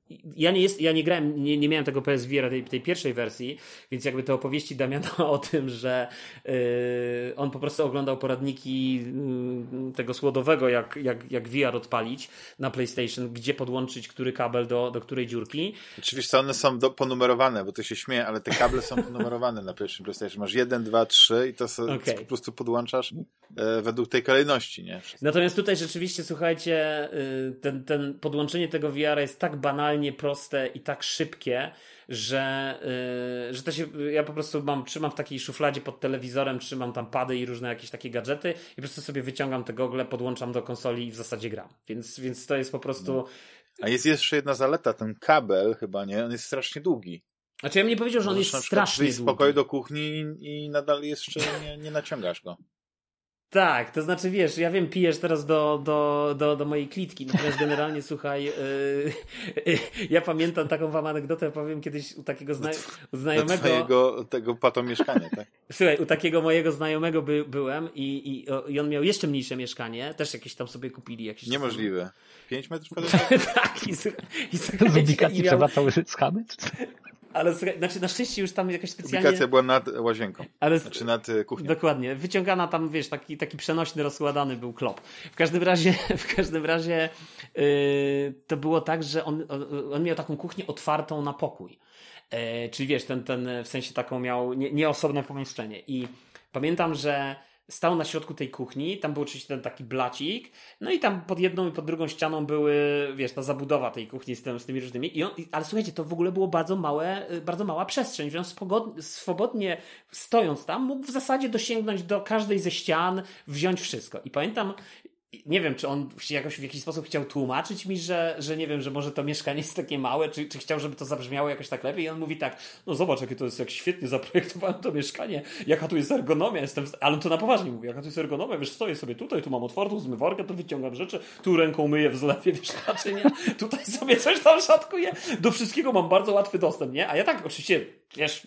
ja nie, jest, ja nie grałem, nie, nie miałem tego P S V R tej, tej pierwszej wersji, więc jakby te opowieści Damiana o tym, że yy, on po prostu oglądał poradniki yy, tego słodowego, jak, jak, jak V R odpalić na PlayStation, gdzie podłączyć który kabel do, do której dziurki. Oczywiście one są do, ponumerowane, bo to się śmieje, ale te kable są ponumerowane na pierwszym PlayStation. Masz jeden, dwa, trzy i to sobie okay. po prostu podłączasz e, według tej kolejności, nie? Wszystko. Natomiast tutaj rzeczywiście, słuchajcie, yy, ten, ten podłączenie tego V R jest tak banalnie proste i tak szybkie, że, yy, że to się, ja po prostu mam, trzymam w takiej szufladzie pod telewizorem, trzymam tam pady i różne jakieś takie gadżety i po prostu sobie wyciągam te gogle, podłączam do konsoli i w zasadzie gram. Więc, więc to jest po prostu... No. A jest jeszcze jedna zaleta, ten kabel chyba, nie? On jest strasznie długi. Znaczy ja bym nie powiedział, że on jest strasznie długi. Z pokoju do kuchni i, i nadal jeszcze nie, nie naciągasz go. Tak, to znaczy wiesz, ja wiem, pijesz teraz do, do, do, do mojej klitki, natomiast generalnie słuchaj, yy, yy, ja pamiętam taką wam anegdotę, powiem kiedyś u takiego zna, u znajomego... Do twojego tego pato mieszkania, tak? Słuchaj, u takiego mojego znajomego by, byłem i, i, i on miał jeszcze mniejsze mieszkanie, też jakieś tam sobie kupili. Jakieś Niemożliwe. Tam... pięć metrów kwadratowych? Tak, i, i, z ubikacji miał... przewracał schamy? Ale słuchaj, znaczy na szczęście już tam jakoś specjalnie... Ubikacja była nad łazienką, ale... znaczy nad kuchnią. Dokładnie. Wyciągana tam, wiesz, taki, taki przenośny, rozkładany był klop. W każdym razie, w każdym razie yy, to było tak, że on, on miał taką kuchnię otwartą na pokój. Yy, czyli wiesz, ten, ten w sensie taką miał nie, nie osobne pomieszczenie. I pamiętam, że stał na środku tej kuchni, tam był oczywiście ten taki blacik, no i tam pod jedną i pod drugą ścianą były, wiesz, ta zabudowa tej kuchni z, tym, z tymi różnymi, I on, ale słuchajcie, to w ogóle było bardzo małe, bardzo mała przestrzeń, więc on swobodnie stojąc tam mógł w zasadzie dosięgnąć do każdej ze ścian, wziąć wszystko. I pamiętam, nie wiem, czy on się jakoś w jakiś sposób chciał tłumaczyć mi, że, że nie wiem, że może to mieszkanie jest takie małe, czy, czy chciał, żeby to zabrzmiało jakoś tak lepiej. I on mówi tak, no zobacz, jakie to jest, jak świetnie zaprojektowałem to mieszkanie, jaka tu jest ergonomia, jestem, ale on to na poważnie mówi, jaka tu jest ergonomia, wiesz, stoję sobie tutaj, tu mam otwartą zmywarkę, tu wyciągam rzeczy, tu ręką myję w zlewie, wiesz, naczynia, tutaj sobie coś tam szatkuję, do wszystkiego mam bardzo łatwy dostęp, nie? A ja tak oczywiście, wiesz,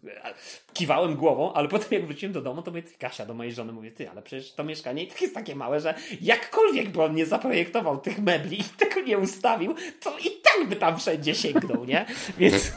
kiwałem głową, ale potem jak wróciłem do domu, to mówię, Kasia, do mojej żony, mówię, ty, ale przecież to mieszkanie i tak jest takie małe, że jakkolwiek by on nie zaprojektował tych mebli i tego nie ustawił, to i tak by tam wszędzie sięgnął, nie? Więc,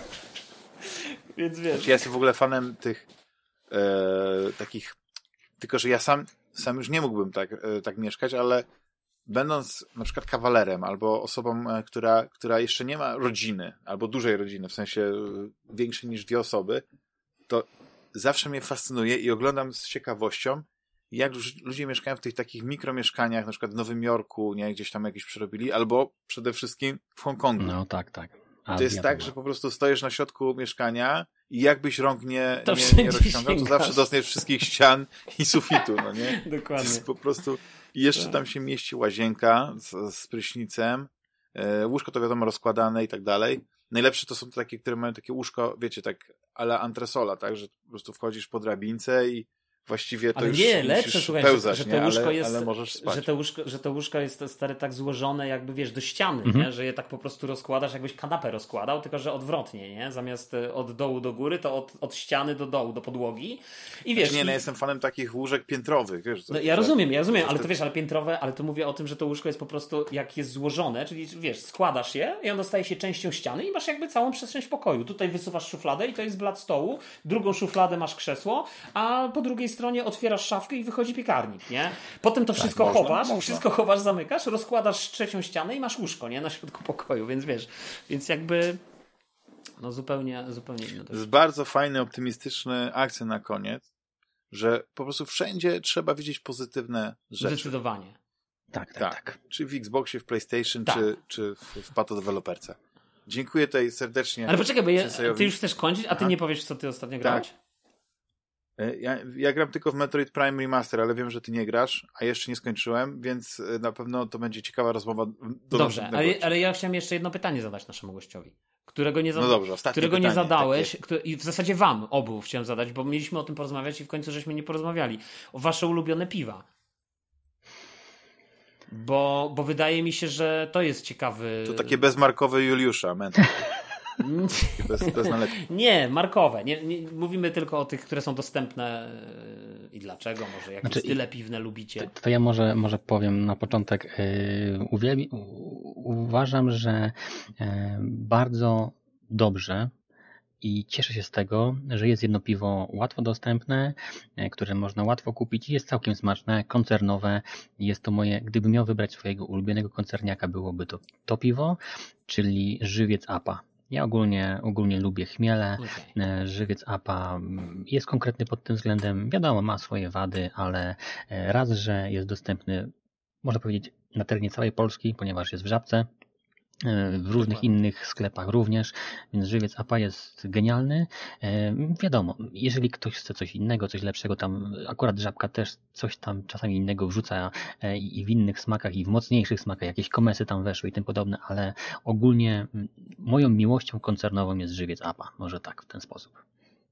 więc wiesz. Ja jestem w ogóle fanem tych e, takich, tylko że ja sam, sam już nie mógłbym tak, e, tak mieszkać, ale będąc na przykład kawalerem albo osobą, e, która, która jeszcze nie ma rodziny, albo dużej rodziny, w sensie e, większej niż dwie osoby, to zawsze mnie fascynuje i oglądam z ciekawością, jak ludzie mieszkają w tych takich mikromieszkaniach, na przykład w Nowym Jorku, nie, gdzieś tam jakieś przerobili, albo przede wszystkim w Hongkongu. No tak, tak. A, to jest ja tak, to że po prostu stoisz na środku mieszkania i jakbyś rąk nie, to nie, nie rozciągał, to zawsze dostaniesz wszystkich ścian i sufitu, no nie? Dokładnie. To jest po prostu... I jeszcze tak. Tam się mieści łazienka z, z prysznicem, e, łóżko to wiadomo rozkładane i tak dalej. Najlepsze to są takie, które mają takie łóżko, wiecie, tak a la antresola, tak, że po prostu wchodzisz po drabince i właściwie to ale już nie, lepsze, słuchaj, pełzać, że, że to łóżko ale, jest, ale możesz spać. Że to łóżko, że to łóżko jest stary tak złożone jakby, wiesz, do ściany, mhm. nie? Że je tak po prostu rozkładasz, jakbyś kanapę rozkładał, tylko że odwrotnie, nie? Zamiast od dołu do góry, to od, od ściany do dołu, do podłogi. I wiesz... Znaczy nie, i... no jestem fanem takich łóżek piętrowych, wiesz. Co, no, ja że... rozumiem, ja rozumiem, ale to wiesz, ale piętrowe, ale to mówię o tym, że to łóżko jest po prostu, jak jest złożone, czyli wiesz, składasz je i ono staje się częścią ściany i masz jakby całą przestrzeń w pokoju. Tutaj wysuwasz szufladę i to jest blat stołu, drugą szufladę masz krzesło, a po drugiej stronie otwierasz szafkę i wychodzi piekarnik, nie? Potem to wszystko tak, chowasz, można, wszystko można. chowasz, zamykasz, rozkładasz trzecią ścianę i masz łóżko, nie? Na środku pokoju, więc wiesz, więc jakby no zupełnie, zupełnie inne. To jest bardzo fajny, optymistyczny akcent na koniec, że po prostu wszędzie trzeba widzieć pozytywne rzeczy. Zdecydowanie. Tak, tak, tak. tak. Czy w Xboxie, w PlayStation, tak. czy, czy w Pato Deweloperce. Dziękuję tutaj serdecznie. Ale poczekaj, bo ja, ty już chcesz kończyć, a ty Aha. nie powiesz, co ty ostatnio grałeś? Tak. Ja, ja gram tylko w Metroid Prime Remaster, ale wiem, że ty nie grasz, a jeszcze nie skończyłem, więc na pewno to będzie ciekawa rozmowa. Do Dobrze, ale, ale ja chciałem jeszcze jedno pytanie zadać naszemu gościowi, którego nie, zada- no dobrze, którego pytanie, nie zadałeś, takie. który, i w zasadzie wam obu chciałem zadać, bo mieliśmy o tym porozmawiać i w końcu żeśmy nie porozmawiali. O wasze ulubione piwa. Bo, bo wydaje mi się, że to jest ciekawy... To takie bezmarkowe Juliusza, mental. To jest, to jest nalepki. Nie, markowe. Nie, nie, mówimy tylko o tych, które są dostępne i dlaczego. Może jakie znaczy, style piwne lubicie. To, to ja może, może powiem na początek. Yy, uwielbi, u, uważam, że yy, bardzo dobrze i cieszę się z tego, że jest jedno piwo łatwo dostępne, które można łatwo kupić i jest całkiem smaczne, koncernowe. Jest to moje, gdybym miał wybrać swojego ulubionego koncerniaka, byłoby to to piwo, czyli Żywiec A P A. Ja ogólnie, ogólnie lubię chmiele. Okay. Żywiec A P A jest konkretny pod tym względem. Wiadomo, ma swoje wady, ale raz, że jest dostępny, można powiedzieć, na terenie całej Polski, ponieważ jest w Żabce, w różnych Dokładnie. innych sklepach również, więc Żywiec A P A jest genialny. Wiadomo, jeżeli ktoś chce coś innego, coś lepszego, tam akurat Żabka też coś tam czasami innego wrzuca i w innych smakach, i w mocniejszych smakach, jakieś komesy tam weszły i tym podobne, ale ogólnie moją miłością koncernową jest Żywiec A P A. Może tak, w ten sposób.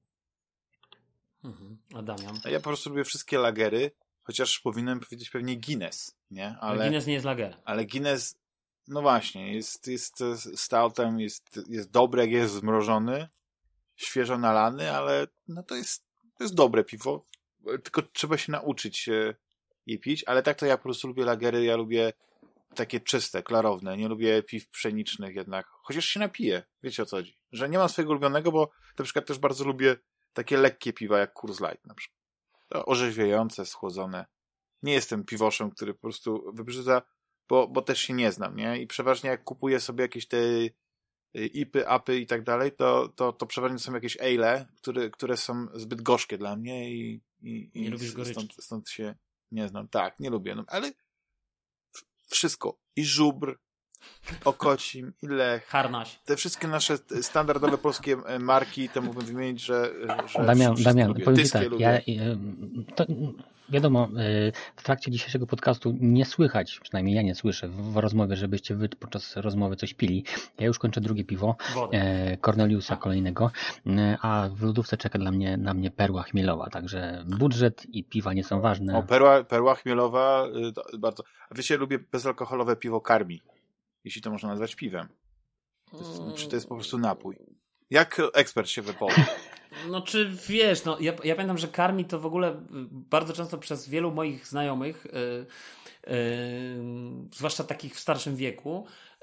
Mhm. A Damian? A ja po prostu lubię wszystkie lagery, chociaż powinienem powiedzieć pewnie Guinness, nie? Ale, ale Guinness nie jest lager. Ale Guinness no właśnie, jest, jest stoutem, jest, jest dobre, jak jest zmrożony, świeżo nalany, ale no to jest, to jest dobre piwo, tylko trzeba się nauczyć je pić, ale tak to ja po prostu lubię lagery, ja lubię takie czyste, klarowne, nie lubię piw pszenicznych jednak, chociaż się napiję, wiecie o co chodzi, że nie mam swojego ulubionego, bo na przykład też bardzo lubię takie lekkie piwa jak Coors Light na przykład, to orzeźwiające, schłodzone. Nie jestem piwoszem, który po prostu wybrzydza, Bo, bo też się nie znam, nie? I przeważnie jak kupuję sobie jakieś te ipy, apy i tak dalej, to, to, to przeważnie są jakieś ale, które, które są zbyt gorzkie dla mnie i, i, nie i lubisz goryczki. Stąd, stąd się nie znam. Tak, nie lubię, no, ale wszystko. I żubr, okocim, i lech. Harnaś. Te wszystkie nasze standardowe polskie marki, to mógłbym wymienić, że, że Damian, Damian, lubię. powiem Ci tak, ja, to, wiadomo, w trakcie dzisiejszego podcastu nie słychać, przynajmniej ja nie słyszę w rozmowie, żebyście wy podczas rozmowy coś pili. Ja już kończę drugie piwo, Wodę. Corneliusa kolejnego, a w lodówce czeka dla mnie, na mnie perła chmielowa, także budżet i piwa nie są ważne. O, perła, perła chmielowa, bardzo. A wiecie, lubię bezalkoholowe piwo Karmi, jeśli to można nazwać piwem. To jest, czy to jest po prostu napój? Jak ekspert się wypowie? No czy wiesz, no ja, ja pamiętam, że Karmi to w ogóle bardzo często przez wielu moich znajomych, yy, yy, zwłaszcza takich w starszym wieku,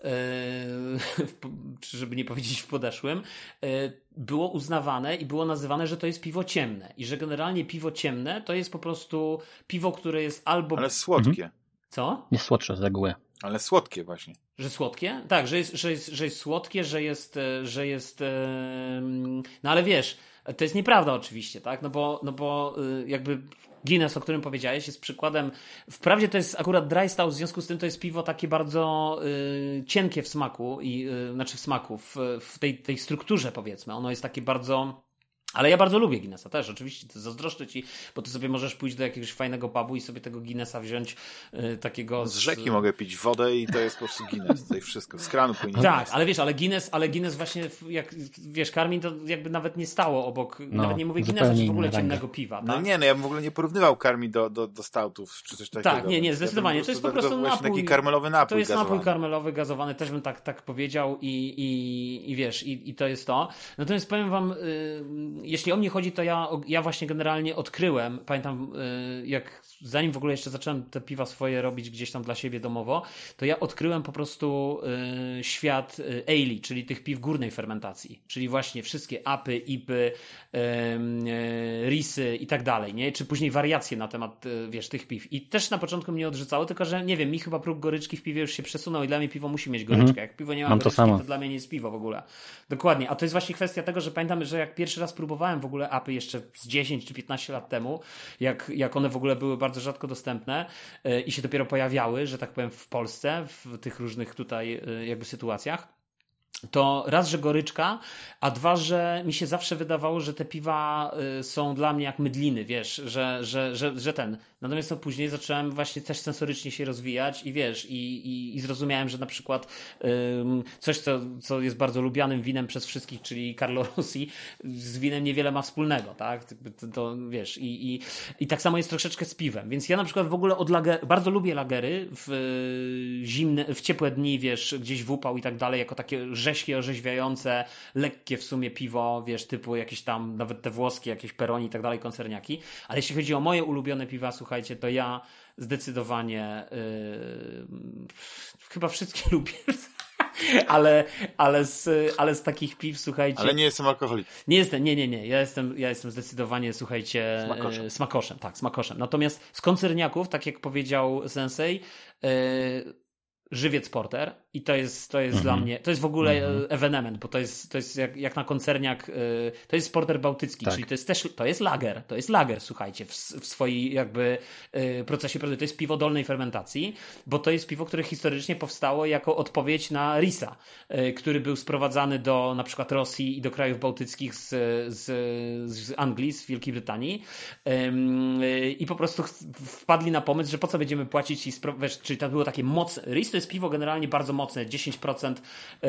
czy żeby nie powiedzieć w podeszłym, było uznawane i było nazywane, że to jest piwo ciemne i że generalnie piwo ciemne to jest po prostu piwo, które jest albo... Ale słodkie. Mhm. Co? Nie słodsze z reguły. Ale słodkie właśnie. Że słodkie? Tak, że jest, że jest, że jest słodkie, że jest, że jest no ale wiesz, to jest nieprawda oczywiście, tak? No bo, no bo jakby Guinness, o którym powiedziałeś, jest przykładem, wprawdzie to jest akurat dry stout, w związku z tym to jest piwo takie bardzo y, cienkie w smaku, i y, znaczy w smaku, w, w tej, tej strukturze powiedzmy, ono jest takie bardzo... Ale ja bardzo lubię Guinnessa też, oczywiście, to zazdroszczę ci, bo ty sobie możesz pójść do jakiegoś fajnego pubu i sobie tego Guinnessa wziąć y, takiego... Z... z rzeki mogę pić wodę i to jest po prostu Guinness, tutaj wszystko, z kranu płynie. Tak, ale wiesz, ale Guinness, ale Guinness właśnie, jak wiesz, Karmin to jakby nawet nie stało obok, no, nawet nie mówię Guinnessa, czy w ogóle ciemnego piwa. Tak? No nie, no ja bym w ogóle nie porównywał Karmi do, do, do stoutów, czy coś takiego. Tak, nie, nie, zdecydowanie, ja to jest po prostu napój. Taki karmelowy napój To jest gazowany. napój karmelowy, gazowany, też bym tak, tak powiedział i, i, i wiesz, i, i to jest to. Natomiast powiem wam, y, jeśli o mnie chodzi, to ja, ja właśnie generalnie odkryłem, pamiętam y, jak zanim w ogóle jeszcze zacząłem te piwa swoje robić gdzieś tam dla siebie domowo, to ja odkryłem po prostu y, świat y, ale, czyli tych piw górnej fermentacji, czyli właśnie wszystkie apy, ipy, y, y, risy i tak dalej, nie? Czy później wariacje na temat, y, wiesz, tych piw. I też na początku mnie odrzucało, tylko że nie wiem, mi chyba próg goryczki w piwie już się przesunął i dla mnie piwo musi mieć goryczkę. Mm-hmm. Jak piwo nie ma Mam goryczki, to, samo. to dla mnie nie jest piwo w ogóle. Dokładnie. A to jest właśnie kwestia tego, że pamiętam, że jak pierwszy raz próbowałem w ogóle apy jeszcze z dziesięć czy piętnaście lat temu, jak, jak one w ogóle były bardzo rzadko dostępne yy, i się dopiero pojawiały, że tak powiem, w Polsce, w tych różnych tutaj yy, jakby sytuacjach, to raz, że goryczka, a dwa, że mi się zawsze wydawało, że te piwa y, są dla mnie jak mydliny, wiesz, że, że, że, że ten. Natomiast to później zacząłem właśnie też sensorycznie się rozwijać i wiesz, i, i, i zrozumiałem, że na przykład y, coś, co, co jest bardzo lubianym winem przez wszystkich, czyli Carlo Rossi, z winem niewiele ma wspólnego, tak? To, to wiesz, i, i, i tak samo jest troszeczkę z piwem. Więc ja na przykład w ogóle od lager, bardzo lubię lagery w y, zimne, w ciepłe dni, wiesz, gdzieś w upał i tak dalej, jako takie rzeźkie, orzeźwiające, lekkie w sumie piwo, wiesz, typu jakieś tam, nawet te włoskie, jakieś Peroni i tak dalej, koncerniaki. Ale jeśli chodzi o moje ulubione piwa, słuchajcie, to ja zdecydowanie yy, chyba wszystkie lubię. ale, ale, z, ale z takich piw, słuchajcie... Ale nie jestem alkoholikiem. Nie jestem, nie, nie, nie. Ja jestem, ja jestem zdecydowanie, słuchajcie... Smakoszem. E, smakoszem, tak, smakoszem. Natomiast z koncerniaków, tak jak powiedział Sensei, e, Żywiec Porter i to jest, to jest mhm. dla mnie, to jest w ogóle mhm. ewenement, bo to jest, to jest jak, jak na koncerniak, to jest porter bałtycki, tak. Czyli to jest też, to jest lager, to jest lager, słuchajcie, w, w swojej jakby procesie produkcji. To jest piwo dolnej fermentacji, bo to jest piwo, które historycznie powstało jako odpowiedź na Risa, który był sprowadzany do na przykład Rosji i do krajów bałtyckich z, z, z Anglii, z Wielkiej Brytanii i po prostu wpadli na pomysł, że po co będziemy płacić i spro- wiesz, czyli to było takie mocne, Ris to jest piwo generalnie bardzo mocne, dziesięć procent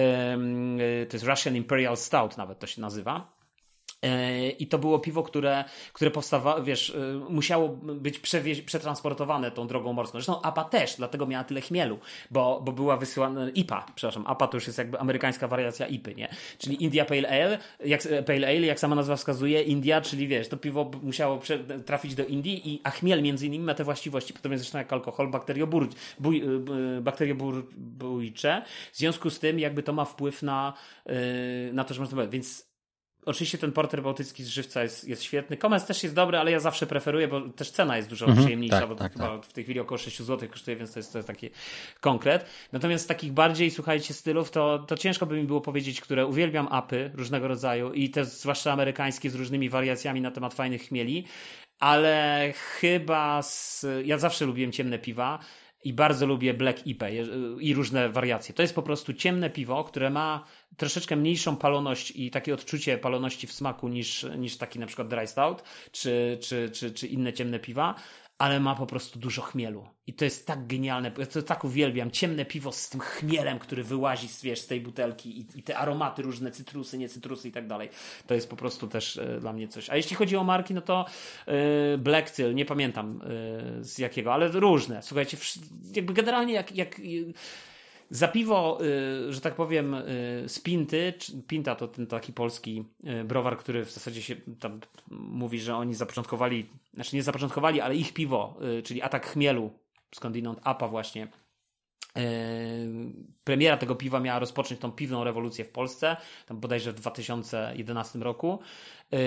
to jest Russian Imperial Stout nawet to się nazywa. I to było piwo, które, które powstawało, wiesz, musiało być przewieź, przetransportowane tą drogą morską. Zresztą A P A też, dlatego miała tyle chmielu, bo, bo była wysyłana I P A, przepraszam, A P A to już jest jakby amerykańska wariacja I P Y, nie? Czyli India Pale Ale, jak, Pale Ale, jak sama nazwa wskazuje, India, czyli wiesz, to piwo musiało prze, trafić do Indii, i, a chmiel między innymi ma te właściwości, podobnie zresztą jak alkohol, bakteriobór, buj, bakteriobójcze, w związku z tym jakby to ma wpływ na, na to, że można powiedzieć, więc oczywiście ten porter bałtycki z żywca jest, jest świetny. Komens też jest dobry, ale ja zawsze preferuję, bo też cena jest dużo mm-hmm, przyjemniejsza, tak, bo tak, chyba tak. w tej chwili około sześć złotych kosztuje, więc to jest, to jest taki konkret. Natomiast z takich bardziej, słuchajcie, stylów, to, to ciężko by mi było powiedzieć, które uwielbiam apy różnego rodzaju i te zwłaszcza amerykańskie z różnymi wariacjami na temat fajnych chmieli, ale chyba z, ja zawsze lubiłem ciemne piwa. I bardzo lubię Black I P A i różne wariacje. To jest po prostu ciemne piwo, które ma troszeczkę mniejszą paloność i takie odczucie paloności w smaku niż, niż taki na przykład Dry Stout czy, czy, czy, czy inne ciemne piwa, ale ma po prostu dużo chmielu. I to jest tak genialne. Ja to tak uwielbiam. Ciemne piwo z tym chmielem, który wyłazi wiesz, z tej butelki i, i te aromaty różne, cytrusy, nie cytrusy i tak dalej. To jest po prostu też y, dla mnie coś. A jeśli chodzi o marki, no to y, Black Till, nie pamiętam y, z jakiego, ale różne. Słuchajcie, jakby generalnie jak... jak y, za piwo, y, że tak powiem, y, z Pinty, Pinta to ten taki polski y, browar, który w zasadzie się tam mówi, że oni zapoczątkowali, znaczy nie zapoczątkowali, ale ich piwo, y, czyli Atak Chmielu, skądinąd A P A właśnie. Y, premiera tego piwa miała rozpocząć tą piwną rewolucję w Polsce, tam bodajże w dwa tysiące jedenastym roku. Y,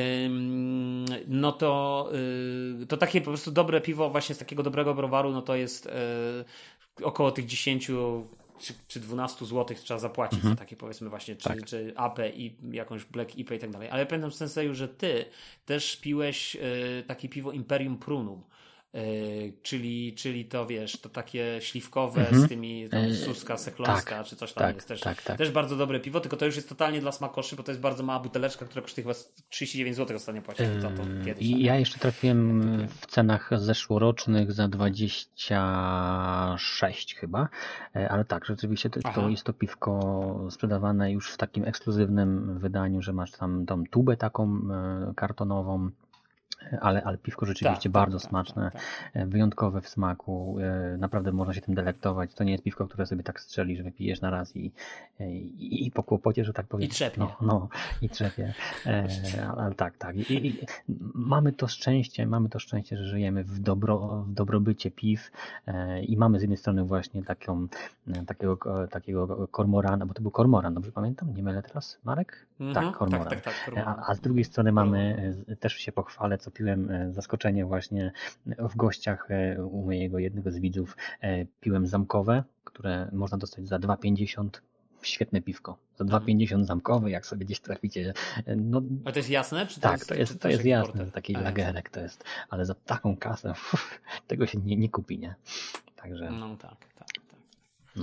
no to, y, to takie po prostu dobre piwo właśnie z takiego dobrego browaru, no to jest y, około tych dziesięciu Czy, czy dwanaście złotych trzeba zapłacić mhm. za takie powiedzmy właśnie, czy, tak. czy A P A i jakąś Black I P A i tak dalej. Ale pamiętam, Senseju, że ty też piłeś y, takie piwo Imperium Prunum. Yy, czyli, czyli to wiesz, to takie śliwkowe mhm. z tymi tam Suska, Seklońska, tak, czy coś tam tak, jest też, tak, tak. też bardzo dobre piwo, tylko to już jest totalnie dla smakoszy, bo to jest bardzo mała buteleczka, która kosztuje chyba trzydzieści dziewięć złotych ostatnio płaciłem za to kiedyś. I ja jeszcze trafiłem w cenach zeszłorocznych za dwadzieścia sześć chyba, ale tak, rzeczywiście to, to jest to piwko sprzedawane już w takim ekskluzywnym wydaniu, że masz tam tą tubę taką kartonową. Ale, ale piwko rzeczywiście tak, bardzo tak, smaczne, tak, tak. wyjątkowe w smaku, naprawdę można się tym delektować. To nie jest piwko, które sobie tak strzeli, że wypijesz na raz i, i, i po kłopocie, że tak powiem. I trzepie. No, no i trzepie. E, ale tak, tak. I, i, mamy to szczęście, mamy to szczęście, że żyjemy w, dobro, w dobrobycie piw e, i mamy z jednej strony właśnie taką, takiego, takiego kormorana, bo to był kormoran, dobrze pamiętam? Nie mylę teraz, Marek? Mm-hmm, tak, kormoran. Tak, tak, tak, kormoran. A, a z drugiej strony mamy, też się pochwalę, co piłem zaskoczenie właśnie w gościach u mojego jednego z widzów. Piłem zamkowe, które można dostać za dwa pięćdziesiąt. Świetne piwko. Za dwa pięćdziesiąt zamkowe, jak sobie gdzieś traficie. No, a to jest jasne? Czy to tak, jest, to jest, to to jest jasne. porter? Taki a, lagerek to jest. Ale za taką kasę uff, tego się nie, nie kupi, nie? Także... No tak, tak, tak. No.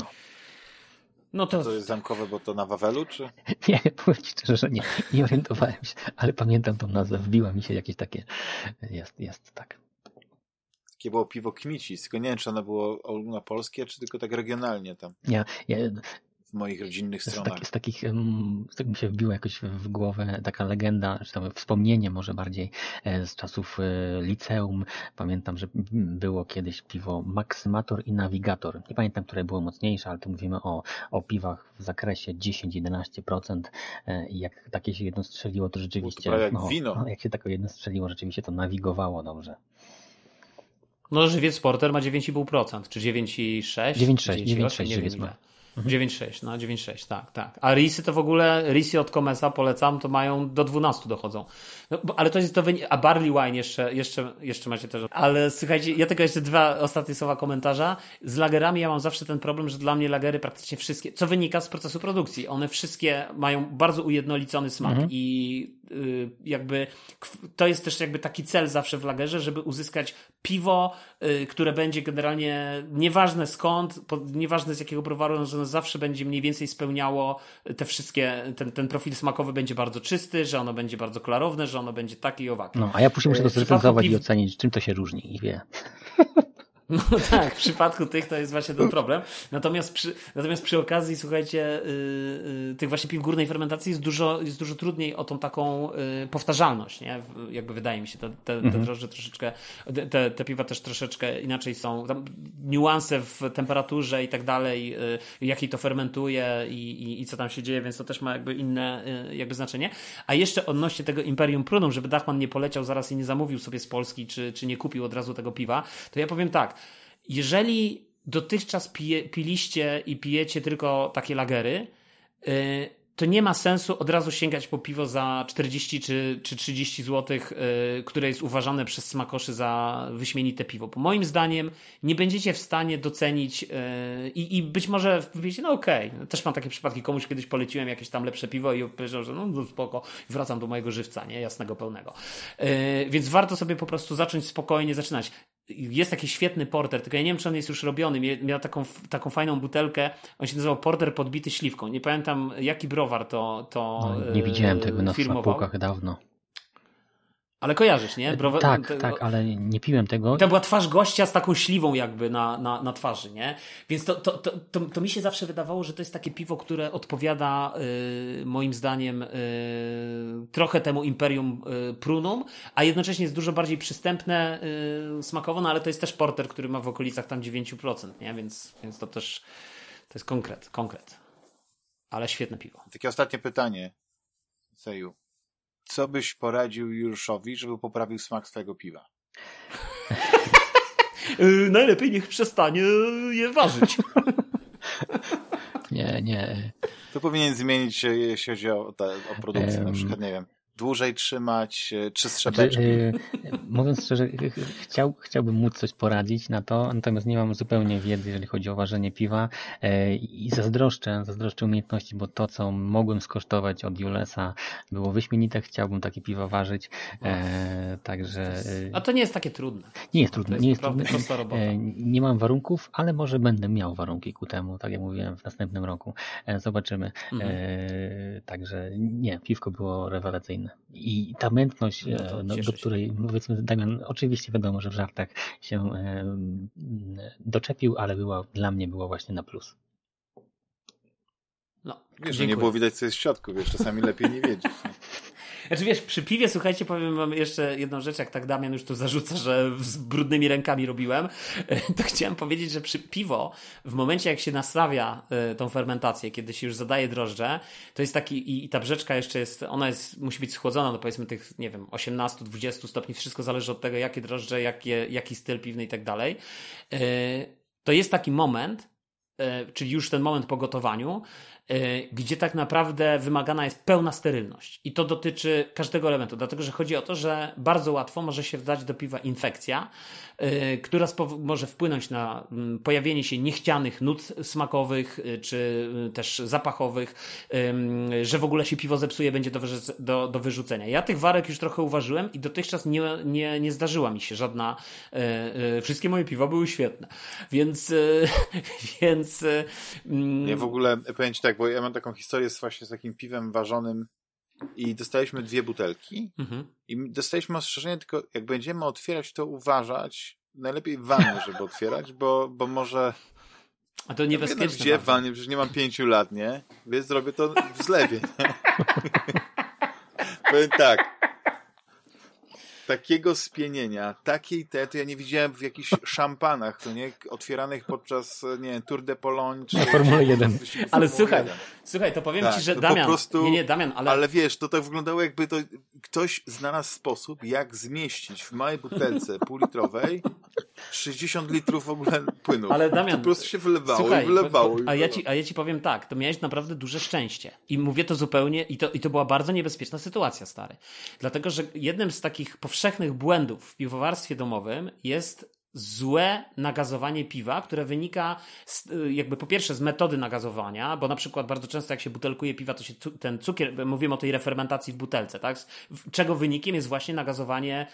No to, to jest zamkowe, bo to na Wawelu, czy? Nie, powiem ci szczerze, że nie, nie orientowałem się, ale pamiętam tą nazwę, wbiła mi się jakieś takie, jest, jest, tak. Takie było piwo Kmicic, tylko nie wiem, czy ono było ogólnopolskie, czy tylko tak regionalnie tam. Ja, ja, w moich rodzinnych z, stronach. taki, z takich, tak mi się wbiła jakoś w głowę taka legenda, czy tam wspomnienie może bardziej z czasów liceum. Pamiętam, że było kiedyś piwo Maksymator i Navigator. Nie pamiętam, które było mocniejsze, ale tu mówimy o, o piwach w zakresie dziesięć do jedenastu procent. I jak takie się jedno strzeliło, to rzeczywiście... To jak no, wino. No, jak się takie jedno strzeliło, rzeczywiście to nawigowało dobrze. No, Żywiec Porter ma dziewięć i pół procent, czy dziewięć przecinek sześć? dziewięć przecinek sześć Żywiec ma. dziewięć przecinek sześć, no dziewięć przecinek sześć, tak, tak. A risy to w ogóle, risy od Comesa polecam, to mają do dwunastu dochodzą. No, bo, ale to jest to wynik, a Barley Wine jeszcze, jeszcze, jeszcze macie też. Ale słuchajcie, ja tylko jeszcze dwa ostatnie słowa komentarza. Z lagerami ja mam zawsze ten problem, że dla mnie lagery praktycznie wszystkie, co wynika z procesu produkcji, one wszystkie mają bardzo ujednolicony smak mhm. i y, jakby to jest też jakby taki cel zawsze w lagerze, żeby uzyskać piwo, y, które będzie generalnie nieważne skąd, po, nieważne z jakiego browaru, że ono zawsze będzie mniej więcej spełniało te wszystkie, ten, ten profil smakowy będzie bardzo czysty, że ono będzie bardzo klarowne, że ono będzie takie i owakie. No, a ja później muszę to zrecenzować piw... i ocenić, czym to się różni i wie. No tak, w przypadku tych to jest właśnie ten problem. Natomiast przy, natomiast przy okazji, słuchajcie, yy, yy, tych właśnie piw górnej fermentacji jest dużo, jest dużo trudniej o tą taką yy, powtarzalność, nie? Jakby wydaje mi się, te, te, te mhm. drożdże troszeczkę, te, te piwa też troszeczkę inaczej są. Tam niuanse w temperaturze i tak dalej, yy, jakiej to fermentuje i, i, i co tam się dzieje, więc to też ma jakby inne yy, jakby znaczenie. A jeszcze odnośnie tego Imperium Prunum, żeby Dachman nie poleciał zaraz i nie zamówił sobie z Polski, czy, czy nie kupił od razu tego piwa, to ja powiem tak. Jeżeli dotychczas pije, piliście i pijecie tylko takie lagery, yy, to nie ma sensu od razu sięgać po piwo za czterdzieści czy, czy trzydzieści złotych, yy, które jest uważane przez smakoszy za wyśmienite piwo. Bo moim zdaniem nie będziecie w stanie docenić yy, i, i być może powiecie, no okej, okay. Też mam takie przypadki, komuś kiedyś poleciłem jakieś tam lepsze piwo i powiedział, że no spoko, wracam do mojego żywca, nie, jasnego, pełnego. Yy, więc warto sobie po prostu zacząć spokojnie zaczynać. Jest taki świetny porter, tylko ja nie wiem, czy on jest już robiony. Miał taką, taką fajną butelkę, on się nazywał porter podbity śliwką. Nie pamiętam, jaki browar to, to no, nie widziałem tego na firmował. półkach dawno. Ale kojarzysz, nie? Browa- tak, te, tak, ale nie piłem tego. To była twarz gościa z taką śliwą jakby na, na, na twarzy, nie? Więc to, to, to, to, to mi się zawsze wydawało, że to jest takie piwo, które odpowiada yy, moim zdaniem yy, trochę temu Imperium yy, Prunum, a jednocześnie jest dużo bardziej przystępne yy, smakowo, no ale to jest też porter, który ma w okolicach tam dziewięć procent, nie? Więc, więc to też to jest konkret, konkret. Ale świetne piwo. Takie ostatnie pytanie, Seju. Co byś poradził Juruszowi, żeby poprawił smak swojego piwa? yy, najlepiej niech przestanie je ważyć. nie, nie. To powinien zmienić się, jeśli chodzi o, te, o produkcję, um, na przykład, nie wiem, dłużej trzymać, czystsze beczki. Yy, mówiąc szczerze, chciał, chciałbym móc coś poradzić na to, natomiast nie mam zupełnie wiedzy, jeżeli chodzi o ważenie piwa yy, i zazdroszczę, zazdroszczę umiejętności, bo to, co mogłem skosztować od Julesa było wyśmienite, chciałbym takie piwa ważyć, yy, także... Yy, A to nie jest takie trudne. Nie jest trudne, jest nie jest trudne. Yy, nie mam warunków, ale może będę miał warunki ku temu, tak jak mówiłem, w następnym roku. Yy, zobaczymy. Mhm. Yy, także nie, piwko było rewelacyjne. I ta mętność, no no, do której, powiedzmy, Damian, oczywiście wiadomo, że w żartach się e, doczepił, ale była, dla mnie była właśnie na plus. No, wiesz, że nie było widać, co jest w środku, wiesz, czasami lepiej nie wiedzieć. Nie? Znaczy wiesz, przy piwie, słuchajcie, powiem wam jeszcze jedną rzecz, jak tak Damian już tu zarzuca, że z brudnymi rękami robiłem, to chciałem powiedzieć, że przy piwo, w momencie jak się nastawia tą fermentację, kiedy się już zadaje drożdże, to jest taki, i, i ta brzeczka jeszcze jest, ona jest, musi być schłodzona do powiedzmy tych, nie wiem, osiemnaście do dwudziestu stopni, wszystko zależy od tego, jakie drożdże, jakie, jaki styl piwny i tak dalej. To jest taki moment, czyli już ten moment po gotowaniu, gdzie tak naprawdę wymagana jest pełna sterylność. I to dotyczy każdego elementu, dlatego że chodzi o to, że bardzo łatwo może się wdać do piwa infekcja, yy, która spow- może wpłynąć na yy, pojawienie się niechcianych nut smakowych, yy, czy yy, też zapachowych, yy, że w ogóle się piwo zepsuje, będzie do, wyrze- do, do wyrzucenia. Ja tych warek już trochę uważyłem i dotychczas nie, nie, nie zdarzyła mi się żadna... Yy, yy, wszystkie moje piwa były świetne. Więc... Yy, więc yy, ja w ogóle powiem ci tak, bo ja mam taką historię z, właśnie z takim piwem ważonym i dostaliśmy dwie butelki mhm. i dostaliśmy ostrzeżenie, tylko jak będziemy otwierać, to uważać, najlepiej w wannie, żeby otwierać, bo, bo może A to niebezpieczne. Ja gdzie w wannie, przecież nie mam pięciu lat, nie? Więc zrobię to w zlewie, nie? Powiem tak. Takiego spienienia, takiej te, to ja nie widziałem w jakichś szampanach, to nie? Otwieranych podczas, nie wiem, Tour de Pologne, czy... Formuły jeden. Ale słuchaj, słuchaj, to powiem tak, ci, że to Damian, po prostu, nie, nie, Damian, ale... ale wiesz, to tak wyglądało, jakby to ktoś znalazł sposób, jak zmieścić w małej butelce półlitrowej sześćdziesiąt litrów w ogóle płynu. Ale Damian, to po prostu się wylewało słuchaj, i wylewało. Po, i a, ja ci, a ja ci powiem tak, to miałeś naprawdę duże szczęście. I mówię to zupełnie, i to, i to była bardzo niebezpieczna sytuacja, stary. Dlatego, że jednym z takich powszechnych błędów w piwowarstwie domowym jest złe nagazowanie piwa, które wynika z, jakby po pierwsze z metody nagazowania, bo na przykład bardzo często jak się butelkuje piwa, to się cu- ten cukier, mówimy o tej refermentacji w butelce, tak? Czego wynikiem jest właśnie nagazowanie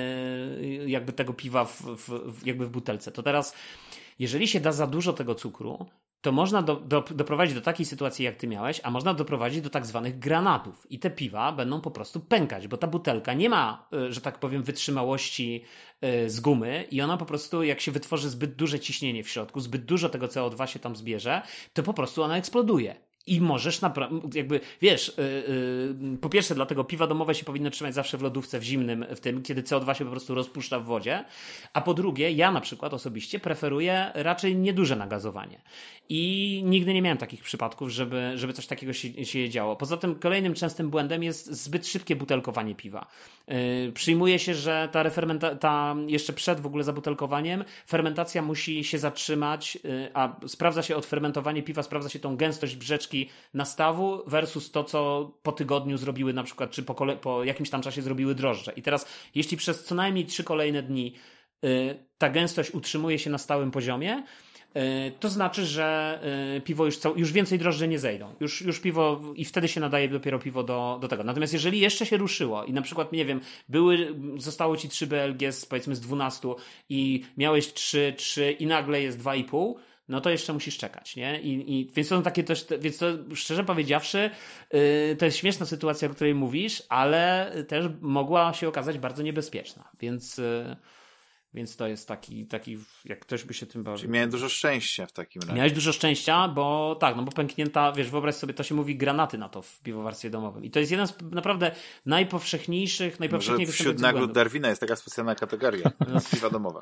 yy, jakby tego piwa w, w, w, jakby w butelce. To teraz, jeżeli się da za dużo tego cukru, to można do, do, doprowadzić do takiej sytuacji, jak ty miałeś, a można doprowadzić do tak zwanych granatów. I te piwa będą po prostu pękać, bo ta butelka nie ma, że tak powiem, wytrzymałości z gumy i ona po prostu, jak się wytworzy zbyt duże ciśnienie w środku, zbyt dużo tego C O dwa się tam zbierze, to po prostu ona eksploduje. I możesz naprawdę, jakby, wiesz, yy, yy, po pierwsze dlatego piwa domowe się powinno trzymać zawsze w lodówce w zimnym, w tym, kiedy C O dwa się po prostu rozpuszcza w wodzie, a po drugie, ja na przykład osobiście preferuję raczej nieduże nagazowanie. I nigdy nie miałem takich przypadków, żeby, żeby coś takiego się, się działo. Poza tym kolejnym częstym błędem jest zbyt szybkie butelkowanie piwa. Yy, przyjmuje się, że ta refermenta- ta jeszcze przed w ogóle zabutelkowaniem fermentacja musi się zatrzymać, yy, a sprawdza się odfermentowanie piwa, sprawdza się tą gęstość brzeczki nastawu versus to, co po tygodniu zrobiły na przykład, czy po, kole- po jakimś tam czasie zrobiły drożdże. I teraz, jeśli przez co najmniej trzy kolejne dni yy, ta gęstość utrzymuje się na stałym poziomie, yy, to znaczy, że yy, piwo już, cał- już więcej drożdży nie zejdą. Już, już piwo, i wtedy się nadaje dopiero piwo do, do tego. Natomiast jeżeli jeszcze się ruszyło i na przykład, nie wiem, były, zostało ci trzy B L G z, powiedzmy z dwunastu i miałeś trzy, trzy i nagle jest dwa i pół, no to jeszcze musisz czekać, nie? I, i, więc to są takie też, więc to szczerze powiedziawszy, yy, to jest śmieszna sytuacja, o której mówisz, ale też mogła się okazać bardzo niebezpieczna, więc, yy, więc to jest taki, taki, jak ktoś by się tym bawił. Czyli miałem dużo szczęścia w takim razie. Miałeś dużo szczęścia, bo tak, no bo pęknięta, wiesz, wyobraź sobie, to się mówi granaty na to w piwowarstwie domowym. I to jest jeden z naprawdę najpowszechniejszych, najpowszechniej Może wśród nagród Darwina jest taka specjalna kategoria, piwa domowe.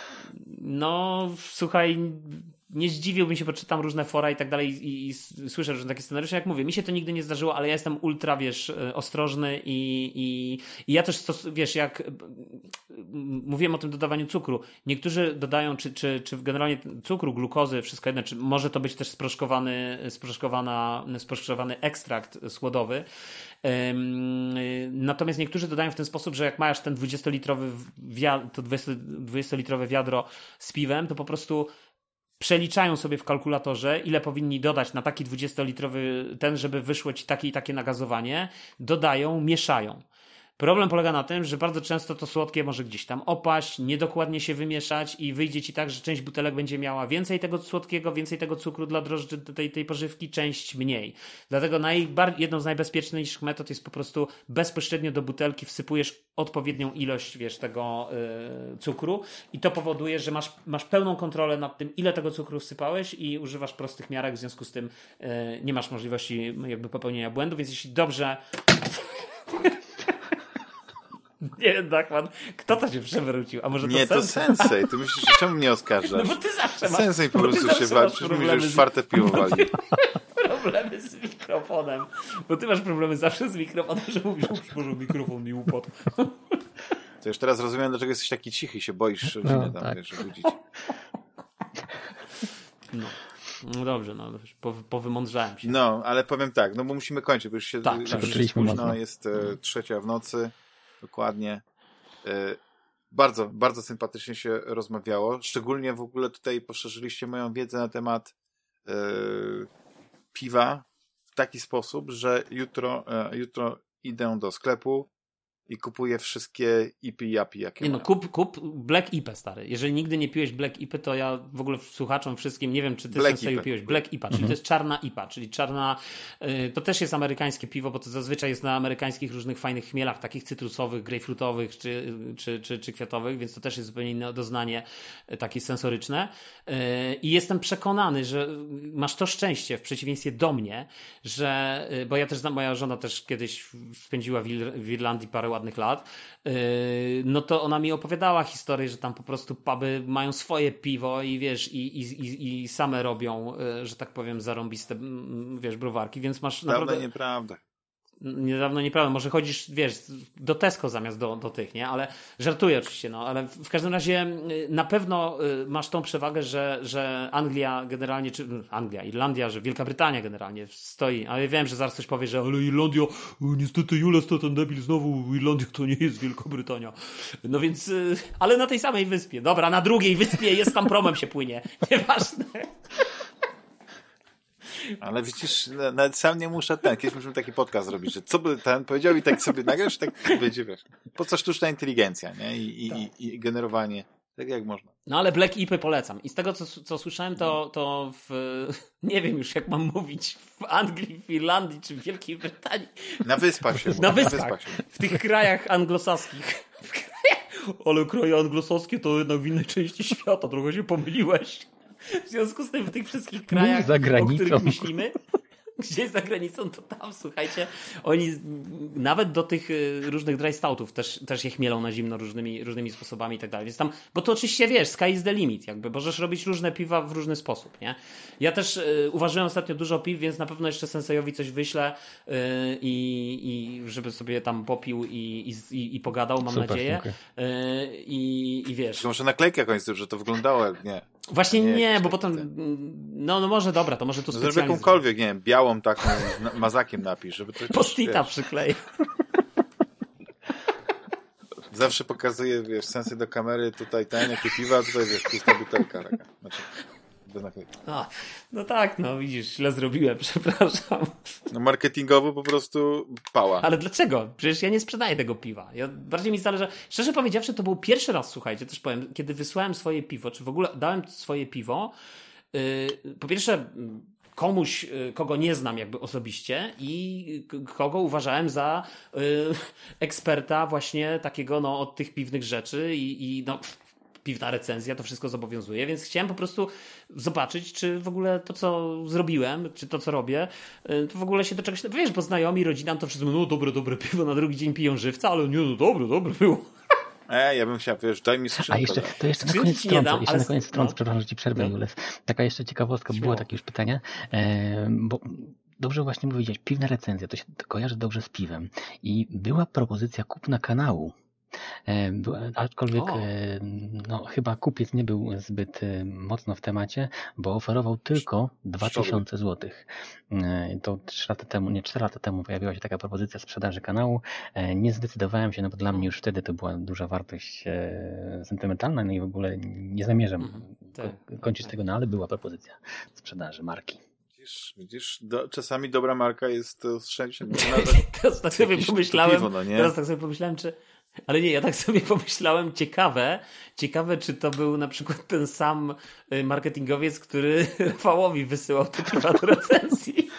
No, słuchaj, nie zdziwiłbym się, bo czytam różne fora i tak dalej i, i słyszę różne takie scenariusze. Jak mówię, mi się to nigdy nie zdarzyło, ale ja jestem ultra, wiesz, ostrożny i, i, i ja też, stos- wiesz, jak mówiłem o tym dodawaniu cukru, niektórzy dodają, czy, czy, czy generalnie cukru, glukozy, wszystko jedno, czy może to być też sproszkowany, sproszkowana, sproszkowany ekstrakt słodowy. Natomiast niektórzy dodają w ten sposób, że jak masz ten dwudziestolitrowy wiadro, to dwudziestolitrowe wiadro z piwem, to po prostu przeliczają sobie w kalkulatorze, ile powinni dodać na taki dwudziestolitrowy ten, żeby wyszło ci takie i takie nagazowanie, dodają, mieszają. Problem polega na tym, że bardzo często to słodkie może gdzieś tam opaść, niedokładnie się wymieszać i wyjdzie ci tak, że część butelek będzie miała więcej tego słodkiego, więcej tego cukru dla drożdży tej, tej pożywki, część mniej. Dlatego najbar- jedną z najbezpieczniejszych metod jest po prostu bezpośrednio do butelki wsypujesz odpowiednią ilość, wiesz, tego yy, cukru i to powoduje, że masz, masz pełną kontrolę nad tym, ile tego cukru wsypałeś i używasz prostych miarek, w związku z tym yy, nie masz możliwości jakby popełnienia błędu, więc jeśli dobrze... Nie wiem, Dachman, kto to się przewrócił? A może to Nie, to Sensei. Ty myślisz, że czemu mnie oskarżasz? No bo ty zawsze masz... Sensei po prostu się wali. Przecież mówisz, że już czwarte piwo wali. Problemy z mikrofonem. Bo ty masz problemy zawsze z mikrofonem, że mówisz, Boże, mikrofon mi upadł. To już teraz rozumiem, dlaczego jesteś taki cichy i się boisz rodzinę no, tam, tak. wiesz, budzić. No. No dobrze, no po, powymądrzałem się. No, ale powiem tak, no bo musimy kończyć, bo już się tak, już jest późno, jest e, trzecia w nocy. Dokładnie. Bardzo, bardzo sympatycznie się rozmawiało. Szczególnie w ogóle tutaj poszerzyliście moją wiedzę na temat e, piwa w taki sposób, że jutro, e, jutro idę do sklepu i kupuję wszystkie ipy i japy, jakie Nie mają. no, kup, kup Black I P A, stary. Jeżeli nigdy nie piłeś Black I P A, to ja w ogóle słuchaczom wszystkim, nie wiem, czy ty Black Senseju I P A. piłeś. Black I P A, czyli Mhm. to jest czarna I P A, czyli czarna, y, to też jest amerykańskie piwo, bo to zazwyczaj jest na amerykańskich różnych fajnych chmielach, takich cytrusowych, grejpfrutowych czy, czy, czy, czy kwiatowych, więc to też jest zupełnie inne doznanie, y, takie sensoryczne. Y, I jestem przekonany, że masz to szczęście w przeciwieństwie do mnie, że, y, bo ja też znam, moja żona też kiedyś spędziła w, Ir- w Irlandii parę ładnych lat, yy, no to ona mi opowiadała historię, że tam po prostu puby mają swoje piwo i wiesz, i, i, i, i same robią, yy, że tak powiem, zarąbiste, mm, wiesz, browarki, więc masz Prawda, naprawdę... nieprawda. Niedawno nieprawda, może chodzisz, wiesz, do Tesco zamiast do, do tych, nie? Ale żartuję oczywiście, no, ale w każdym razie y, na pewno y, masz tą przewagę, że, że Anglia generalnie, czy Anglia, Irlandia, że Wielka Brytania generalnie stoi, ale wiem, że zaraz ktoś powie, że ale Irlandia, niestety Jules to ten debil znowu, Irlandia to nie jest Wielka Brytania. No więc, y, ale na tej samej wyspie, dobra, na drugiej wyspie jest tam promem się płynie, nieważne. Ale widzisz, nawet sam nie muszę ten. Kiedyś musimy taki podcast zrobić, że co by ten powiedział i tak sobie nagrasz, tak będzie, wiesz. Po co sztuczna inteligencja, nie? I, i, i, i generowanie. Tak jak można. No ale Black I P A polecam. I z tego, co, co słyszałem, to, to w... Nie wiem już, jak mam mówić. W Anglii, w Irlandii, czy w Wielkiej Brytanii. Na wyspach się. Na mówi, wyspach. na wyspach się. W tych krajach anglosaskich. W krajach... Ale kraje anglosaskie to jednak w innej części świata. Trochę się pomyliłeś. W związku z tym w tych wszystkich krajach, za o granicą. których myślimy, gdzieś za granicą, to tam, słuchajcie, oni nawet do tych y, różnych dry stoutów też, też je chmielą na zimno różnymi, różnymi sposobami i tak dalej. Więc tam, bo to oczywiście, wiesz, sky is the limit, jakby, możesz robić różne piwa w różny sposób, nie? Ja też y, uważyłem ostatnio dużo piw, więc na pewno jeszcze Sensejowi coś wyślę y, i, i żeby sobie tam popił i, i, i pogadał, mam Super, nadzieję. dziękuję. Y, i, I wiesz... To może naklejkę jakąś zrób, że to wyglądało jak nie. Właśnie nie, nie, jakiś bo taki potem, ten. no, no może dobra, to może tu No zrób specjalnie... jakąkolwiek, nie wiem, białą taką z mazakiem napisz, żeby to... Post-ita wiesz, przykleję. zawsze pokazuje, wiesz, sensy do kamery, tutaj ten, jakie piwa, tutaj wiesz, pusta butelka taka. Znaczy, bez naklejki. A, no tak, no widzisz, źle zrobiłem, przepraszam. No marketingowo po prostu pała. Ale dlaczego? Przecież ja nie sprzedaję tego piwa. Ja, bardziej mi zależy, szczerze powiedziawszy, to był pierwszy raz, słuchajcie, też powiem, kiedy wysłałem swoje piwo, czy w ogóle dałem swoje piwo, yy, po pierwsze komuś, yy, kogo nie znam jakby osobiście i k- kogo uważałem za yy, eksperta właśnie takiego no od tych piwnych rzeczy i, i no... piwna recenzja, to wszystko zobowiązuje, więc chciałem po prostu zobaczyć, czy w ogóle to, co zrobiłem, czy to, co robię, to w ogóle się do czegoś... Wiesz, bo znajomi, rodzina, to wszyscy mówią, no dobre, dobre piwo, na drugi dzień piją żywca, ale nie, no dobre, dobre było. E, ja bym chciał, wiesz, daj mi skrzynkę. A jeszcze, to jeszcze na Skrzynki koniec ci nie strącę, dam, jeszcze ale- na koniec strącę, no. przepraszam, że ci przerwę, No. Jules. Taka jeszcze ciekawostka, Śmiało. było takie już pytanie, e, bo dobrze właśnie powiedziałeś, piwna recenzja, to się kojarzy dobrze z piwem i była propozycja kupna kanału. E, była, aczkolwiek O. e, no, chyba kupiec nie był zbyt e, mocno w temacie, bo oferował tylko dwa tysiące złotych. E, to trzy lata temu, nie cztery lata temu pojawiła się taka propozycja sprzedaży kanału. E, nie zdecydowałem się, no bo dla mnie już wtedy to była duża wartość e, sentymentalna, no i w ogóle nie zamierzam Mhm, tak, ko- kończyć tak. tego, no ale była propozycja sprzedaży marki. Widzisz, widzisz do, czasami dobra marka jest to szczęście. Teraz tak sobie Jakieś pomyślałem, piwo, no nie? teraz tak sobie pomyślałem, czy... Ale nie, ja tak sobie pomyślałem, ciekawe, ciekawe, czy to był na przykład ten sam y, marketingowiec, który Rafałowi wysyłał te piwa do recenzji.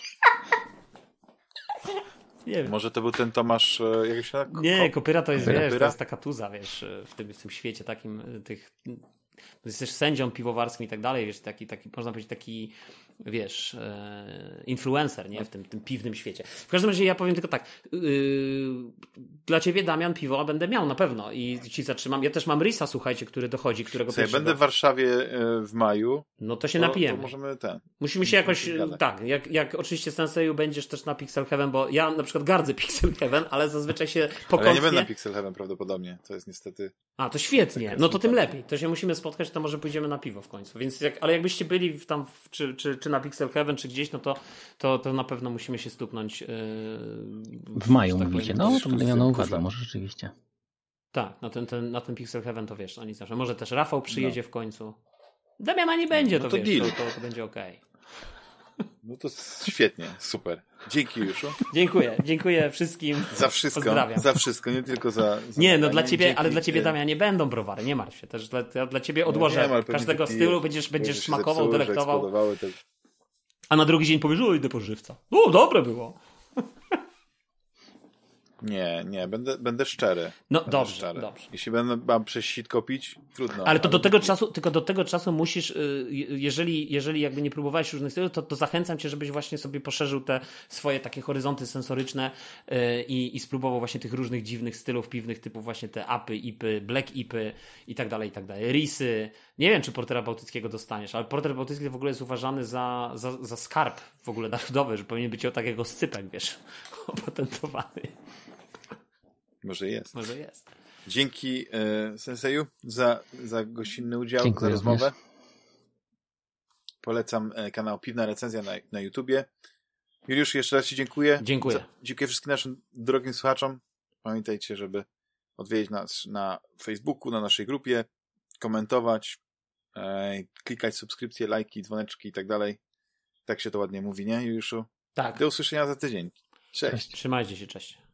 Nie wiem. Może to był ten Tomasz, e, jak się nazywa? Nie, kopyra to jest, Kopyra? wiesz, to jest taka tuza, wiesz, w tym, w tym świecie takim y, tych... Jesteś sędzią piwowarskim i tak dalej, wiesz, taki, taki, można powiedzieć, taki, wiesz, e, influencer, nie, w tym, tym piwnym świecie. W każdym razie ja powiem tylko tak, yy, dla ciebie, Damian, piwo będę miał na pewno i ci zatrzymam. Ja też mam Risa, słuchajcie, który dochodzi, którego Słuchaj, pierwszy będę w Warszawie e, w maju. No to się To, napijemy. to możemy ten. Musimy się jakoś, się gadać. tak, jak, jak oczywiście Senseju będziesz też na Pixel Heaven, bo ja na przykład gardzę Pixel Heaven, ale zazwyczaj się Ale ja pokątnie... nie będę na Pixel Heaven prawdopodobnie. To jest niestety... A, to świetnie. Taka No to tym sympatia. lepiej. To się musimy spotkać, to może pójdziemy na piwo w końcu. Więc jak, ale jakbyście byli w tam, w, czy, czy, czy na Pixel Heaven, czy gdzieś, no to, to, to na pewno musimy się stuknąć. Yy, W maju że tak mówicie, powiem. no to będę miał na uwadze, Kurwa. może rzeczywiście. Tak, na ten, ten, na ten Pixel Heaven to wiesz, oni zawsze. Może też Rafał przyjedzie No. w końcu. Damiana nie będzie, No to, to wiesz, deal. to, to, to będzie okej. No to świetnie, super. Dzięki, Juszu. Dziękuję, dziękuję wszystkim. Za wszystko, Pozdrawiam. za wszystko, nie tylko za... za nie, no dla ciebie, dzięki, ale dla ciebie, Damian, nie będą browary, nie martw się. Też dla, dla ciebie odłożę no, każdego stylu, będziesz, będziesz smakował, zepsuły, delektował. te... A na drugi dzień powiesz, o, idę po żywca. O, dobre było. Nie, nie, będę, będę szczery. No będę dobrze, szczery. dobrze. Jeśli będę mam przez sitko pić, trudno. Ale to do tego nie. czasu, tylko do tego czasu musisz, jeżeli, jeżeli jakby nie próbowałeś różnych stylów, to, to zachęcam cię, żebyś właśnie sobie poszerzył te swoje takie horyzonty sensoryczne i, i spróbował właśnie tych różnych dziwnych stylów piwnych, typu właśnie te apy, ipy, black ipy i tak dalej, i tak dalej. Risy. Nie wiem, czy portera bałtyckiego dostaniesz, ale porter bałtycki w ogóle jest uważany za, za, za skarb w ogóle narodowy, że powinien być o takiego scypek, wiesz, opatentowany. Może jest. Może jest. Dzięki e, Senseju za, za gościnny udział, Dziękuję za rozmowę. również. Polecam e, kanał Piwna Recenzja na, na YouTubie. Juliusz, jeszcze raz Ci dziękuję. Dziękuję. Za, dziękuję wszystkim naszym drogim słuchaczom. Pamiętajcie, żeby odwiedzić nas na Facebooku, na naszej grupie, komentować, e, klikać subskrypcje, lajki, dzwoneczki i tak dalej. Tak się to ładnie mówi, nie, Juliuszu? Tak. Do usłyszenia za tydzień. Cześć. Trzymajcie się, cześć.